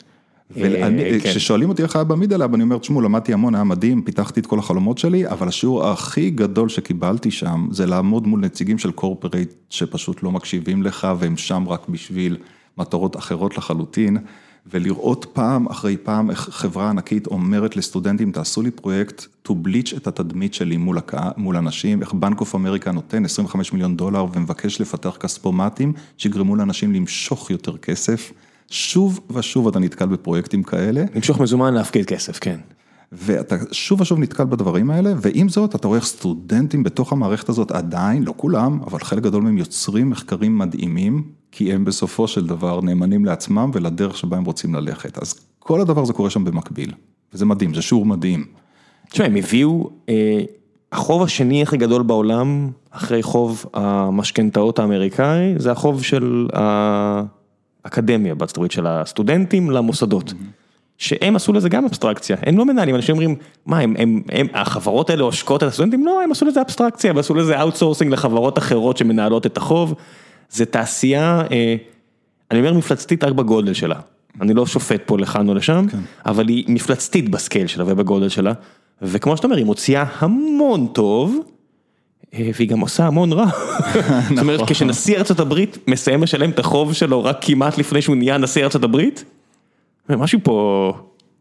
וכששואלים אותי איך היה במידיה לאב, אני אומר, תשמעו, למדתי המון, היה מדהים, פיתחתי את כל החלומות שלי, אבל השיעור הכי גדול שקיבלתי שם, זה לעמוד מול נציגים של קורפרייט, שפשוט לא מקשיבים לך, והם שם רק בשביל מטרות אחרות לחלוטין, ולראות פעם אחרי פעם איך חברה ענקית אומרת לסטודנטים, תעשו לי פרויקט to bleach את התדמית שלי מול, הקה, מול אנשים, איך בנק אוף אמריקה נותן עשרים וחמישה מיליון דולר ומבקש לפתח כספומטים שיגרמו לאנשים למשוך יותר כסף. שוב ושוב אתה נתקל בפרויקטים כאלה. למשוך מזומן להפקיד כסף, כן. ואתה שוב ושוב נתקל בדברים האלה, ועם זאת אתה רואה סטודנטים בתוך המערכת הזאת עדיין, לא כולם, אבל חלק גדול מהם יוצרים מחקרים מדהימים, כי הם בסופו של דבר נאמנים לעצמם ולדרך שבה הם רוצים ללכת. אז כל הדבר הזה קורה שם במקביל, וזה מדהים, זה שיעור מדהים. תשמע, הם הביאו, אה, החוב השני הכי גדול בעולם, אחרי חוב המשכנתאות האמריקאי, זה החוב של האקדמיה, בארצות הברית של הסטודנטים למוסדות. שהם עשו לזה גם אבסטרקציה, הם לא מנהלים, אנשים אומרים, מה, הם, הם, הם, החברות האלה עושקות את הסטודנטים? לא, הם עשו לזה אבסטרקציה, ועשו לזה אאוטסורסינג לחברות אחרות שמנהלות את החוב, זה תעשייה, אה, אני אומר מפלצתית רק בגודל שלה, אני לא שופט פה לכאן או לשם, כן. אבל היא מפלצתית בסקייל שלה ובגודל שלה, וכמו שאתה אומר, היא מוציאה המון טוב, והיא גם עושה המון רע. זאת אומרת, כשנשיא ארצות הברית מסיים לשלם את החוב שלו רק כמעט לפני שהוא נהיה נשיא ארצות הברית, משהו פה,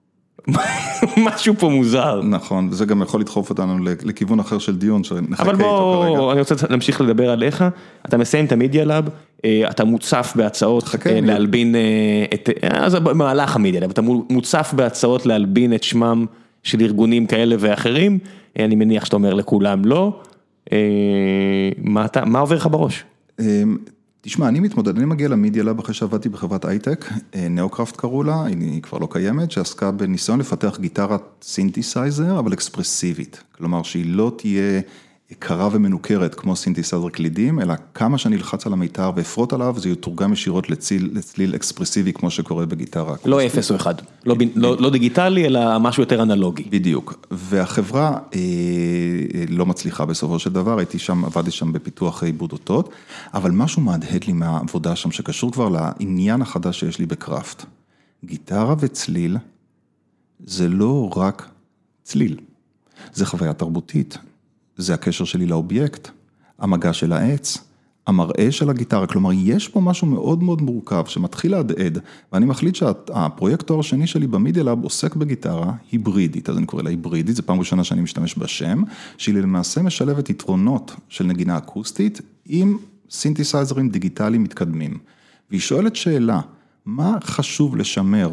משהו פה מוזר. נכון, וזה גם יכול לדחוף אותנו לכיוון אחר של דיון, שנחכה איתו כרגע. אבל בוא, אני רוצה להמשיך לדבר עליך, אתה מסיים את המדיה לאב, אתה מוצף בהצעות להלבין את, אז במהלך המדיה לאב, אתה מוצף בהצעות להלבין את שמם של ארגונים כאלה ואחרים, אני מניח שאתה אומר לכולם לא, מה אתה, מה עובר לך בראש? תשמע, אני מתמודד, אני מגיע למדיה לאב אחרי שעבדתי בחברת הייטק, נאוקראפט קראו לה, היא כבר לא קיימת, שעסקה בניסיון לפתח גיטרת סינתסייזר, אבל אקספרסיבית, כלומר שהיא לא תהיה קרה ומנוכרת כמו סינתסייזר קלידים, אלא כמה שאני אלחץ על המיתר ואפרוט עליו, זה יתורגם ישירות לצליל, לצליל אקספרסיבי כמו שקורה בגיטרה. לא אפס או אחד, לא, לא, לא דיגיטלי, אלא משהו יותר אנלוגי. בדיוק, והחברה אה, לא מצליחה בסופו של דבר, הייתי שם, עבדתי שם בפיתוח עיבוד אותות, אבל משהו מהדהד לי מהעבודה שם, שקשור כבר לעניין החדש שיש לי בקראפט. גיטרה וצליל, זה לא רק צליל, זה חוויה תרבותית. זה הקשר שלי לאובייקט, המגע של העץ, המראה של הגיטרה, כלומר יש פה משהו מאוד מאוד מורכב שמתחיל להדהד, ואני מחליט שהפרויקט תואר השני שלי במדיה לאב עוסק בגיטרה היברידית, אז אני קורא לה היברידית, זה פעם ראשונה שאני משתמש בשם, שהיא למעשה משלבת יתרונות של נגינה אקוסטית עם סינתסייזרים דיגיטליים מתקדמים, והיא שואלת שאלה, מה חשוב לשמר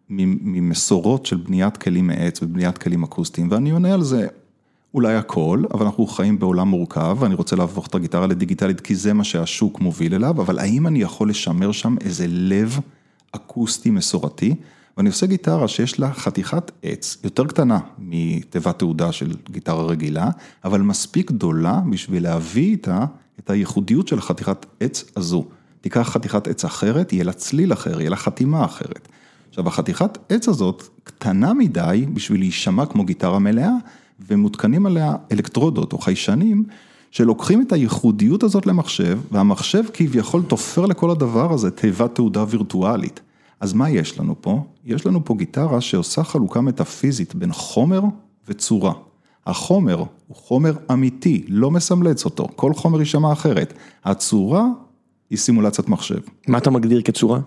ממסורות של בניית כלים מעץ ובניית כלים אקוסטיים, ואני עונה על זה, אולי הכל, אבל אנחנו חיים בעולם מורכב, ואני רוצה להפוך את הגיטרה לדיגיטלית, כי זה מה שהשוק מוביל אליו, אבל האם אני יכול לשמר שם איזה לב אקוסטי מסורתי, ואני עושה גיטרה שיש לה חתיכת עץ, יותר קטנה מתיבת תעודה של גיטרה רגילה, אבל מספיק גדולה בשביל להביא איתה את הייחודיות של חתיכת עץ הזו. תיקח חתיכת עץ אחרת, יהיה לה צליל אחר, יהיה לה חתימה אחרת. עכשיו, החתיכת עץ הזאת קטנה מדי בשביל להישמע כמו גיטרה מלאה, ומותקנים עליה אלקטרודות או חיישנים, שלוקחים את הייחודיות הזאת למחשב, והמחשב כביכול תופר לכל הדבר הזה תיבת תעודה וירטואלית. אז מה יש לנו פה? יש לנו פה גיטרה שעושה חלוקה מטאפיזית בין חומר וצורה. החומר הוא חומר אמיתי, לא מסמלץ אותו, כל חומר יישמע אחרת. הצורה היא סימולציית מחשב. מה אתה מגדיר כצורה?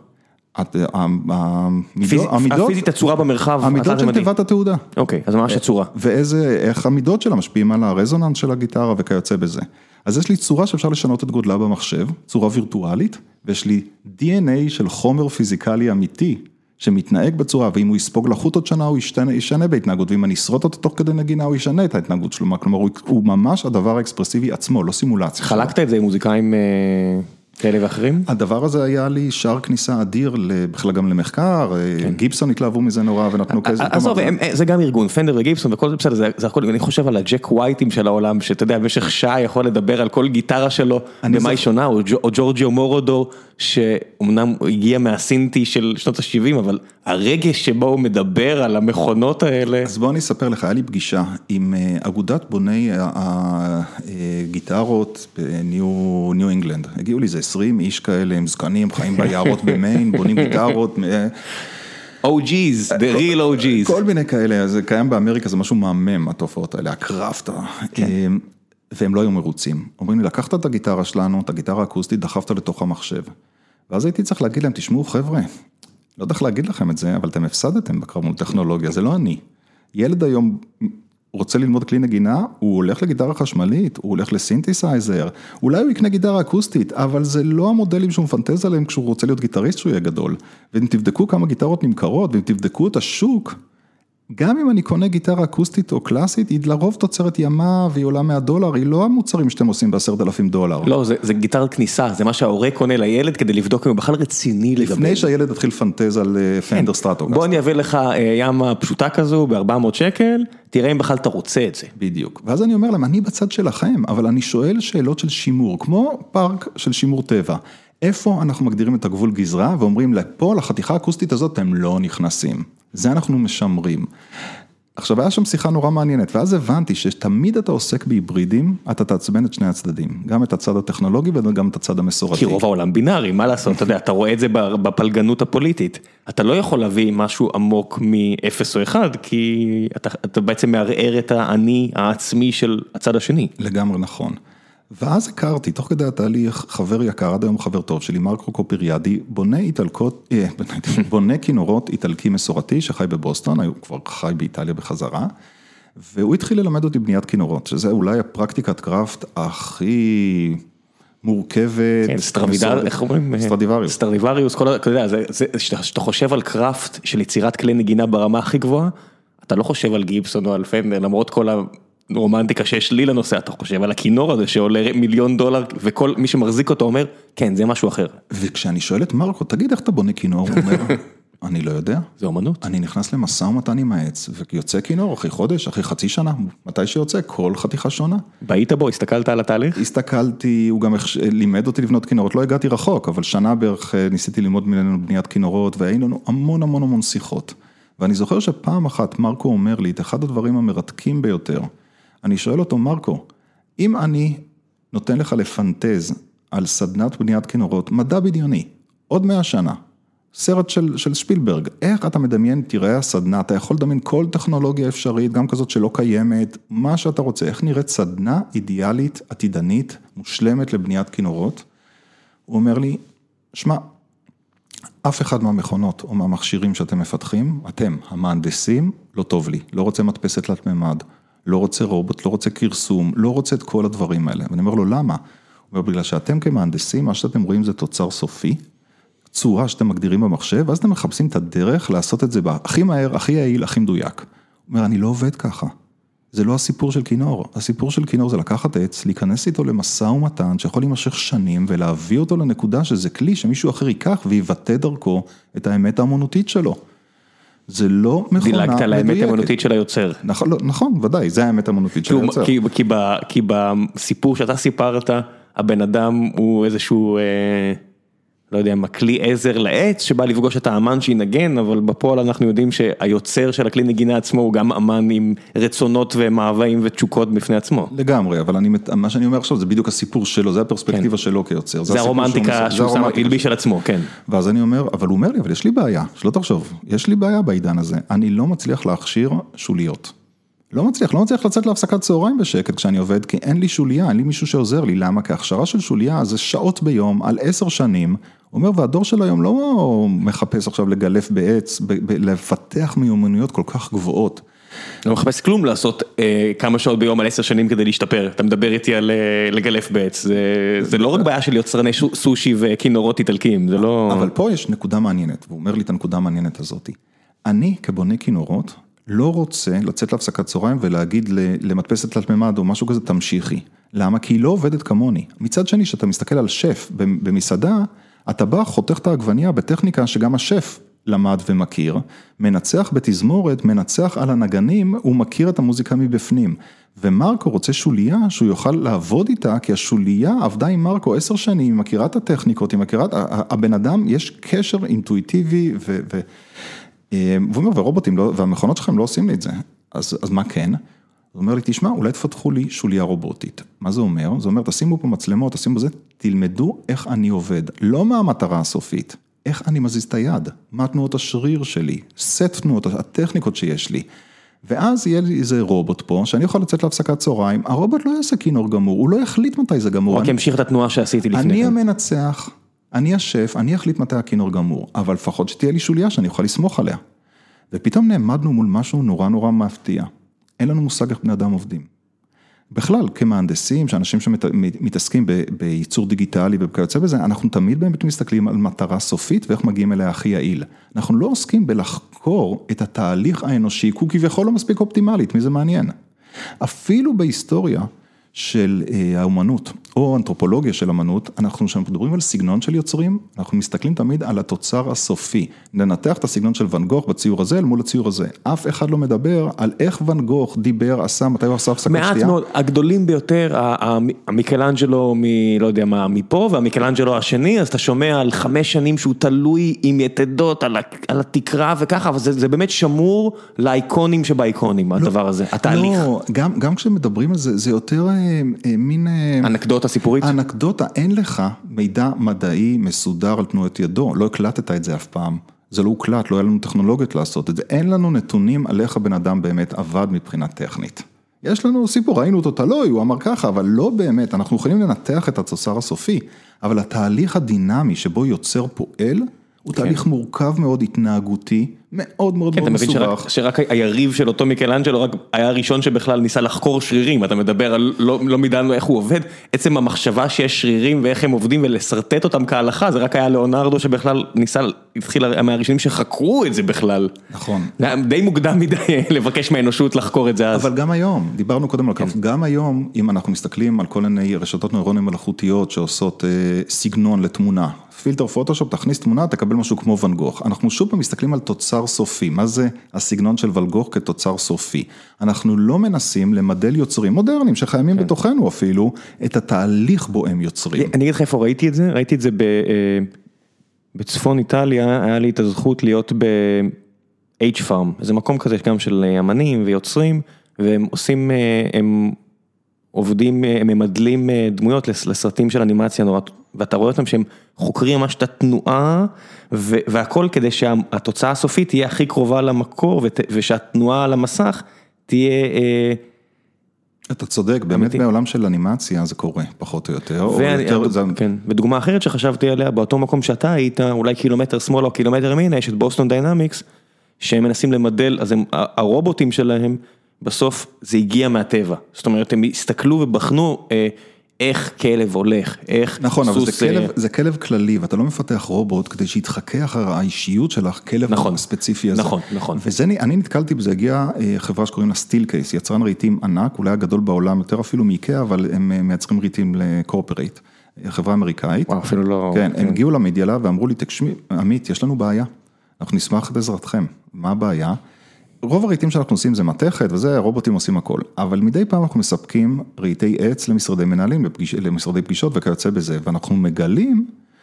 הפיזית הצורה במרחב. המידות של תיבת התעודה. אוקיי, אז מה שצורה? ואיזה, איך המידות שלה משפיעים על הרזוננס של הגיטרה וכיוצא בזה. אז יש לי צורה שאפשר לשנות את גודלה במחשב, צורה וירטואלית, ויש לי די אן איי של חומר פיזיקלי אמיתי, שמתנהג בצורה, ואם הוא יספוג לחוט עוד שנה, הוא ישתנה, ישנה בהתנהגות, ואם אני אשרוט אותו תוך כדי נגינה, הוא ישנה את ההתנהגות שלו, כלומר, הוא, הוא ממש הדבר האקספרסיבי עצמו, לא סימולציה. חלקת את זה עם מוזיקאים כאלה ואחרים? הדבר הזה היה לי שער כניסה אדיר, בכלל גם למחקר, גיבסון התלהבו מזה נורא ונתנו כזה. עזוב, זה גם ארגון, פנדר וגיבסון וכל זה בסדר, זה הכל, אני חושב על הג'ק ווייטים של העולם, שאתה יודע, במשך שעה יכול לדבר על כל גיטרה שלו, במה היא שונה, או ג'ורג'יו מורודו, שאומנם הגיע מהסינטי של שנות ה-שבעים, אבל הרגש שבו הוא מדבר על המכונות האלה. אז בוא אני אספר לך, היה לי פגישה עם אגודת בוני הגיטרות בניו אינגלנד. הגיעו לי זה עשרים איש כאלה, הם זקנים, חיים ביערות במיין, בונים גיטרות. או ג'יז, the real או ג'יז. כל מיני כאלה, זה קיים באמריקה, זה משהו מהמם, התופעות האלה, הקראפט. והם לא היו מרוצים. אומרים לי, לקחת את הגיטרה שלנו, את הגיטרה האקוסטית, דחפת לתוך המחשב. ואז הייתי צריך להגיד להם, תשמעו חבר'ה, לא יודע איך להגיד לכם את זה, אבל אתם הפסדתם בקרב מול טכנולוגיה, זה לא אני. ילד היום רוצה ללמוד כלי נגינה, הוא הולך לגיטרה חשמלית, הוא הולך לסינתסייזר, אולי הוא יקנה גיטרה אקוסטית, אבל זה לא המודלים שהוא מפנטז עליהם כשהוא רוצה להיות גיטריסט שהוא יהיה גדול. ואם תבדקו כמה גיטרות נמכרות, ואם תבדקו את השוק, גם אם אני קונה גיטרה אקוסטית או קלאסית, היא לרוב תוצרת ימה והיא עולה מאה דולר, היא לא המוצרים שאתם עושים בעשרת אלפים דולר. לא, זה, זה גיטרת כניסה, זה מה שההורה קונה לילד כדי לבדוק אם הוא בכלל רציני לדבר. לפני שהילד התחיל לפנטז על פנדר סטרטו. בוא אני אביא לך ימה פשוטה כזו ב-ארבע מאות שקל, תראה אם בכלל אתה רוצה את זה. בדיוק. ואז אני אומר להם, אני בצד שלכם, אבל אני שואל שאלות של שימור, כמו פארק של שימור טבע. איפה אנחנו מגדירים את הגבול גזרה, ואומרים לפה, לחתיכה האקוסטית הזאת, הם לא נכנסים. זה אנחנו משמרים. עכשיו, היה שם שיחה נורא מעניינת, ואז הבנתי שתמיד אתה עוסק בהיברידים, אתה תעצבן את שני הצדדים, גם את הצד הטכנולוגי וגם את הצד המסורתי. כי רוב העולם בינארי, מה לעשות? אתה יודע, אתה רואה את זה בפלגנות הפוליטית. אתה לא יכול להביא משהו עמוק מ-אפס או אחד, כי אתה, אתה בעצם מערער את האני העצמי של הצד השני. לגמרי נכון. ואז הכרתי, תוך כדי התהליך, חבר יקר, עד היום חבר טוב שלי, מרקו קופיריאדי, בונה איטלקות, בונה כינורות איטלקי מסורתי, שחי בבוסטון, הוא כבר חי באיטליה בחזרה, והוא התחיל ללמד אותי בניית כינורות, שזה אולי הפרקטיקת קראפט הכי מורכבת. כן, סטרדיווריוס, איך אומרים? סטרדיווריוס. סטרדיווריוס, אתה יודע, כשאתה חושב על קראפט של יצירת כלי נגינה ברמה הכי גבוהה, אתה לא חושב על גיבסון או על פנדר, למרות כל הרומנטיקה שיש לי לנושא, אתה חושב על הכינור הזה שעולה מיליון דולר, וכל מי שמחזיק אותו אומר, כן, זה משהו אחר. וכשאני שואל את מרקו, תגיד איך אתה בונה כינור, הוא אומר, אני לא יודע. זה אומנות. אני נכנס למשא ומתן עם העץ, ויוצא כינור אחרי חודש, אחרי חצי שנה, מתי שיוצא, כל חתיכה שונה. באית בו, הסתכלת על התהליך? הסתכלתי, הוא גם לימד אותי לבנות כינורות, לא הגעתי רחוק, אבל שנה בערך ניסיתי ללמוד ממנו בניית כינורות, והיינו לנו המון המון המון שיחות. ואני זוכר שפעם אחת מרקו אומר לי, את אחד הדברים המרתקים ביותר, אני שואל אותו, מרקו, אם אני נותן לך לפנטז על סדנת בניית כינורות, מדע בדיוני, עוד מאה שנה, סרט של, של שפילברג, איך אתה מדמיין, תראה הסדנה, אתה יכול לדמיין כל טכנולוגיה אפשרית, גם כזאת שלא קיימת, מה שאתה רוצה, איך נראית סדנה אידיאלית, עתידנית, מושלמת לבניית כינורות? הוא אומר לי, שמע, אף אחד מהמכונות או מהמכשירים שאתם מפתחים, אתם, המהנדסים, לא טוב לי, לא רוצה מדפסת תלת ממד, לא רוצה רובוט, לא רוצה קרסום, לא רוצה את כל הדברים האלה. ואני אומר לו, למה? הוא אומר, בגלל שאתם כמהנדסים, מה שאתם רואים זה תוצר סופי, צורה שאתם מגדירים במחשב, ואז אתם מחפשים את הדרך לעשות את זה הכי מהר, הכי יעיל, הכי מדויק. הוא אומר, אני לא עובד ככה. זה לא הסיפור של כינור. הסיפור של כינור זה לקחת עץ, להיכנס איתו למשא ומתן, שיכול להימשך שנים, ולהביא אותו לנקודה שזה כלי שמישהו אחר ייקח, ויבטא דרכו את האמת האמנותית שלו. זה לא מכונה מדויקת. דילגת על האמת האמנותית של היוצר. נכון, נכון, ודאי, זה האמת האמנותית של היוצר. כי, כי, כי בסיפור שאתה סיפרת, הבן אדם הוא איזשהו, אה, לא יודע, כלי עזר לעץ, שבא לפגוש את האמן שינגן, אבל בפועל אנחנו יודעים שהיוצר של הכלי נגינה עצמו, הוא גם אמן עם רצונות ומאוויים ותשוקות בפני עצמו. לגמרי, אבל אני, מה שאני אומר עכשיו, זה בדיוק הסיפור שלו, זה הפרספקטיבה כן. שלו כיוצר. זה, זה הרומנטיקה שהוא שם, הלביש על עצמו, כן. ואז אני אומר, אבל הוא אומר לי, אבל יש לי בעיה, שלא תחשוב, יש לי בעיה בעידן הזה, אני לא מצליח להכשיר שוליות. לא מצליח, לא מצליח לצאת להפסקת צהריים בשקט כשאני עובד, כי אין לי שוליה, אין לי מישהו שעוזר לי. למה? כי ההכשרה של שוליה זה שעות ביום, על עשר שנים. הוא אומר, והדור של היום לא מחפש עכשיו לגלף בעץ, לפתח מיומנויות כל כך גבוהות. לא מחפש כלום לעשות אה, כמה שעות ביום על עשר שנים כדי להשתפר. אתה מדבר איתי על אה, לגלף בעץ. זה, זה לא רק בעיה של יוצרני סושי וכינורות איטלקיים, זה לא... אבל פה יש נקודה מעניינת, והוא אומר לי את הנקודה המעניינת הזאת. אני כבונה כינורות, לא רוצה לצאת להפסקת צהריים ולהגיד למדפסת תלת ממד או משהו כזה, תמשיכי. למה? כי היא לא עובדת כמוני. מצד שני, שאתה מסתכל על שף במסעדה, אתה בא, חותך את העגבניה בטכניקה שגם השף למד ומכיר, מנצח בתזמורת, מנצח על הנגנים, הוא מכיר את המוזיקה מבפנים. ומרקו רוצה שוליה שהוא יוכל לעבוד איתה, כי השוליה עבדה עם מרקו עשר שנים, היא מכירה את הטכניקות, היא מכירה, הבן אדם יש קשר אינטואיטיבי ו... ו והוא אומר, ורובוטים לא, והמכונות שלכם לא עושים לי את זה, אז, אז מה כן? הוא אומר לי, תשמע, אולי תפתחו לי שוליה רובוטית. מה זה אומר? זה אומר, תשימו פה מצלמות, תשימו בזה, תלמדו איך אני עובד, לא מה המטרה הסופית, איך אני מזיז את היד, מה תנועות השריר שלי, סט תנועות, הטכניקות שיש לי, ואז יהיה לי איזה רובוט פה, שאני יכול לצאת להפסקת צהריים, הרובוט לא יעשה כינור גמור, הוא לא יחליט מתי זה גמור. רק ימשיך את התנועה שעשיתי לפני. אני המנצח. אני השף, אני אחליט מתי הכינור גמור, אבל לפחות שתהיה לי שוליה שאני אוכל לסמוך עליה. ופתאום נעמדנו מול משהו נורא נורא מפתיע. אין לנו מושג איך בני אדם עובדים. בכלל, כמהנדסים, שאנשים שמתעסקים בייצור דיגיטלי וכיוצא בזה, אנחנו תמיד באמת מסתכלים על מטרה סופית ואיך מגיעים אליה הכי יעיל. אנחנו לא עוסקים בלחקור את התהליך האנושי, כי הוא כביכול לא מספיק אופטימלית, מי זה מעניין. אפילו בהיסטוריה, של האומנות, או אנתרופולוגיה של אמנות, אנחנו מדברים על סגנון של יוצרים, אנחנו מסתכלים תמיד על התוצר הסופי, ננתח את הסגנון של ואן גוך בציור הזה, אל מול הציור הזה, אף אחד לא מדבר על איך ואן גוך דיבר, עשה, מתי הוא עשה הפסקת שתייה. מעט מאוד, הגדולים ביותר, המיקלאנג'לו מ, לא יודע מה, מפה, והמיקלאנג'לו השני, אז אתה שומע על חמש שנים שהוא תלוי עם יתדות על, על התקרה וככה, אבל זה, זה באמת שמור לאיקונים שבאיקונים, הדבר הזה, התהליך. לא, גם, גם כשמדברים על זה, זה יותר מין... אנקדוטה סיפורית? אנקדוטה, אין לך מידע מדעי מסודר על תנועת ידו, לא הקלטת את זה אף פעם, זה לא הוקלט, לא היה לנו טכנולוגיות לעשות את זה, אין לנו נתונים על איך הבן אדם באמת עבד מבחינה טכנית. יש לנו סיפור, ראינו אותו תלוי, הוא אמר ככה, אבל לא באמת, אנחנו יכולים לנתח את התוצר הסופי, אבל התהליך הדינמי שבו יוצר פועל, הוא תהליך מורכב מאוד, התנהגותי, מאוד מאוד מאוד מסובך. אתה מבין שרק היריב של אותו מיקלאנג'לו היה הראשון שבכלל ניסה לחקור שרירים, אתה מדבר על לא מידענו איך הוא עובד, עצם המחשבה שיש שרירים ואיך הם עובדים ולסרטט אותם כהלכה, זה רק היה ליאונרדו שבכלל ניסה, התחיל מהראשונים שחקרו את זה בכלל. נכון. די מוקדם מדי לבקש מהאנושות לחקור את זה אז. אבל גם היום, דיברנו קודם על כך, גם היום, אם אנחנו מסתכלים על כל מיני רשתות נוירונים מלאכותיות שעושות סגנון לתמונה, פילטר פוטושופ, תכניס תמונה, תקבל משהו כמו ואן גוך. אנחנו שוב פעם מסתכלים על תוצר סופי. מה זה הסגנון של ואן גוך כתוצר סופי? אנחנו לא מנסים למדל יוצרים מודרניים, שחיימים כן. בתוכנו אפילו, את התהליך בו הם יוצרים. אני אגיד לך איפה ראיתי את זה? ראיתי את זה ב, בצפון איטליה, היה לי את הזכות להיות ב-H-Farm, זה מקום כזה גם של אמנים ויוצרים, והם עושים, הם עובדים, הם ממדלים דמויות לסרטים של אנימציה נורא, ואתה רואה אותם שהם חוקרים ממש את התנועה, והכל כדי שהתוצאה הסופית תהיה הכי קרובה למקור, ושהתנועה על המסך תהיה... אתה צודק, באמת בעולם של אנימציה זה קורה, פחות או יותר. כן, ודוגמה אחרת שחשבתי עליה, באותו מקום שאתה היית, אולי קילומטר שמאלה או קילומטר ימינה, יש את בוסטון דיינמיקס, שהם מנסים למדל, אז הרובוטים שלהם, בסוף זה הגיע מהטבע. זאת אומרת, הם הסתכלו ובחנו איך כלב הולך, איך נכון, סוס... נכון, אבל זה כלב, זה כלב כללי, ואתה לא מפתח רובוט כדי שיתחכה אחר האישיות של הכלב נכון, הספציפי הזה. נכון, נכון. וזה, אני נתקלתי בזה, הגיעה חברה שקוראים לה סטילקייס, יצרן רהיטים ענק, אולי הגדול בעולם, יותר אפילו מאיקאה, אבל הם מייצרים רהיטים לקורפרייט, חברה אמריקאית. וואו, אפילו לא... כן, הם הגיעו למדיאלה ואמרו לי, תקשמי, עמית, יש לנו בעיה, אנחנו נשמח את עזרתכם. מה הבעיה? רוב הרהיטים שאנחנו עושים זה מתכת, וזה הרובוטים עושים הכל. אבל מדי פעם אנחנו מספקים רהיטי עץ למשרדי מנהלים, למשרדי פגישות וכיוצא בזה, ואנחנו מגלים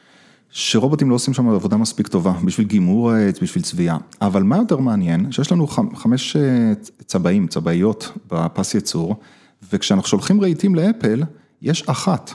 שרובוטים לא עושים שם עבודה מספיק טובה, בשביל גימור העץ, בשביל צביעה. אבל מה יותר מעניין? שיש לנו חמש צבעים, צבעיות בפס יצור, וכשאנחנו שולחים רהיטים לאפל, יש אחת,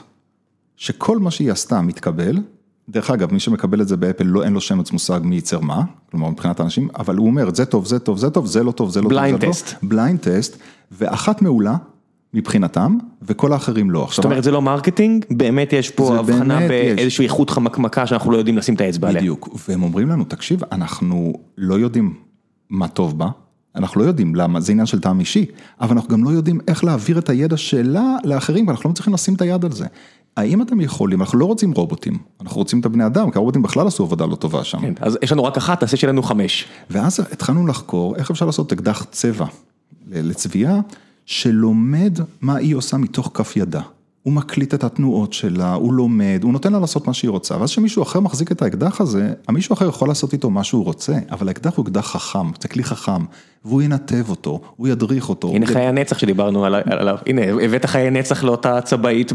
שכל מה שהיא עשתה מתקבל, דרך אגב, מי שמקבל את זה באפל, לא, אין לו שמץ מושג מי ייצר מה, כלומר, מבחינת האנשים, אבל הוא אומר, זה טוב, זה טוב, זה טוב, זה לא טוב, זה לא טוב, בליינד טסט. בליינד טסט, ואחת מעולה, מבחינתם, וכל האחרים לא. זאת אומרת, זה לא מרקטינג, באמת יש פה הבחנה באיזושהי איכות חמקמקה, שאנחנו לא יודעים לשים את האצבע עליה. בדיוק, והם אומרים לנו, תקשיב, אנחנו לא יודעים מה טוב בה, אנחנו לא יודעים למה, זה עניין של טעם אישי, אבל אנחנו גם לא יודעים איך להעביר את הידע שלה לאחרים, ואנחנו לא צריכים לשים את היד על זה. האם אתם יכולים, אנחנו לא רוצים רובוטים, אנחנו רוצים את הבני אדם, כי הרובוטים בכלל עשו עבודה לא טובה שם. כן, אז יש לנו רק אחת, תעשה שלנו חמש. ואז התחלנו לחקור, איך אפשר לעשות אקדח צבע לצביעה, שלומד מה היא עושה מתוך כף ידה. הוא מקליט את התנועות שלה, הוא לומד, הוא נותן לה לעשות מה שהיא רוצה, ואז שמישהו אחר מחזיק את האקדח הזה, המישהו אחר יכול לעשות איתו מה שהוא רוצה, אבל האקדח הוא אקדח חכם, זה כלי חכם, והוא ינתב אותו, הוא ידריך אותו. הנה חיי הנצח שדיברנו עליו, הנה, הבאת חיי נצח לאותה צבאית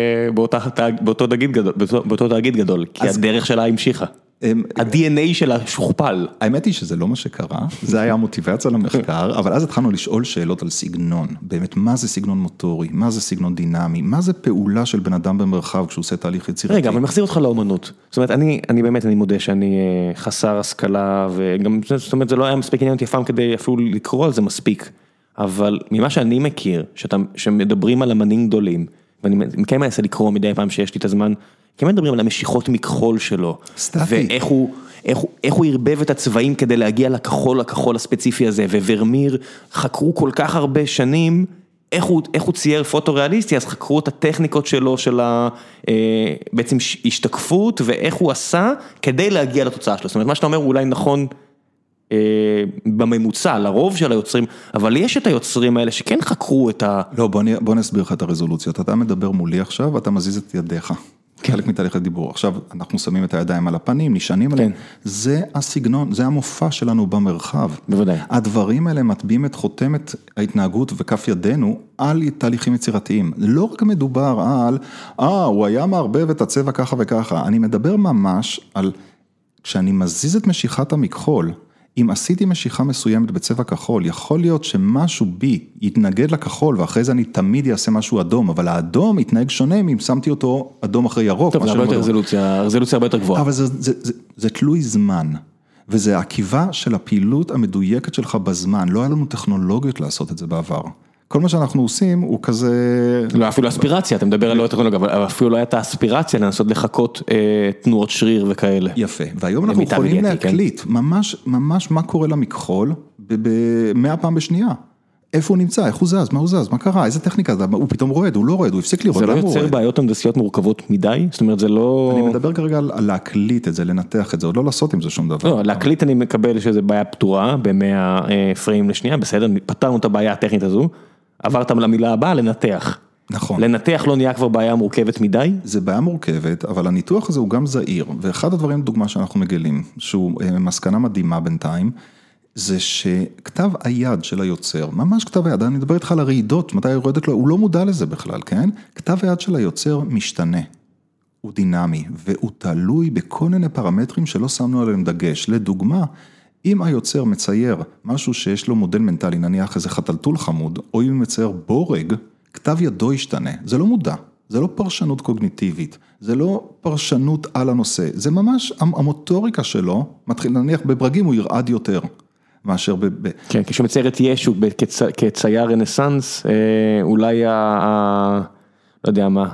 באותו תאגיד גדול, כי הדרך שלה המשיכה. ה-די אן איי שלה שוכפל. האמת היא שזה לא מה שקרה, זה היה המוטיבציה למחקר, אבל אז התחלנו לשאול שאלות על סגנון, באמת מה זה סגנון מוטורי, מה זה סגנון דינמי, מה זה פעולה של בן אדם במרחב כשהוא עושה תהליך יצירתי. רגע, אבל מחזיר אותך לאומנות. זאת אומרת, אני, אני באמת, אני מודה שאני חסר השכלה, וגם, זאת אומרת, זה לא היה מספיק עניין אותי פעם כדי אפילו לקרוא על זה מספיק, אבל ממה שאני מכיר, שאתה, שמדברים על אמנים גדולים, ואני מכן מנסה לקרוא מדי פעם שיש לי את הזמן, כי הם מדברים על המשיכות מכחול שלו, ואיך הוא, איך הוא, איך הוא הרבב את הצבעים כדי להגיע לכחול, לכחול הספציפי הזה, וורמיר חקרו כל כך הרבה שנים, איך הוא, איך הוא צייר פוטו-ריאליסטי, אז חקרו את הטכניקות שלו, של ה, אה, בעצם השתקפות, ואיך הוא עשה כדי להגיע לתוצאה שלו. זאת אומרת, מה שאתה אומר הוא אולי נכון אה, בממוצע, לרוב של היוצרים, אבל יש את היוצרים האלה שכן חקרו את ה... לא, בוא, בוא נסביר לך את הרזולוציות. אתה מדבר מולי עכשיו, ואתה מזיז את ידיך. חלק מתהליך הדיבור. עכשיו אנחנו שמים את הידיים על הפנים, נשענים עליהם. זה הסגנון, זה המופע שלנו במרחב. בוודאי. הדברים האלה מטביעים את חותמת ההתנהגות וכף ידינו על תהליכים יצירתיים. לא רק מדובר על, אה, הוא היה מערבב את הצבע ככה וככה. אני מדבר ממש על, כשאני מזיז את משיכת המכחול, אם עשיתי משיכה מסוימת בצבע כחול, יכול להיות שמשהו בי יתנגד לכחול, ואחרי זה אני תמיד אעשה משהו אדום, אבל האדום יתנהג שונה אם שמתי אותו אדום אחרי ירוק. טוב, זה הרבה יותר רזולוציה, רזולוציה הרבה יותר גבוהה. אבל זה, זה, זה, זה תלוי זמן, וזה העקיבה של הפעילות המדויקת שלך בזמן, לא היה לנו טכנולוגיות לעשות את זה בעבר. כל מה שאנחנו עושים הוא כזה... לא, אפילו אספירציה, אתה מדבר על לא טכנולוגיה, אבל אפילו לא הייתה אספירציה לנסות לחכות אה, תנועות שריר וכאלה. יפה, והיום אנחנו יכולים להקליט, כן? ממש, ממש מה קורה למכחול, במאה פעם בשנייה. איפה הוא נמצא, איך הוא זז, מה הוא זז, מה קרה, איזה טכניקה, הוא פתאום רועד, הוא לא רועד, הוא הפסיק לראות, זה לא יוצר בעיות הנדסיות מורכבות מדי? זאת אומרת, זה לא... אני מדבר כרגע על להקליט את זה, לנתח את זה, עוד לא לעשות עם זה שום דבר. לא, להקליט אני מקבל שזה בעיה פתורה, ב-מאה פריים לשנייה, בסדר, פתרנו את הבעיה הטכנית הזו, עברת למילה הבאה, לנתח. נכון. לנתח לא נהיה כבר בעיה מורכבת מדי? זה בעיה מורכבת, אבל הניתוח הזה הוא גם זהיר, ואחד הדברים, דוגמה שאנחנו מגלים, שהוא מסקנה מדהימה בינתיים, זה שכתב היד של היוצר, ממש כתב היד, אני מדבר איתך על הרעידות, מתי יורדת לו, הוא לא מודע לזה בכלל, כן? כתב היד של היוצר משתנה, הוא דינמי, והוא תלוי בכל מיני פרמטרים שלא שמנו עליהם דגש. לדוגמה, אם היוצר מצייר משהו שיש לו מודל מנטלי, נניח איזה חתלתול חמוד, או אם הוא מצייר בורג, כתב ידו ישתנה, זה לא מודע, זה לא פרשנות קוגניטיבית, זה לא פרשנות על הנושא, זה ממש המוטוריקה שלו, מתחיל, נניח בברגים הוא ירעד יותר. מאשר ב... כן, כשהוא מצייר את ישו כצייר רנסנס, אולי ה... לא יודע מה,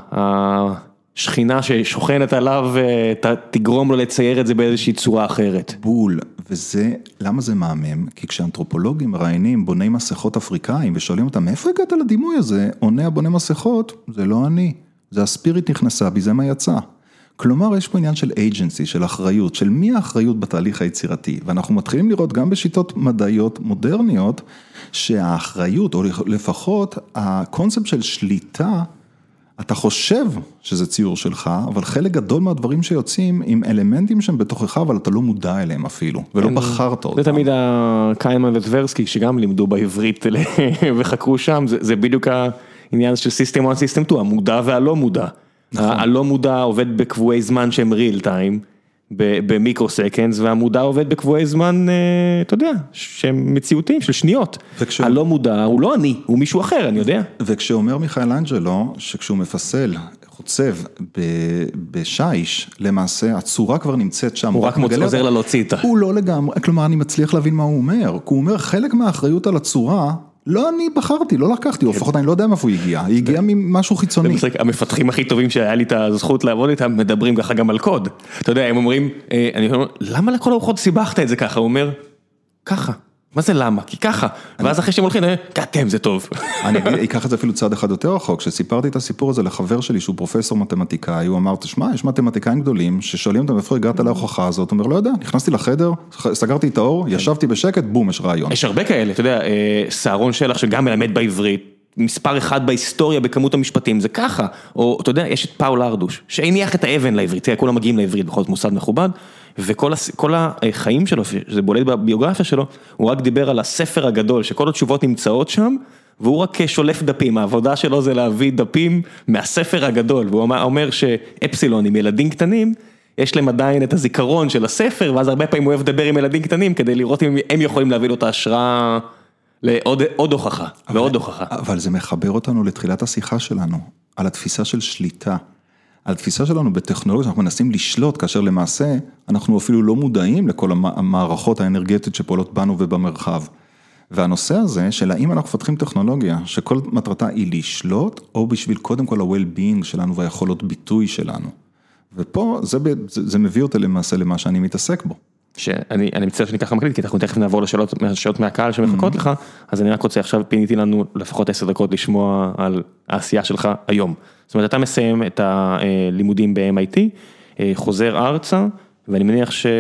השכינה ששוכנת עליו, תגרום לו לצייר את זה באיזושהי צורה אחרת. בול, וזה, למה זה מהמם? כי כשאנתרופולוגים מראיינים בוני מסכות אפריקאים, ושואלים אותם, מאיפה הגעת לדימוי הזה? עונה הבוני מסכות, זה לא אני, זה הספיריט נכנסה בי, זה מה יצא. כלומר, יש פה עניין של agency, של אחריות, של מי האחריות בתהליך היצירתי, ואנחנו מתחילים לראות גם בשיטות מדעיות מודרניות, שהאחריות, או לפחות הקונספט של שליטה, אתה חושב שזה ציור שלך, אבל חלק גדול מהדברים שיוצאים עם אלמנטים שהם בתוכך, אבל אתה לא מודע אליהם אפילו, ולא בחרת אותם. זה תמיד הקיימן וטברסקי, שגם לימדו בעברית וחקרו שם, זה בדיוק העניין של סיסטם אחד, סיסטם שתיים, המודע והלא מודע. הלא מודע עובד בקבועי זמן שהם real time, במיקרו-סקנדס, והמודע עובד בקבועי זמן, אתה יודע, שהם מציאותיים, של שניות. הלא מודע הוא לא אני, הוא מישהו אחר, אני יודע. וכשאומר מיכאל אנג'לו, שכשהוא מפסל, חוצב בשיש, למעשה הצורה כבר נמצאת שם. הוא רק עוזר לה להוציא איתה. הוא לא לגמרי, כלומר אני מצליח להבין מה הוא אומר, הוא אומר חלק מהאחריות על הצורה, לא אני בחרתי, לא לקחתי, או לפחות אני לא יודע מאיפה הוא הגיע, היא הגיעה ממשהו חיצוני. המפתחים הכי טובים שהיה לי את הזכות לעבוד איתם, מדברים ככה גם על קוד. אתה יודע, הם אומרים, אני אומר, למה לכל הרוחות סיבכת את זה ככה? הוא אומר, ככה. מה זה למה? כי ככה. ואז אחרי שהם הולכים, כתם זה טוב. אני אקח את זה אפילו צעד אחד יותר רחוק, כשסיפרתי את הסיפור הזה לחבר שלי שהוא פרופסור מתמטיקאי, הוא אמר, תשמע, יש מתמטיקאים גדולים ששואלים אותם איפה הגעת להוכחה הזאת, הוא אומר, לא יודע, נכנסתי לחדר, סגרתי את האור, ישבתי בשקט, בום, יש רעיון. יש הרבה כאלה, אתה יודע, סהרון שלח שגם מלמד בעברית, מספר אחד בהיסטוריה בכמות המשפטים, זה ככה, או אתה יודע, יש את פאול ארדוש, שהניח את האבן לעברית, כולם מגיעים לעברית, בכל זאת מוסד מכובד, וכל כל החיים שלו, שזה בולט בביוגרפיה שלו, הוא רק דיבר על הספר הגדול, שכל התשובות נמצאות שם, והוא רק שולף דפים, העבודה שלו זה להביא דפים מהספר הגדול, והוא אומר שאפסילון עם ילדים קטנים, יש להם עדיין את הזיכרון של הספר, ואז הרבה פעמים הוא אוהב לדבר עם ילדים קטנים, כדי לראות אם הם יכולים להביא לו את ההשראה, לעוד הוכחה, ועוד הוכחה. אבל זה מחבר אותנו לתחילת השיחה שלנו, על התפיסה של שליטה, על התפיסה שלנו בטכנולוגיה, שאנחנו מנסים לשלוט, כאשר למעשה אנחנו אפילו לא מודעים לכל המערכות האנרגטיות שפועלות בנו ובמרחב. והנושא הזה של האם אנחנו מפתחים טכנולוגיה, שכל מטרתה היא לשלוט, או בשביל קודם כל ה-well-being שלנו והיכולות ביטוי שלנו. ופה זה, זה, זה מביא אותה למעשה למה שאני מתעסק בו. שאני, אני מצטער שאני ככה מקליט, כי אנחנו תכף נעבור לשאלות, שאלות מהקהל שמחכות לך, אז אני רק רוצה, עכשיו פיניתי לנו לפחות עשר דקות לשמוע על העשייה שלך היום. זאת אומרת, אתה מסיים את הלימודים ב-אם איי טי, חוזר ארצה, ואני מניח ש...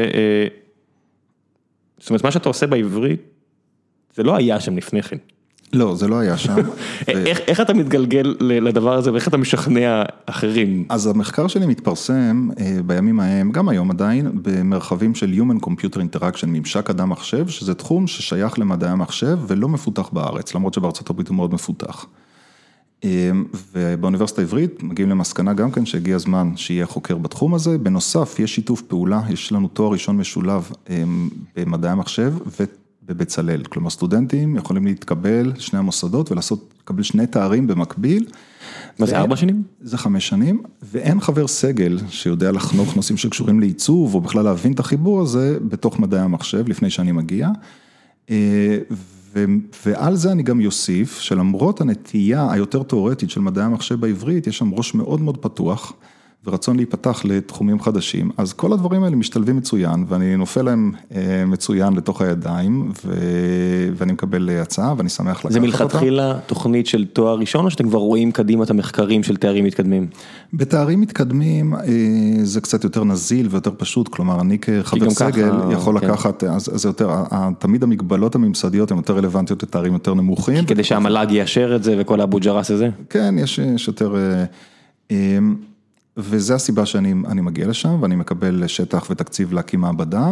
זאת אומרת, מה שאתה עושה בעברית, זה לא היה שם לפני כן. לא, זה לא היה שם. איך אתה מתגלגל לדבר הזה, ואיך אתה משכנע אחרים? אז המחקר שלי מתפרסם בימים ההם, גם היום עדיין, במרחבים של Human Computer Interaction, ממשק אדם מחשב, שזה תחום ששייך למדעי המחשב, ולא מפותח בארץ, למרות שבארצות הברית הוא מאוד מפותח. ובאוניברסיטה העברית מגיעים למסקנה גם כן שהגיע הזמן שיהיה חוקר בתחום הזה, בנוסף יש שיתוף פעולה, יש לנו תואר ראשון משולב במדעי המחשב, ובבצלאל, כלומר סטודנטים יכולים להתקבל שני המוסדות ולעשות, לקבל שני תארים במקביל. מה זה, ארבע שנים? זה חמש שנים, ואין חבר סגל שיודע לחנוך נושאים שקשורים לעיצוב, או בכלל להבין את החיבור הזה בתוך מדעי המחשב, לפני שאני מגיע, ו- ועל זה אני גם יוסיף, שלמרות הנטייה היותר תיאורטית של מדעי המחשב בעברית, יש שם ראש מאוד מאוד פתוח, ורצון להיפתח לתחומים חדשים, אז כל הדברים האלה משתלבים מצוין, ואני נופל להם אה, מצוין לתוך הידיים, ו... ואני מקבל הצעה, ואני שמח לקחת אותה. זה מלכתחילה תוכנית של תואר ראשון, או שאתם כבר רואים קדימה את המחקרים של תארים מתקדמים? בתארים מתקדמים, אה, זה קצת יותר נזיל ויותר פשוט, כלומר, אני כחבר סגל ככה, יכול כן. לקחת, אז זה יותר, תמיד המגבלות הממסדיות הן יותר רלוונטיות לתארים יותר נמוכים. כדי שהמל"ג יאשר את זה, וכל האבו ג'רס הזה? כן, יש, יש יותר... אה, אה, וזה הסיבה שאני אני מגיע לשם, ואני מקבל שטח ותקציב להקים מעבדה,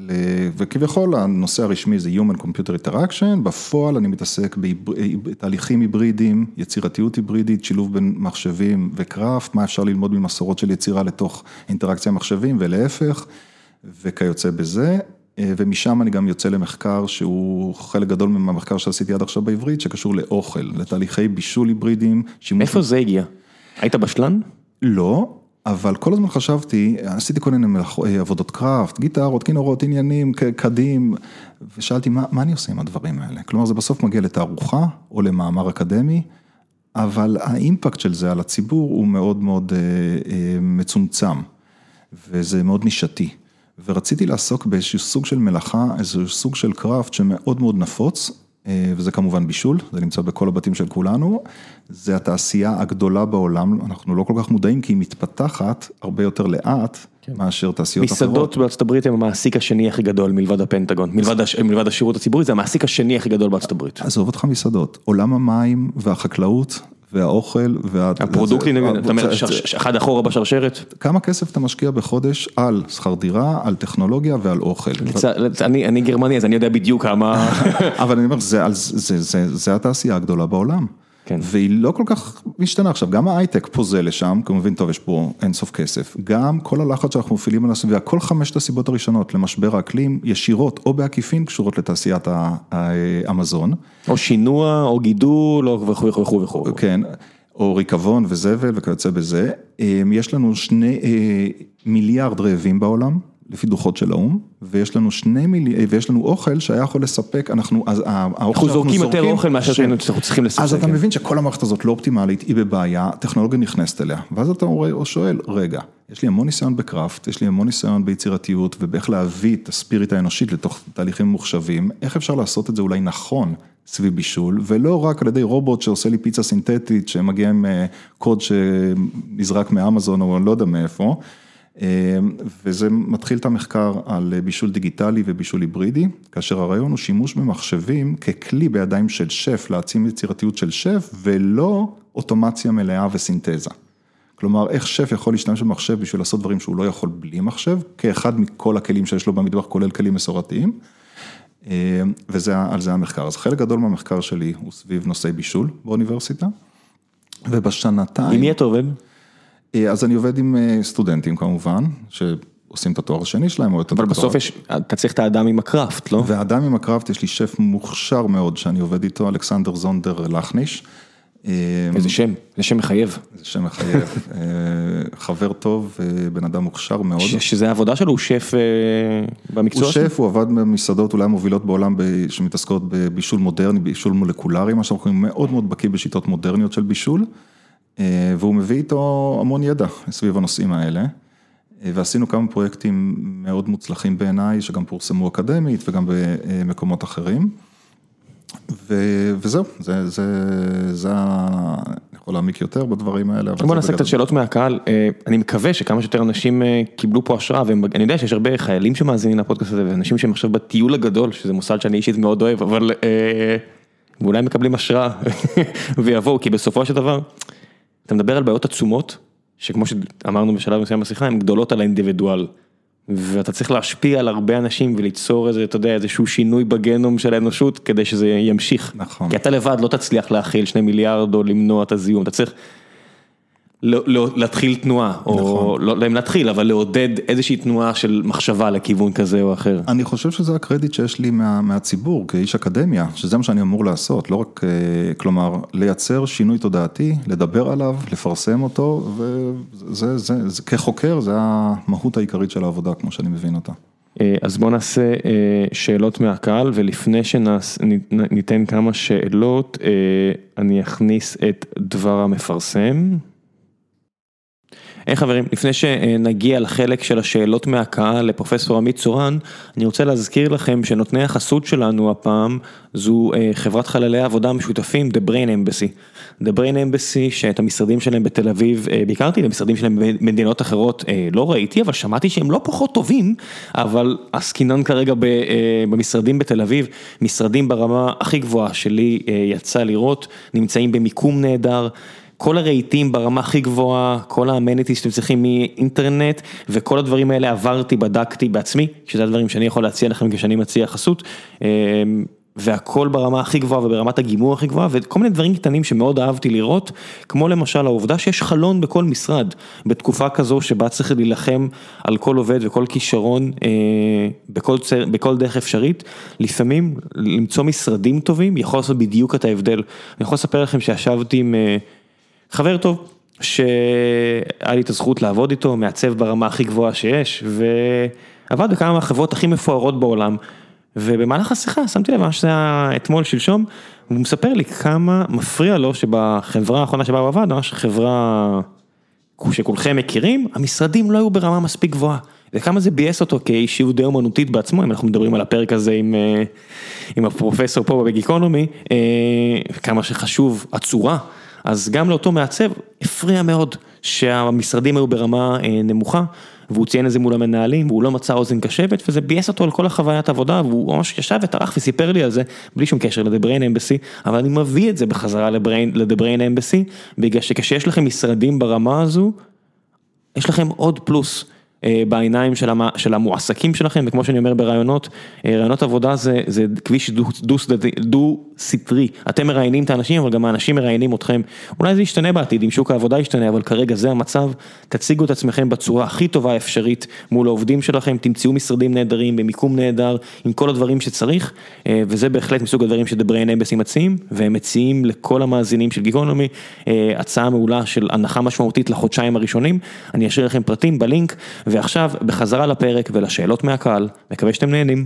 וכביכול הנושא הרשמי זה Human Computer Interaction, בפועל אני מתעסק בתהליכים היברידיים, יצירתיות היברידית, שילוב בין מחשבים וקראפט, מה אפשר ללמוד ממסורות של יצירה לתוך אינטראקציה מחשבים ולהפך, וכיוצא בזה, ומשם אני גם יוצא למחקר שהוא חלק גדול מהמחקר שעשיתי עד עכשיו בעברית, שקשור לאוכל, לתהליכי בישול היברידיים. איפה זה הגיע? היית בשלן? לא, אבל כל הזמן חשבתי, עשיתי כל מיני עבודות קראפט, גיטרות, כינורות, עניינים, קדים, ושאלתי, מה, מה אני עושה עם הדברים האלה? כלומר, זה בסוף מגיע לתערוכה או למאמר אקדמי, אבל האימפקט של זה על הציבור הוא מאוד מאוד אה, אה, מצומצם, וזה מאוד נישתי. ורציתי לעסוק באיזשהו סוג של מלאכה, איזשהו סוג של קראפט שמאוד מאוד נפוץ, וזה כמובן בישול, זה נמצא בכל הבתים של כולנו, זה התעשייה הגדולה בעולם, אנחנו לא כל כך מודעים, כי היא מתפתחת הרבה יותר לאט, כן. מאשר תעשיות אחרות. מסעדות בארצות הברית הם המעסיק השני הכי גדול מלבד הפנטגון, מלבד, הש... מלבד השירות הציבורי, זה המעסיק השני הכי גדול בארצות הברית. אז עובד לך מסעדות, עולם המים והחקלאות, והאוכל, הפרודוקטים, אתה אומר, אחד אחורה בשרשרת. כמה כסף אתה משקיע בחודש על שכר דירה, על טכנולוגיה ועל אוכל? אני גרמני, אז אני יודע בדיוק כמה... אבל אני אומר, זה התעשייה הגדולה בעולם. והיא לא כל כך משתנה. עכשיו, גם ההייטק פוזל לשם, כי הוא מבין, טוב, יש פה אינסוף כסף. גם כל הלחץ שאנחנו מפעילים על הסביבה, כל חמשת הסיבות הראשונות למשבר האקלים, ישירות או בעקיפין קשורות לתעשיית המזון. או שינוע, או גידול, או וכו' וכו' וכו'. כן, או ריקבון וזבל וכיוצא בזה. יש לנו שני מיליארד רעבים בעולם, לפי דוחות של האום, ויש לנו שני מיליארד, ויש לנו אוכל שהיה יכול לספק, אנחנו, אז אנחנו זורקים יותר אוכל מאשר שאנחנו צריכים לספק. אז אתה מבין שכל המערכת הזאת לא אופטימלית, היא בבעיה, טכנולוגיה נכנסת אליה, ואז אתה שואל, רגע, יש לי המון ניסיון בקראפט, יש לי המון ניסיון ביצירתיות, ובאיך להביא את הספיריט האנושית לתוך תהליכים מוחשבים, איך אפשר לעשות את זה אולי נכון סביב בישול, ולא רק על ידי רובוט שעושה לי פיצה סינתטית, שמגיע עם קוד שנזרק מאמזון או לא יודע מאיפה, וזה מתחיל את המחקר על בישול דיגיטלי ובישול היברידי, כאשר הרעיון הוא שימוש במחשבים ככלי בידיים של שף, להעצים יצירתיות של שף, ולא אוטומציה מלאה וסינתזה. כלומר, איך שף יכול להשתמש במחשב בשביל לעשות דברים שהוא לא יכול בלי מחשב, כאחד מכל הכלים שיש לו במטבח, כולל כלים מסורתיים, ועל זה המחקר. אז חלק גדול מהמחקר שלי הוא סביב נושאי בישול באוניברסיטה, ובשנתיים... עם מי אתה עובד? אז אני עובד עם סטודנטים כמובן, שעושים את התואר השני שלהם. אבל בסוף יש, אתה צריך את האדם עם הקראפט, לא? והאדם עם הקראפט, יש לי שף מוכשר מאוד, שאני עובד איתו, אלכסנדר זונדר לחניש. איזה שם, זה שם מחייב. זה שם מחייב, חבר טוב, בן אדם מוכשר מאוד. שזה העבודה שלו, הוא שף במקצוע? הוא שף, הוא עבד במסעדות אולי מובילות בעולם, שמתעסקות בבישול מודרני, בישול מולקולרי, מה שאנחנו מאוד מאוד בקיא בשיטות מודרניות של בישול. והוא מביא איתו המון ידע סביב הנושאים האלה, ועשינו כמה פרויקטים מאוד מוצלחים בעיניי, שגם פורסמו אקדמית וגם במקומות אחרים, וזהו, זה, זה, זה, אני יכול להעמיק יותר בדברים האלה. בוא נעשה קצת שאלות מהקהל, אני מקווה שכמה שיותר אנשים קיבלו פה השראה, ואני יודע שיש הרבה חיילים שמאזינים לפודקאסט הזה, ואנשים שהם עכשיו בטיול הגדול, שזה מוסד שאני אישית מאוד אוהב, אבל ואולי מקבלים השראה ויבואו, כי בסופו של דבר, אתה מדבר על בעיות עצומות, שכמו שאמרנו בשלב מסוים בשיחה, הן גדולות על האינדיבידואל, ואתה צריך להשפיע על הרבה אנשים, וליצור איזה, אתה יודע, איזשהו שינוי בגנום של האנושות, כדי שזה ימשיך. נכון. כי אתה לבד לא תצליח להכיל שני מיליארד, או למנוע את הזיהום, אתה צריך לא, לא, להתחיל תנועה, או נכון. לא, לא להתחיל, אבל לעודד איזושהי תנועה של מחשבה לכיוון כזה או אחר. אני חושב שזה הקרדיט שיש לי מה, מהציבור, כאיש אקדמיה, שזה מה שאני אמור לעשות, לא רק, כלומר, לייצר שינוי תודעתי, לדבר עליו, לפרסם אותו, וזה, זה, זה, כחוקר, זה המהות העיקרית של העבודה, כמו שאני מבין אותה. אז בואו נעשה שאלות מהקהל, ולפני שניתן כמה שאלות, אני אכניס את דבר המפרסם. היי חברים, לפני שנגיע לחלק של השאלות מהקהל לפרופסור עמית צורן, אני רוצה להזכיר לכם שנותני החסות שלנו הפעם, זו חברת חללי העבודה המשותפים, The Brain Embassy. The Brain Embassy, שאת המשרדים שלהם בתל אביב ביקרתי, המשרדים שלהם במדינות אחרות לא ראיתי, אבל שמעתי שהם לא פחות טובים, אבל עסקינן כרגע במשרדים בתל אביב, משרדים ברמה הכי גבוהה שלי יצא לראות, נמצאים במיקום נהדר, כל הרהיטים ברמה הכי גבוהה, כל האמניטיז שאתם צריכים מאינטרנט, וכל הדברים האלה עברתי, בדקתי בעצמי, שזה הדברים שאני יכול להציע לכם כשאני מציע חסות, והכל ברמה הכי גבוהה וברמת הגימור הכי גבוהה, וכל מיני דברים קטנים שמאוד אהבתי לראות, כמו למשל העובדה שיש חלון בכל משרד, בתקופה כזו שבה צריך להילחם על כל עובד וכל כישרון, בכל, צר, בכל דרך אפשרית, לפעמים למצוא משרדים טובים, יכול לעשות בדיוק את ההבדל. אני יכול לספר לכם שישבתי עם חבר טוב, שהיה לי את הזכות לעבוד איתו, מעצב ברמה הכי גבוהה שיש, ועבד בכמה מהחברות הכי מפוארות בעולם, ובמהלך השיחה שמתי לב, שזה היה אתמול שלשום, והוא מספר לי כמה מפריע לו שבחברה האחרונה שבה הוא עבד, ממש חברה שכולכם מכירים, המשרדים לא היו ברמה מספיק גבוהה, וכמה זה בייס אותו כאישיות די אומנותית בעצמו, אם אנחנו מדברים על הפרק הזה עם, עם הפרופסור פה בגיקונומי, כמה שחשוב הצורה, אז גם לאותו מעצב הפריע מאוד שהמשרדים היו ברמה נמוכה, והוא ציין את זה מול המנהלים, והוא לא מצא אוזן קשבת, וזה בייס אותו על כל החוויית עבודה, והוא ממש ישב וטרח וסיפר לי על זה, בלי שום קשר ל-The Brain Embassy, אבל אני מביא את זה בחזרה ל-The Brain Embassy, בגלל שכשיש לכם משרדים ברמה הזו, יש לכם עוד פלוס בעיניים של המועסקים שלכם, וכמו שאני אומר ברעיונות, רעיונות עבודה זה, זה כביש דו-סטרי, אתם מראיינים את האנשים, אבל גם האנשים מראיינים אתכם, אולי זה ישתנה בעתיד, אם שוק העבודה ישתנה, אבל כרגע זה המצב, תציגו את עצמכם בצורה הכי טובה אפשרית, מול העובדים שלכם, תמצאו משרדים נהדרים, במיקום נהדר, עם כל הדברים שצריך, וזה בהחלט מסוג הדברים ש-The Brain Embassy מציעים, והם מציעים לכל המאזינים של גיקונומי, הצעה מעולה של הנחה משמעותית לחודשיים הראשונים, אני אשאיר לכם פרטים בלינק, ועכשיו בחזרה לפרק ולשאלות מהקהל, מקווה שאתם נהנים.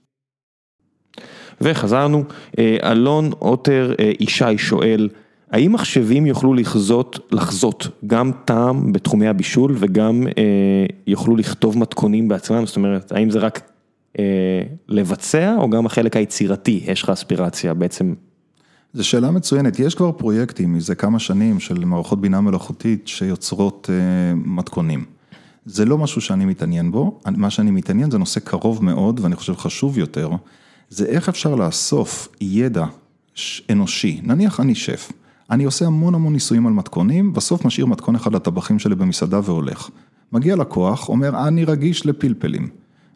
וחזרנו, אלון אוטר ישי שואל, האם מחשבים יוכלו לחזות, לחזות גם טעם בתחומי הבישול וגם אה, יוכלו לכתוב מתכונים בעצמם? זאת אומרת, האם זה רק אה, לבצע או גם החלק היצירתי? יש לך אספירציה בעצם? זו שאלה מצוינת, יש כבר פרויקטים מזה כמה שנים של מערכות בינה מלאכותית שיוצרות אה, מתכונים. זה לא משהו שאני מתעניין בו, מה שאני מתעניין זה נושא קרוב מאוד ואני חושב חשוב יותר, זה איך אפשר לאסוף ידע אנושי, נניח אני שף, אני עושה המון המון ניסויים על מתכונים, בסוף משאיר מתכון אחד לטבחים שלי במסעדה והולך. מגיע לקוח, אומר, אני רגיש לפלפלים.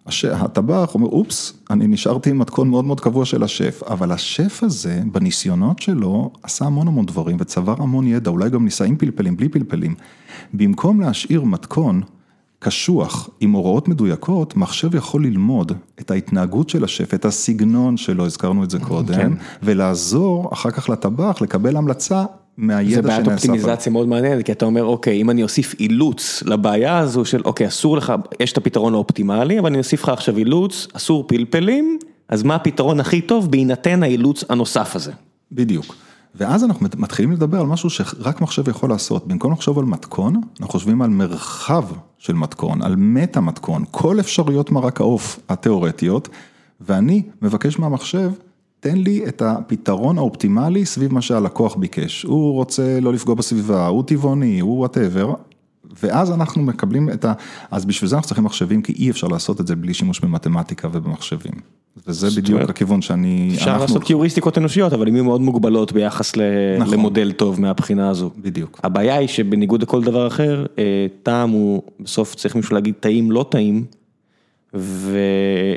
הטבח אומר, אופס, אני נשארתי עם מתכון מאוד מאוד קבוע של השף, אבל השף הזה, בניסיונות שלו, עשה המון המון דברים וצבר המון ידע, אולי גם ניסה עם פלפלים, בלי פלפלים. במקום להשאיר מתכון קשוח עם הוראות מדויקות, מחשב יכול ללמוד את ההתנהגות של השף, את הסגנון שלו, הזכרנו את זה קודם, כן. ולעזור אחר כך לטבח, לקבל המלצה מהידע שנאסף. זה בעיית אופטימיזציה מאוד מעניינת, כי אתה אומר, אוקיי, אם אני אוסיף אילוץ לבעיה הזו של, אוקיי, אסור לך, יש את הפתרון האופטימלי, אבל אני אוסיף לך עכשיו אילוץ, אסור פלפלים, אז מה הפתרון הכי טוב בהינתן האילוץ הנוסף הזה? בדיוק. ואז אנחנו מתחילים לדבר על משהו שרק מחשב יכול לעשות. במקום לחשוב על מתכון, אנחנו חושבים על מרחב של מתכון, על מטה מתכון, כל אפשרויות מרק העוף התיאורטיות, ואני מבקש מהמחשב, תן לי את הפתרון האופטימלי סביב מה שהלקוח ביקש. הוא רוצה לא לפגוע בסביבה, הוא טבעוני, הוא whatever, ואז אנחנו מקבלים את ה... אז בשביל זה אנחנו צריכים מחשבים, כי אי אפשר לעשות את זה בלי שימוש במתמטיקה ובמחשבים. וזה בדיוק הכיוון שאני... אפשר לעשות קיוריסטיקות אנושיות, אבל הן יהיו מאוד מוגבלות ביחס למודל טוב מהבחינה הזו. בדיוק. הבעיה היא שבניגוד לכל דבר אחר, טעם הוא, בסוף צריך מישהו להגיד טעים, לא טעים,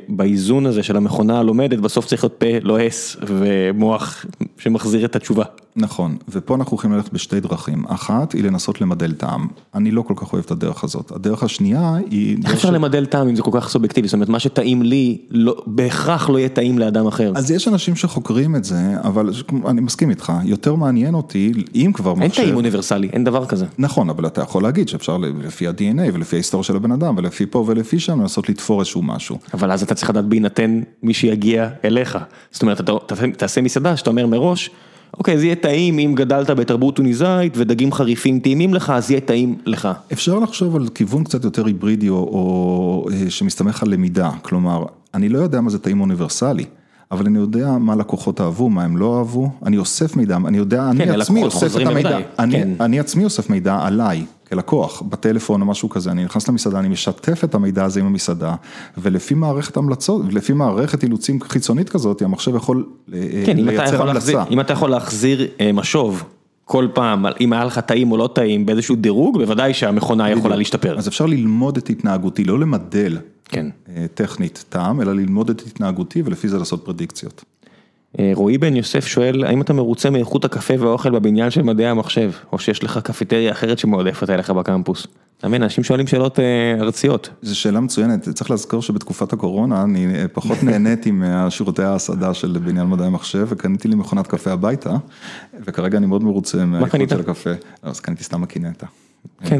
ובאיזון הזה של המכונה הלומדת, בסוף צריך להיות פה, לא אס, ומוח שמחזיר את התשובה. נכון, ופה אנחנו הולכים ללכת בשתי דרכים. אחת היא לנסות למדל טעם. אני לא כל כך אוהב את הדרך הזאת. הדרך השנייה היא... איך אפשר למדל טעם אם זה כל כך סובייקטיבי? זאת אומרת, מה שטעים לי, בהכרח לא יהיה טעים לאדם אחר. אז יש אנשים שחוקרים את זה, אבל אני מסכים איתך. יותר מעניין אותי, אם כבר מחשב... אין טעים אוניברסלי, אין דבר כזה. נכון, אבל אתה יכול להגיד שאפשר לפי ה-די אן איי ולפי ההיסטוריה של הבן אדם, ולפי פה ולפי שם, לנסות לתפור איזשהו משהו. אבל אז אתה צריך לדעת בהינתן מי שיגיע אליך. זאת אומרת, אתה תעשה מסעדה שאתה אומר מראש, אוקיי, זה יהיה טעים אם גדלת בתרבות טוניסאית ודגים חריפים טעימים לך, אז יהיה טעים לך. אפשר לחשוב על כיוון קצת יותר היברידי או, או שמסתמך על למידה, כלומר, אני לא יודע מה זה טעים אוניברסלי, אבל אני יודע מה לקוחות אהבו, מה הם לא אהבו, אני אוסף מידע, אני יודע, אני כן, עצמי אוסף את המידע, אני, כן. אני עצמי אוסף מידע עליי, כלקוח, בטלפון או משהו כזה, אני נכנס למסעדה, אני משתף את המידע הזה עם המסעדה, ולפי מערכת המלצות, לפי מערכת אילוצים חיצונית כזאת, המחשב יכול כן, לייצר המלצה. אם אתה יכול להחזיר משוב, כל פעם, אם היה לך טעים או לא טעים, באיזשהו דירוג, בוודאי שהמכונה יכולה להשתפר. אז אפשר ללמוד את התנהגותי, לא למדל כן. טכנית טעם, אלא ללמוד את התנהגותי, ולפי זה לעשות פרדיקציות. רועי בן יוסף שואל, האם אתה מרוצה מאיכות הקפה והאוכל בבניין של מדעי המחשב, או שיש לך קפיטריה אחרת שמועדפת אליך בקמפוס? תאמין, אנשים שואלים שאלות ארציות. זו שאלה מצוינת, צריך לזכור שבתקופת הקורונה, אני פחות נהניתי מהשירותי ההסעדה של בניין מדעי המחשב, וקניתי לי מכונת קפה הביתה, וכרגע אני מאוד מרוצה מהאיכות של הקפה. אז קניתי סתם הקינטה. כן,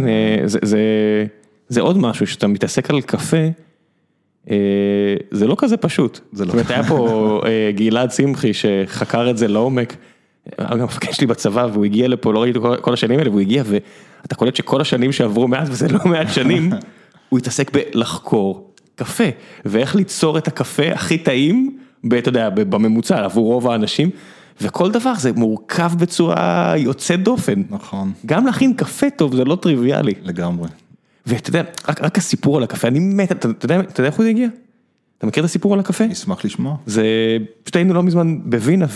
זה עוד משהו, שאתה מתעסק על קפה, זה לא כזה פשוט. זאת אומרת, היה פה גלעד שמחי שחקר את זה לעומק, גם המפקד שלי בצבא, והוא הגיע לפה, לא ראיתי כל השנים האלה, והוא הגיע, ואתה קולט שכל השנים שעברו מעט, וזה לא מעט שנים, הוא התעסק בלחקור קפה, ואיך ליצור את הקפה הכי טעים, אתה יודע, בממוצע, עבור רוב האנשים, וכל דבר זה מורכב בצורה יוצאת דופן. נכון. גם להכין קפה טוב, זה לא טריוויאלי. לגמרי. ואתה יודע, רק, רק הסיפור על הקפה, אני מת, אתה, אתה יודע, אתה יודע איך הוא הגיע? אתה מכיר את הסיפור על הקפה? אשמח לשמוע. זה, פשוט היינו לא מזמן בווינה,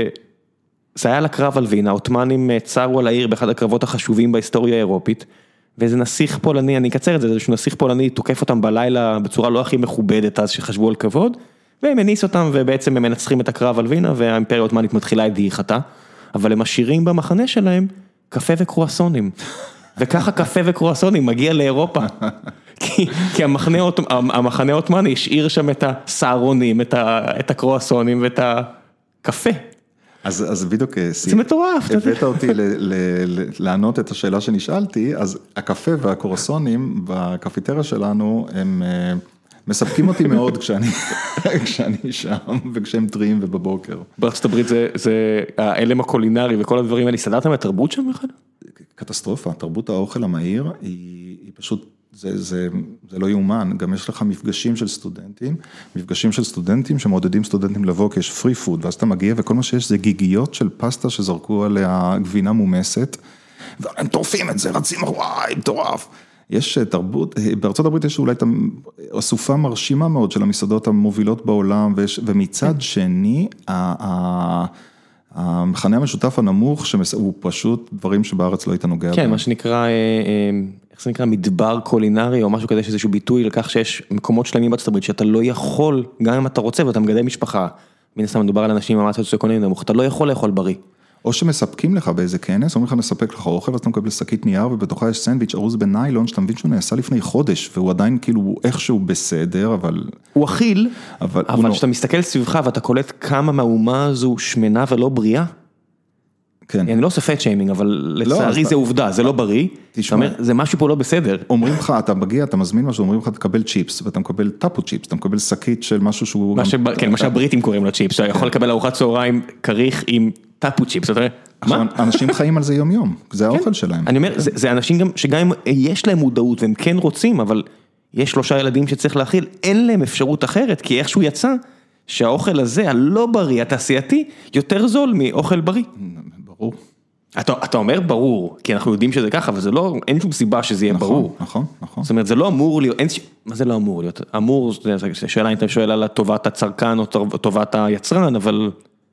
וזה היה לקרב על וינה, העות'מאנים צרו על העיר באחד הקרבות החשובים בהיסטוריה האירופית, ואיזה נסיך פולני, אני אקצר את זה, איזשהו נסיך פולני תוקף אותם בלילה בצורה לא הכי מכובדת אז שחשבו על כבוד, והם הניס אותם ובעצם הם מנצחים את הקרב על וינה, והאימפריה העות'מאנית מתחילה את דעיכתה, אבל הם משאירים במחנה שלהם קפה וקרואסונים. וככה קפה וקרואסונים מגיע לאירופה, כי, כי המחנה, המחנה העות'מאני השאיר שם את הסערונים, את, ה, את הקרואסונים ואת הקפה. אז, אז בדיוק, זה מטורף. הבאת אותי ל, ל, ל, לענות את השאלה שנשאלתי, אז הקפה והקרואסונים בקפיטריה שלנו, הם מספקים אותי מאוד כשאני, כשאני שם, וכשהם טריים ובבוקר. בארצות הברית זה, זה האלם הקולינרי וכל הדברים האלה, סדרת מהתרבות שם אחד? קטסטרופה, תרבות האוכל המהיר היא, היא פשוט, זה, זה, זה לא יאומן, גם יש לך מפגשים של סטודנטים, מפגשים של סטודנטים שמעודדים סטודנטים לבוא, כי יש פרי פוד, ואז אתה מגיע וכל מה שיש זה גיגיות של פסטה שזרקו עליה גבינה מומסת, והם טורפים את זה, רצים, וואי, מטורף. יש תרבות, בארצות הברית יש אולי אסופה מרשימה מאוד של המסעדות המובילות בעולם, ויש, ומצד שני, ה... המחנה המשותף הנמוך, הוא פשוט דברים שבארץ לא היית נוגע. כן, מה שנקרא, איך זה נקרא, מדבר קולינרי, או משהו כזה, שאיזשהו ביטוי לכך שיש מקומות שלמים בארצות הברית, שאתה לא יכול, גם אם אתה רוצה, ואתה מגדל משפחה, מן הסתם מדובר על אנשים ממש סוציו-אקונומי נמוך, אתה לא יכול לאכול בריא. או שמספקים לך באיזה כנס, אומרים לך נספק לך אוכל, אז אתה מקבל שקית נייר, ובתוכה יש סנדוויץ' ארוז בניילון, שאתה מבין שהוא נעשה לפני חודש, והוא עדיין כאילו איכשהו בסדר, אבל... הוא אכיל, אבל, אבל כשאתה מסתכל סביבך, ואתה קולט כמה מהאומה הזו שמנה ולא בריאה, כן. אני לא עושה פט שיימינג, אבל לצערי זה עובדה, זה לא בריא, זה משהו פה לא בסדר. אומרים לך, אתה מגיע, אתה מזמין משהו, אומרים לך, תקבל צ'יפס, ואתה מקבל טאפו צ'יפס, אתה מקבל שקית של משהו שהוא... כן, מה שהבריטים קוראים לו צ'יפס, אתה יכול לקבל ארוחת צהריים כריך עם טאפו צ'יפס, אתה יודע, מה? אנשים חיים על זה יום יום, זה האוכל שלהם. אני אומר, זה אנשים שגם אם יש להם מודעות, והם כן רוצים, אבל יש שלושה ילדים שצריך להכיל, אין להם אפשרות אחרת, כי איכשהו יצא, שהאוכל הזה, הלא בריא, התעשייתי, יותר זול מאוכל בריא. ברור. אתה, אתה אומר ברור, כי אנחנו יודעים שזה ככה, אבל זה לא, אין שום סיבה שזה יהיה נכון, ברור. נכון, נכון. זאת אומרת, זה לא אמור להיות, אין, מה זה לא אמור להיות? אמור, זה שאלה אם אתה שואל על טובת הצרכן או טובת היצרן, אבל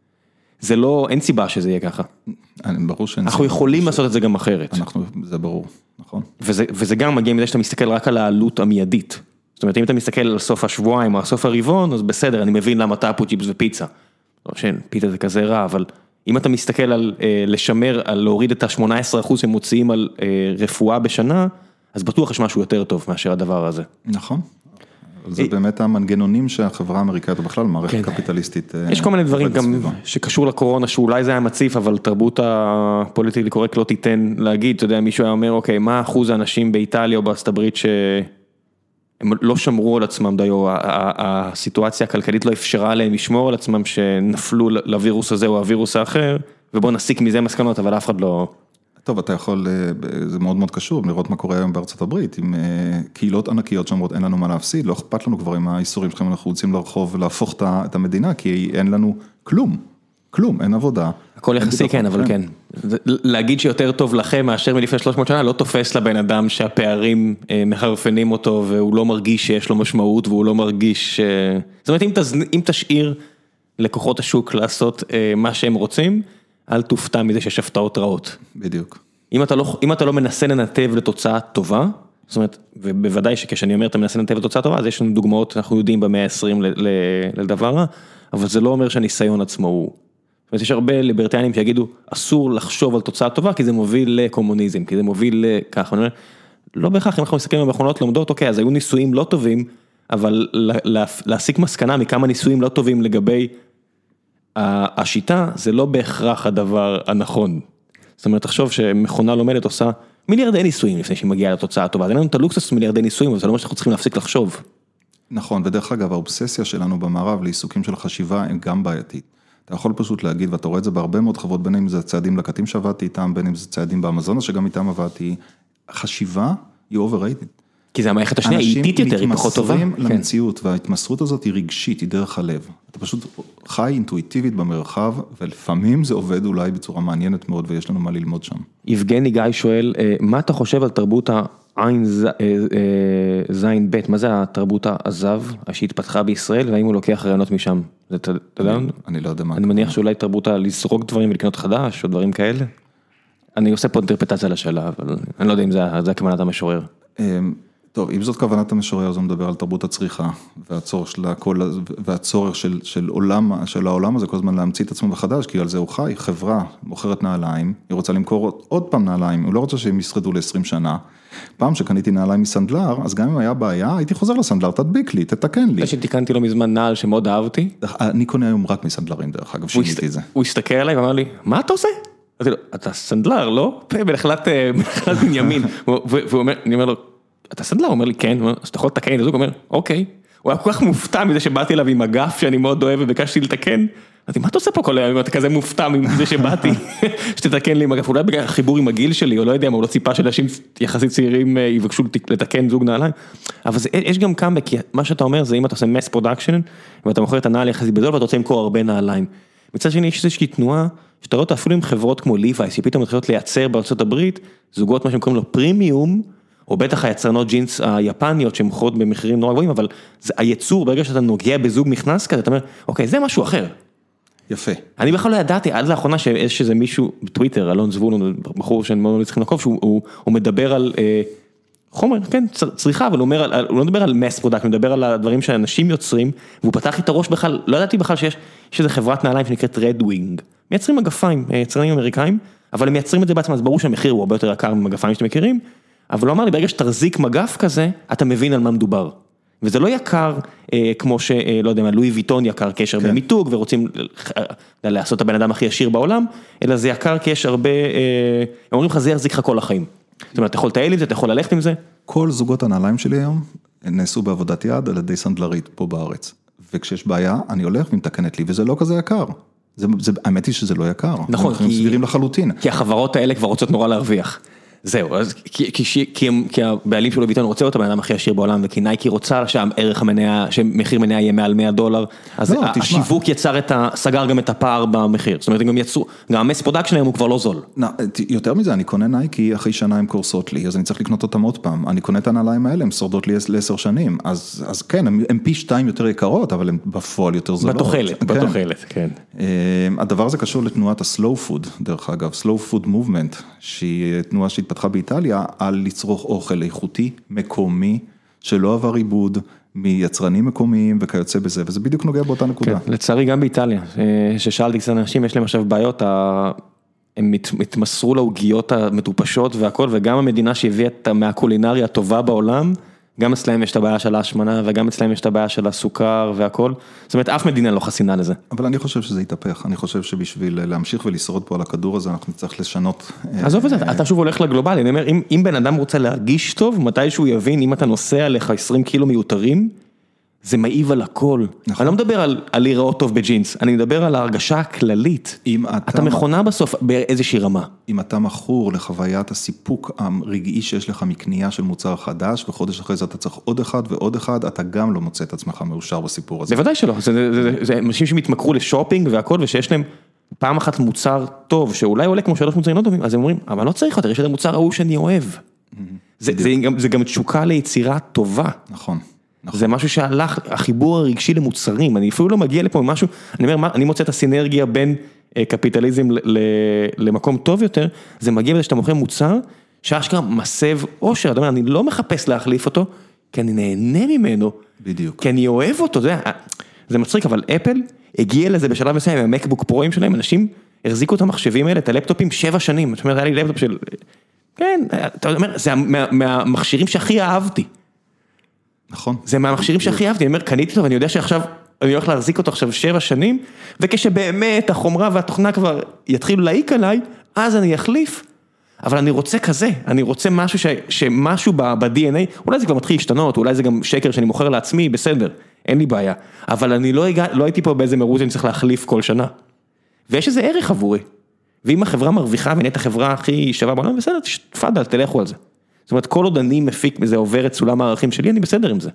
זה לא, אין סיבה שזה יהיה ככה. אני, ברור שאין אנחנו יכולים ש... לעשות את זה גם אחרת. אנחנו, זה ברור, נכון. וזה, וזה גם מגיע מזה שאתה מסתכל רק על העלות המיידית. זאת אומרת, אם אתה מסתכל על סוף השבועיים או סוף הרבעון, אז בסדר, אני מבין למה טאפו צ'יפס ופיצה. לא שאין, פיצה זה כזה רע, אבל אם אתה מסתכל על לשמר, על להוריד את ה-שמונה עשרה אחוז שהם מוציאים על רפואה בשנה, אז בטוח יש משהו יותר טוב מאשר הדבר הזה. נכון. זה באמת המנגנונים שהחברה האמריקאית, או בכלל מערכת קפיטליסטית. יש כל מיני דברים גם שקשור לקורונה, שאולי זה היה מציף, אבל תרבות הפוליטיקלי קורקט לא תיתן להגיד, אתה יודע, מישהו היה אומר, אוקיי, מה אחוז האנשים באיטליה או בארצות הברית שהם לא שמרו על עצמם די, או הסיטואציה הכלכלית לא אפשרה להם לשמור על עצמם, שנפלו לווירוס הזה או הווירוס האחר, ובואו נסיק מזה מסקנות, אבל אף אחד לא... טוב, אתה יכול, זה מאוד מאוד קשור, לראות מה קורה היום בארצות הברית, עם קהילות ענקיות שאומרות, אין לנו מה להפסיד, לא אכפת לנו כבר עם האיסורים שלכם, אנחנו רוצים לרחוב ולהפוך את המדינה, כי אין לנו כלום, כלום, אין עבודה. הכל יחסי כן, אבל כן. להגיד שיותר טוב לכם מאשר מלפני שלוש מאות שנה, לא תופס לבן אדם שהפערים מחרפנים אותו, והוא לא מרגיש שיש לו משמעות, והוא לא מרגיש... זאת אומרת, אם תשאיר לקוחות השוק לעשות מה שהם רוצים, אל תופתע מזה שיש הפתעות רעות. בדיוק. אם אתה לא, אם אתה לא מנסה לנתב לתוצאה טובה, זאת אומרת, ובוודאי שכשאני אומר, אתה מנסה לנתב לתוצאה טובה, אז יש לנו דוגמאות, אנחנו יודעים במאה ה-עשרים לדבר רע, אבל זה לא אומר שהניסיון עצמו הוא. זאת אומרת, יש הרבה ליברטיאנים שיגידו, אסור לחשוב על תוצאה טובה, כי זה מוביל לקומוניזם, כי זה מוביל לכך. אני אומר, לא בהכרח, אם אנחנו מסתכלים במכונות לומדות, אוקיי, אז היו ניסויים לא טובים, אבל להסיק מסקנה מכמה ניסויים לא טובים לגבי השיטה, זה לא בהכרח הדבר הנכון. זאת אומרת, תחשוב שמכונה לומדת עושה מיליארדי ניסויים לפני שהיא מגיעה לתוצאה הטובה. אין לנו את הלוקסוס מיליארדי ניסויים, אבל זה לא מה שאנחנו צריכים להפסיק לחשוב. נכון, ודרך אגב, האובססיה שלנו במערב לעיסוקים של חשיבה הם גם בעייתית. אתה יכול פשוט להגיד, ואתה רואה את זה בהרבה מאוד חברות, בין אם זה צעדים לקטים שעבדתי איתם, בין אם זה צעדים באמזון, שגם איתם עבדתי, חשיבה היא overrated. כי זה המערכת השנייה, היא איטית יותר, היא פחות טובה. אנשים מתמסרים למציאות, וההתמסרות הזאת היא רגשית, היא דרך הלב. אתה פשוט חי אינטואיטיבית במרחב, ולפעמים זה עובד אולי בצורה מעניינת מאוד, ויש לנו מה ללמוד שם. יבגני גיא שואל, מה אתה חושב על תרבות העין זין בית? מה זה התרבות העזב שהתפתחה בישראל, והאם הוא לוקח רעיונות משם? אתה יודע? אני לא יודע מה. אני מניח שאולי תרבות לסרוק דברים ולקנות חדש, או דברים כאלה. אני עושה פה אינטרפטציה לשאלה, אבל אני לא יודע אם זה כוונת המשורר. טוב, אם זאת כוונת המשורר, אז הוא מדבר על תרבות הצריכה, והצורך של הכל, והצורך של, של עולם, של העולם הזה כל הזמן להמציא את עצמו מחדש, כי על זה הוא חי, חברה מוכרת נעליים, היא רוצה למכור עוד, עוד פעם נעליים, הוא לא רוצה שהם ישרדו ל-עשרים שנה, פעם שקניתי נעליים מסנדלר, אז גם אם היה בעיה, הייתי חוזר לסנדלר, תדביק לי, תתקן לי. שתיקנתי לו מזמן נעל שמאוד אהבתי. אני קונה היום רק מסנדלרים דרך אגב, שיניתי את זה. הוא הסתכל עליי ואמר לי, מה אתה עושה? אמרתי לו, אתה סנדלר, לא? בנחלת בנימין. והוא אומר, אני אומר לו, אתה סנדלר? הוא אומר לי, כן. אז אתה יכול לתקן, אז הוא אומר, אוקיי. הוא היה כל כך מופתע מזה שבאתי אליו עם אגף שאני מאוד אוהב וביקשתי לתקן. אמרתי, מה אתה עושה פה כל היום? אתה כזה מופתע מזה שבאתי, שתתקן לי עם אגף. אולי בגלל חיבור עם הגיל שלי, או לא יודע, הוא לא ציפה שאנשים יחסית צעירים יבקשו לתקן זוג נעליים. אבל יש גם כמה, כי מה שאתה אומר זה אם אתה עושה מס פרודקשן, ואתה מוכר את הנעל יחסית בזול, ואתה רוצה למכור הרבה נעליים. מצד שני, יש איזושהי תנועה, שאתה רואה אפילו עם חברות כמו ליווייס, שפתאום מתחילות לייצר בארצות הברית, זוגות מה שהם קוראים לו פרימיום, או בטח היצרנות ג'ינס היפניות שמוכרות במחירים נורא גבוהים, אבל זה היצור, ברגע שאתה נוגע בזוג מכנס כזה, אתה אומר, אוקיי, זה משהו אחר. יפה. אני בכלל לא ידעתי, עד לאחרונה שיש איזה מישהו בטוויטר, אלון זבולון, בחור שאני מאוד צריכים לקרוא, שהוא מדבר על חומר, כן, צריכה, אבל הוא לא מדבר על מס פרודקט, הוא מדבר על הדברים שאנשים יוצרים, והוא פתח את הראש בכלל, לא ידעתי בכלל שיש איזה חברת נעליים שנקראת Red Wing, מייצרים מגפיים, יצרנים אמריקאים, אבל הם מייצרים את זה בעצם, אז ברור שהמחיר הוא הרבה יותר יקר ממגפיים שאתם מכירים, אבל הוא אמר לי, ברגע שתרזיק מגף כזה, אתה מבין על מה מדובר. וזה לא יקר, אה, כמו שלא יודע מה, לואי ויטון יקר קשר כן. במיתוג, ורוצים אה, לעשות את הבן אדם הכי עשיר בעולם, אלא זה יקר כי יש הרבה, אה, אומרים לך, זה יחזיק לך כל החיים. זאת אומרת, אתה יכול לטייל עם זה, אתה יכול ללכת עם זה. כל זוגות הנעליים שלי היום, נעשו בעבודת יד על ידי סנדלרית פה בארץ. וכשיש בעיה, אני הולך ומתקנת לי, וזה לא כזה יקר. זה, זה, האמת היא שזה לא יקר. נכון, אנחנו כי, סבירים לחלוטין. כי החברות האלה כבר רוצות נורא להרוויח. זהו, אז כי, כי, כי, כי הבעלים שלו ויטון רוצה אותה, בן אדם הכי עשיר בעולם, וכי נייקי רוצה שערך המניה, שמחיר מניה יהיה מעל מאה דולר, אז לא, השיווק יצר את ה, סגר גם את הפער במחיר, זאת אומרת, הם גם יצרו, גם המס פרודקשן היום הוא כבר לא זול. לא, יותר מזה, אני קונה נייקי אחרי שנה הם קורסות לי, אז אני צריך לקנות אותם עוד פעם, אני קונה את הנעליים האלה, הם שורדות לי לעשר שנים, אז, אז כן, הם, הם פי שתיים יותר יקרות, אבל הם בפועל יותר זולות. בתוחלת, כן. בתוחלת, כן. הדבר הזה קשור לתנועת הסלואו פוד, דרך אגב, סלואו פוד מובמנט, שהיא תנועה שהתפתחה באיטליה, על לצרוך אוכל איכותי, מקומי, שלא עבר עיבוד, מיצרנים מקומיים וכיוצא בזה, וזה בדיוק נוגע באותה נקודה. כן, לצערי גם באיטליה, ששאלתי קצת אנשים, יש להם עכשיו בעיות, הם התמסרו לעוגיות המטופשות והכל, וגם המדינה שהביאה מהקולינריה הטובה בעולם, גם אצלהם יש את הבעיה של ההשמנה, וגם אצלהם יש את הבעיה של הסוכר והכל, זאת אומרת, אף מדינה לא חסינה לזה. אבל אני חושב שזה יתהפך, אני חושב שבשביל להמשיך ולשרוד פה על הכדור הזה, אנחנו נצטרך לשנות. עזוב את זה, אתה שוב הולך לגלובלי, אני אומר, אם בן אדם רוצה להרגיש טוב, מתי שהוא יבין, אם אתה נוסע לך עשרים קילו מיותרים, זה מעיב על הכל. אני לא מדבר על להיראות טוב בג'ינס, אני מדבר על ההרגשה הכללית. אתה מכונה בסוף באיזושהי רמה. אם אתה מכור לחוויית הסיפוק הרגעי שיש לך מקנייה של מוצר חדש, וחודש אחרי זה אתה צריך עוד אחד ועוד אחד, אתה גם לא מוצא את עצמך מאושר בסיפור הזה. בוודאי שלא, זה אנשים שמתמכרו לשופינג והכל, ושיש להם פעם אחת מוצר טוב, שאולי עולה כמו שלוש מוצרים לא טובים, אז הם אומרים, אבל לא צריך יותר, יש את המוצר ההוא שאני אוהב. זה גם תשוקה ליצירה טובה. נכון. זה משהו שהלך, החיבור הרגשי למוצרים, אני אפילו לא מגיע לפה ממשהו, אני אומר, אני מוצא את הסינרגיה בין קפיטליזם למקום טוב יותר, זה מגיע בזה שאתה מוכר מוצר, שאשכרה מסב אושר, אתה אומר, אני לא מחפש להחליף אותו, כי אני נהנה ממנו, בדיוק. כי אני אוהב אותו, זה, זה מצחיק, אבל אפל הגיע לזה בשלב מסוים, עם המקבוק פרוים שלהם, אנשים החזיקו את המחשבים האלה, את הלפטופים, שבע שנים, זאת אומרת, היה לי לפטופ של, כן, אתה אומר, זה מהמכשירים שהכי אהבתי. נכון. זה מהמכשירים שהכי אהבתי, אני אומר, קניתי אותו, ואני יודע שעכשיו, אני הולך להחזיק אותו עכשיו שבע שנים, וכשבאמת החומרה והתוכנה כבר יתחילו להעיק עליי, אז אני אחליף, אבל אני רוצה כזה, אני רוצה משהו ש, שמשהו ב-די אן איי, אולי זה כבר מתחיל להשתנות, אולי זה גם שקר שאני מוכר לעצמי, בסדר, אין לי בעיה, אבל אני לא, הגע, לא הייתי פה באיזה מרוץ שאני צריך להחליף כל שנה, ויש איזה ערך עבורי, ואם החברה מרוויחה ונהיית החברה הכי שווה בעולם, בסדר, תפדל, תלכו על זה. זאת אומרת, כל עוד אני מפיק מזה, עובר את סולם הערכים שלי, אני בסדר עם זה.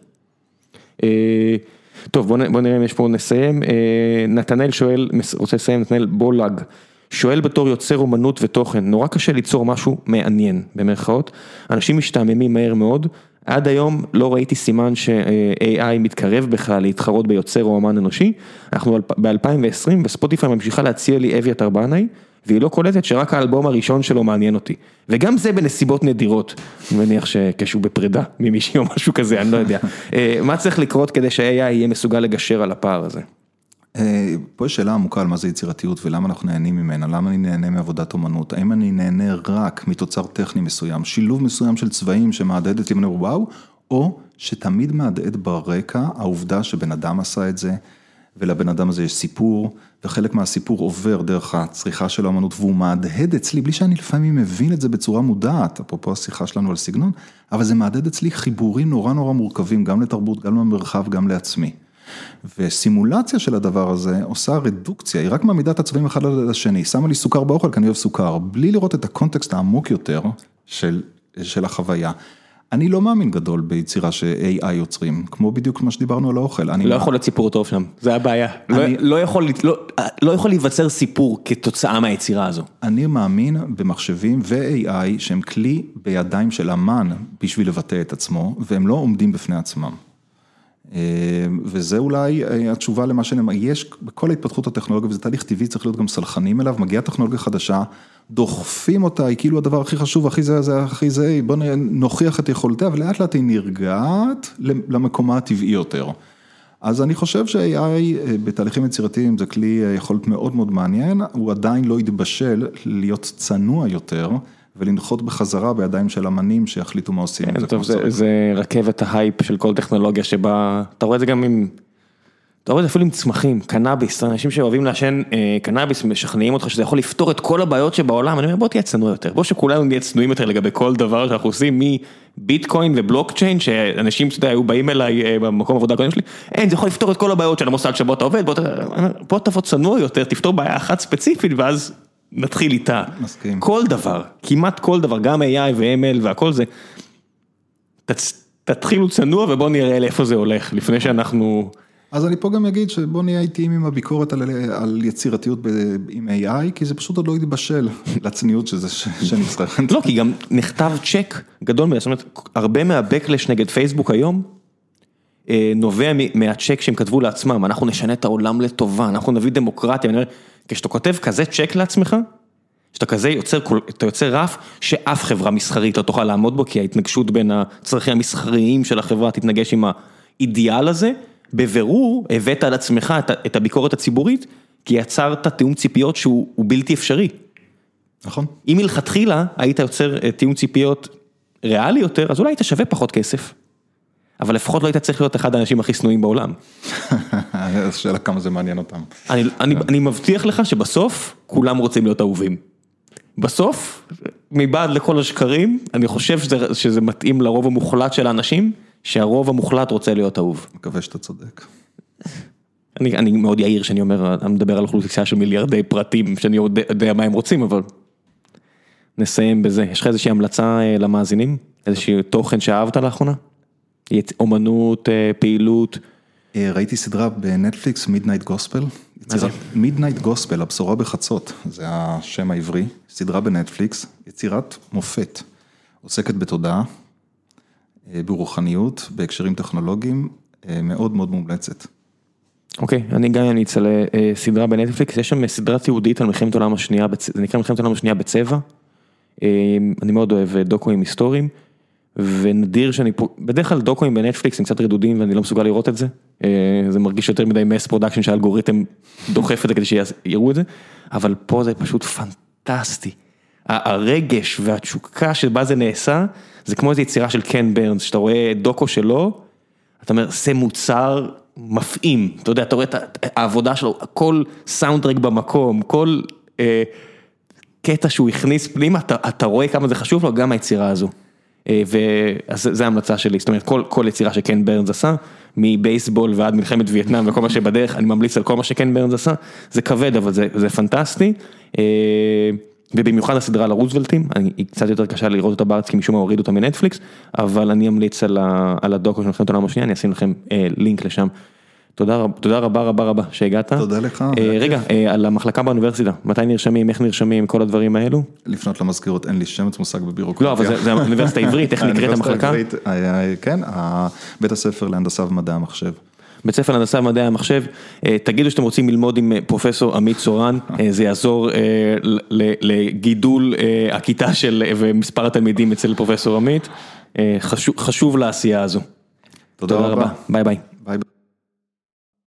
טוב, בוא נראה אם יש פה נסיים. נתנאל שואל, רוצה לסיים, נתנאל בולג, שואל בתור יוצר אומנות ותוכן, נורא קשה ליצור משהו מעניין, במרכאות, אנשים משתעממים מהר מאוד, עד היום לא ראיתי סימן ש-איי איי מתקרב בכלל להתחרות ביוצר או אמן אנושי, אנחנו ב-אלפיים ועשרים, וספוטיפיי ממשיכה להציע לי אביתר בנאי, והיא לא קולטת שרק האלבום הראשון שלו מעניין אותי. וגם זה בנסיבות נדירות. אני מניח שכשהוא בפרידה ממישהי או משהו כזה, אני לא יודע. מה צריך לקרות כדי שה-איי איי יהיה מסוגל לגשר על הפער הזה? פה יש שאלה עמוקה על מה זה יצירתיות ולמה אנחנו נהנים ממנה, למה אני נהנה מעבודת אומנות, האם אני נהנה רק מתוצר טכני מסוים, שילוב מסוים של צבעים שמעדד את ימני וואו, או שתמיד מעדד ברקע העובדה שבן אדם עשה את זה, ולבן אדם הזה יש סיפור, וחלק מהסיפור עובר דרך הצריכה של האמנות, והוא מהדהד אצלי, בלי שאני לפעמים מבין את זה בצורה מודעת, אפרופו השיחה שלנו על סגנון, אבל זה מהדהד אצלי חיבורים נורא נורא מורכבים, גם לתרבות, גם למרחב, גם לעצמי. וסימולציה של הדבר הזה עושה רדוקציה, היא רק מעמידה את הצבעים אחד על השני, שמה לי סוכר באוכל, כי אני אוהב סוכר, בלי לראות את הקונטקסט העמוק יותר של, של החוויה. אני לא מאמין גדול ביצירה ש-איי איי יוצרים, כמו בדיוק מה שדיברנו על האוכל. לא יכול להיות סיפור טוב שם, זה הבעיה. לא יכול להיווצר סיפור כתוצאה מהיצירה הזו. אני מאמין במחשבים ו-איי איי שהם כלי בידיים של אמן בשביל לבטא את עצמו, והם לא עומדים בפני עצמם. וזה אולי התשובה למה שנאמר, יש בכל ההתפתחות הטכנולוגיה, וזה תהליך טבעי, צריך להיות גם סלחנים אליו, מגיעה טכנולוגיה חדשה, דוחפים אותה, היא כאילו הדבר הכי חשוב, הכי זה, זה, הכי זה, בוא נוכיח את יכולתיה, ולאט לאט היא נרגעת למקומה הטבעי יותר. אז אני חושב ש-איי איי בתהליכים יצירתיים זה כלי יכולת מאוד מאוד מעניין, הוא עדיין לא יתבשל להיות צנוע יותר, ולנחות בחזרה בידיים של אמנים שיחליטו מה עושים. זה רכבת ההייפ של כל טכנולוגיה שבה, אתה רואה את זה גם עם, אתה רואה את זה אפילו עם צמחים, קנאביס, אנשים שאוהבים לעשן קנאביס, משכנעים אותך שזה יכול לפתור את כל הבעיות שבעולם, אני אומר בוא תהיה צנוע יותר, בוא שכולנו נהיה צנועים יותר לגבי כל דבר שאנחנו עושים, מביטקוין ובלוקצ'יין, שאנשים היו באים אליי במקום עבודה הקודם שלי, אין, זה יכול לפתור את כל הבעיות של המוסד שבו אתה עובד, בוא תבוא צנוע יותר, תפתור בעיה אחת ספציפית, ואז נתחיל איתה. מסכים. כל דבר, כמעט כל דבר, גם איי איי ו-אם אל והכל זה, תתחילו צנוע ובוא נראה לאיפה זה הולך, לפני שאנחנו... אז אני פה גם אגיד שבוא נהיה איתיים עם הביקורת על, על יצירתיות עם איי איי, כי זה פשוט עוד לא יתבשל לצניעות שזה שנצטרכת. לא, כי גם נכתב צ'ק גדול, זאת אומרת, הרבה מהבקלש נגד פייסבוק היום, נובע מהצ'ק שהם כתבו לעצמם, אנחנו נשנה את העולם לטובה, אנחנו נביא דמוקרטיה, ואני אומר, כשאתה כותב כזה צ'ק לעצמך, שאתה כזה יוצר, אתה יוצר רף שאף חברה מסחרית לא תוכל לעמוד בו, כי ההתנגשות בין הצרכים המסחריים של החברה תתנגש עם האידיאל הזה, בבירור הבאת על עצמך את הביקורת הציבורית, כי יצרת תיאום ציפיות שהוא בלתי אפשרי. נכון. אם מלכתחילה היית יוצר תיאום ציפיות ריאלי יותר, אז אולי היית שווה פחות כסף. אבל לפחות לא היית צריך להיות אחד האנשים הכי שנואים בעולם. אז שאלה כמה זה מעניין אותם. אני, אני, אני מבטיח לך שבסוף כולם רוצים להיות אהובים. בסוף, מבעד לכל השקרים, אני חושב שזה, שזה מתאים לרוב המוחלט של האנשים, שהרוב המוחלט רוצה להיות אהוב. מקווה שאתה צודק. אני, אני מאוד יאיר שאני אומר, אני מדבר על אוכלוסייה של מיליארדי פרטים, שאני יודע, יודע מה הם רוצים, אבל נסיים בזה. יש לך איזושהי המלצה למאזינים? איזושהי תוכן שאהבת לאחרונה? אומנות, פעילות? ראיתי סדרה בנטפליקס, מידנייט גוספל. מידנייט גוספל, הבשורה בחצות, זה השם העברי, סדרה בנטפליקס, יצירת מופת, עוסקת בתודעה, ברוחניות, בהקשרים טכנולוגיים, מאוד מאוד מומלצת. אוקיי, אני גם אני אצל סדרה בנטפליקס, יש שם סדרה תיעודית על מלחמת העולם השנייה, זה נקרא מלחמת העולם השנייה בצבע, אני מאוד אוהב דוקואים היסטוריים, ונדיר שאני פה, בדרך כלל דוקואים בנטפליקס הם קצת רדודים ואני לא מסוגל לראות את זה, זה מרגיש יותר מדי מס פרודקשן שהאלגוריתם דוחף את זה כדי שיראו את זה, אבל פה זה פשוט פנטסטי, הרגש והתשוקה שבה זה נעשה, זה כמו איזו יצירה של קן ברנס, שאתה רואה דוקו שלו, אתה אומר, זה מוצר מפעים, אתה יודע, אתה רואה את העבודה שלו, כל סאונדטרק במקום, כל אה, קטע שהוא הכניס פנימה, אתה, אתה רואה כמה זה חשוב לו, גם היצירה הזו. אה, ואז זה ההמלצה שלי, זאת אומרת, כל, כל יצירה שקן ברנס עשה, מבייסבול ועד מלחמת וייטנאם וכל מה שבדרך, אני ממליץ על כל מה שקן ברנס עשה, זה כבד, אבל זה, זה פנטסטי. אה, ובמיוחד הסדרה על הרוזוולטים, היא קצת יותר קשה לראות אותה בארץ, כי משום מה הוריד אותה מנטפליקס, אבל אני אמליץ על הדוקו של מלחמת העולם השנייה, אני אשים לכם לינק לשם. תודה, תודה רבה רבה רבה שהגעת. תודה לך. רגע, על המחלקה באוניברסיטה, מתי נרשמים, איך נרשמים, כל הדברים האלו? לפנות למזכירות, אין לי שמץ מושג בבירוקרטיה. לא, אבל זה האוניברסיטה העברית, איך נקראת המחלקה? כן, בית הספר להנדסה ומדעי המחשב. בית ספר להנדסה ומדעי המחשב, תגידו שאתם רוצים ללמוד עם פרופסור עמית צורן, זה יעזור לגידול הכיתה של ומספר התלמידים אצל פרופסור עמית, חשוב לעשייה הזו. תודה רבה. ביי ביי. ביי ביי.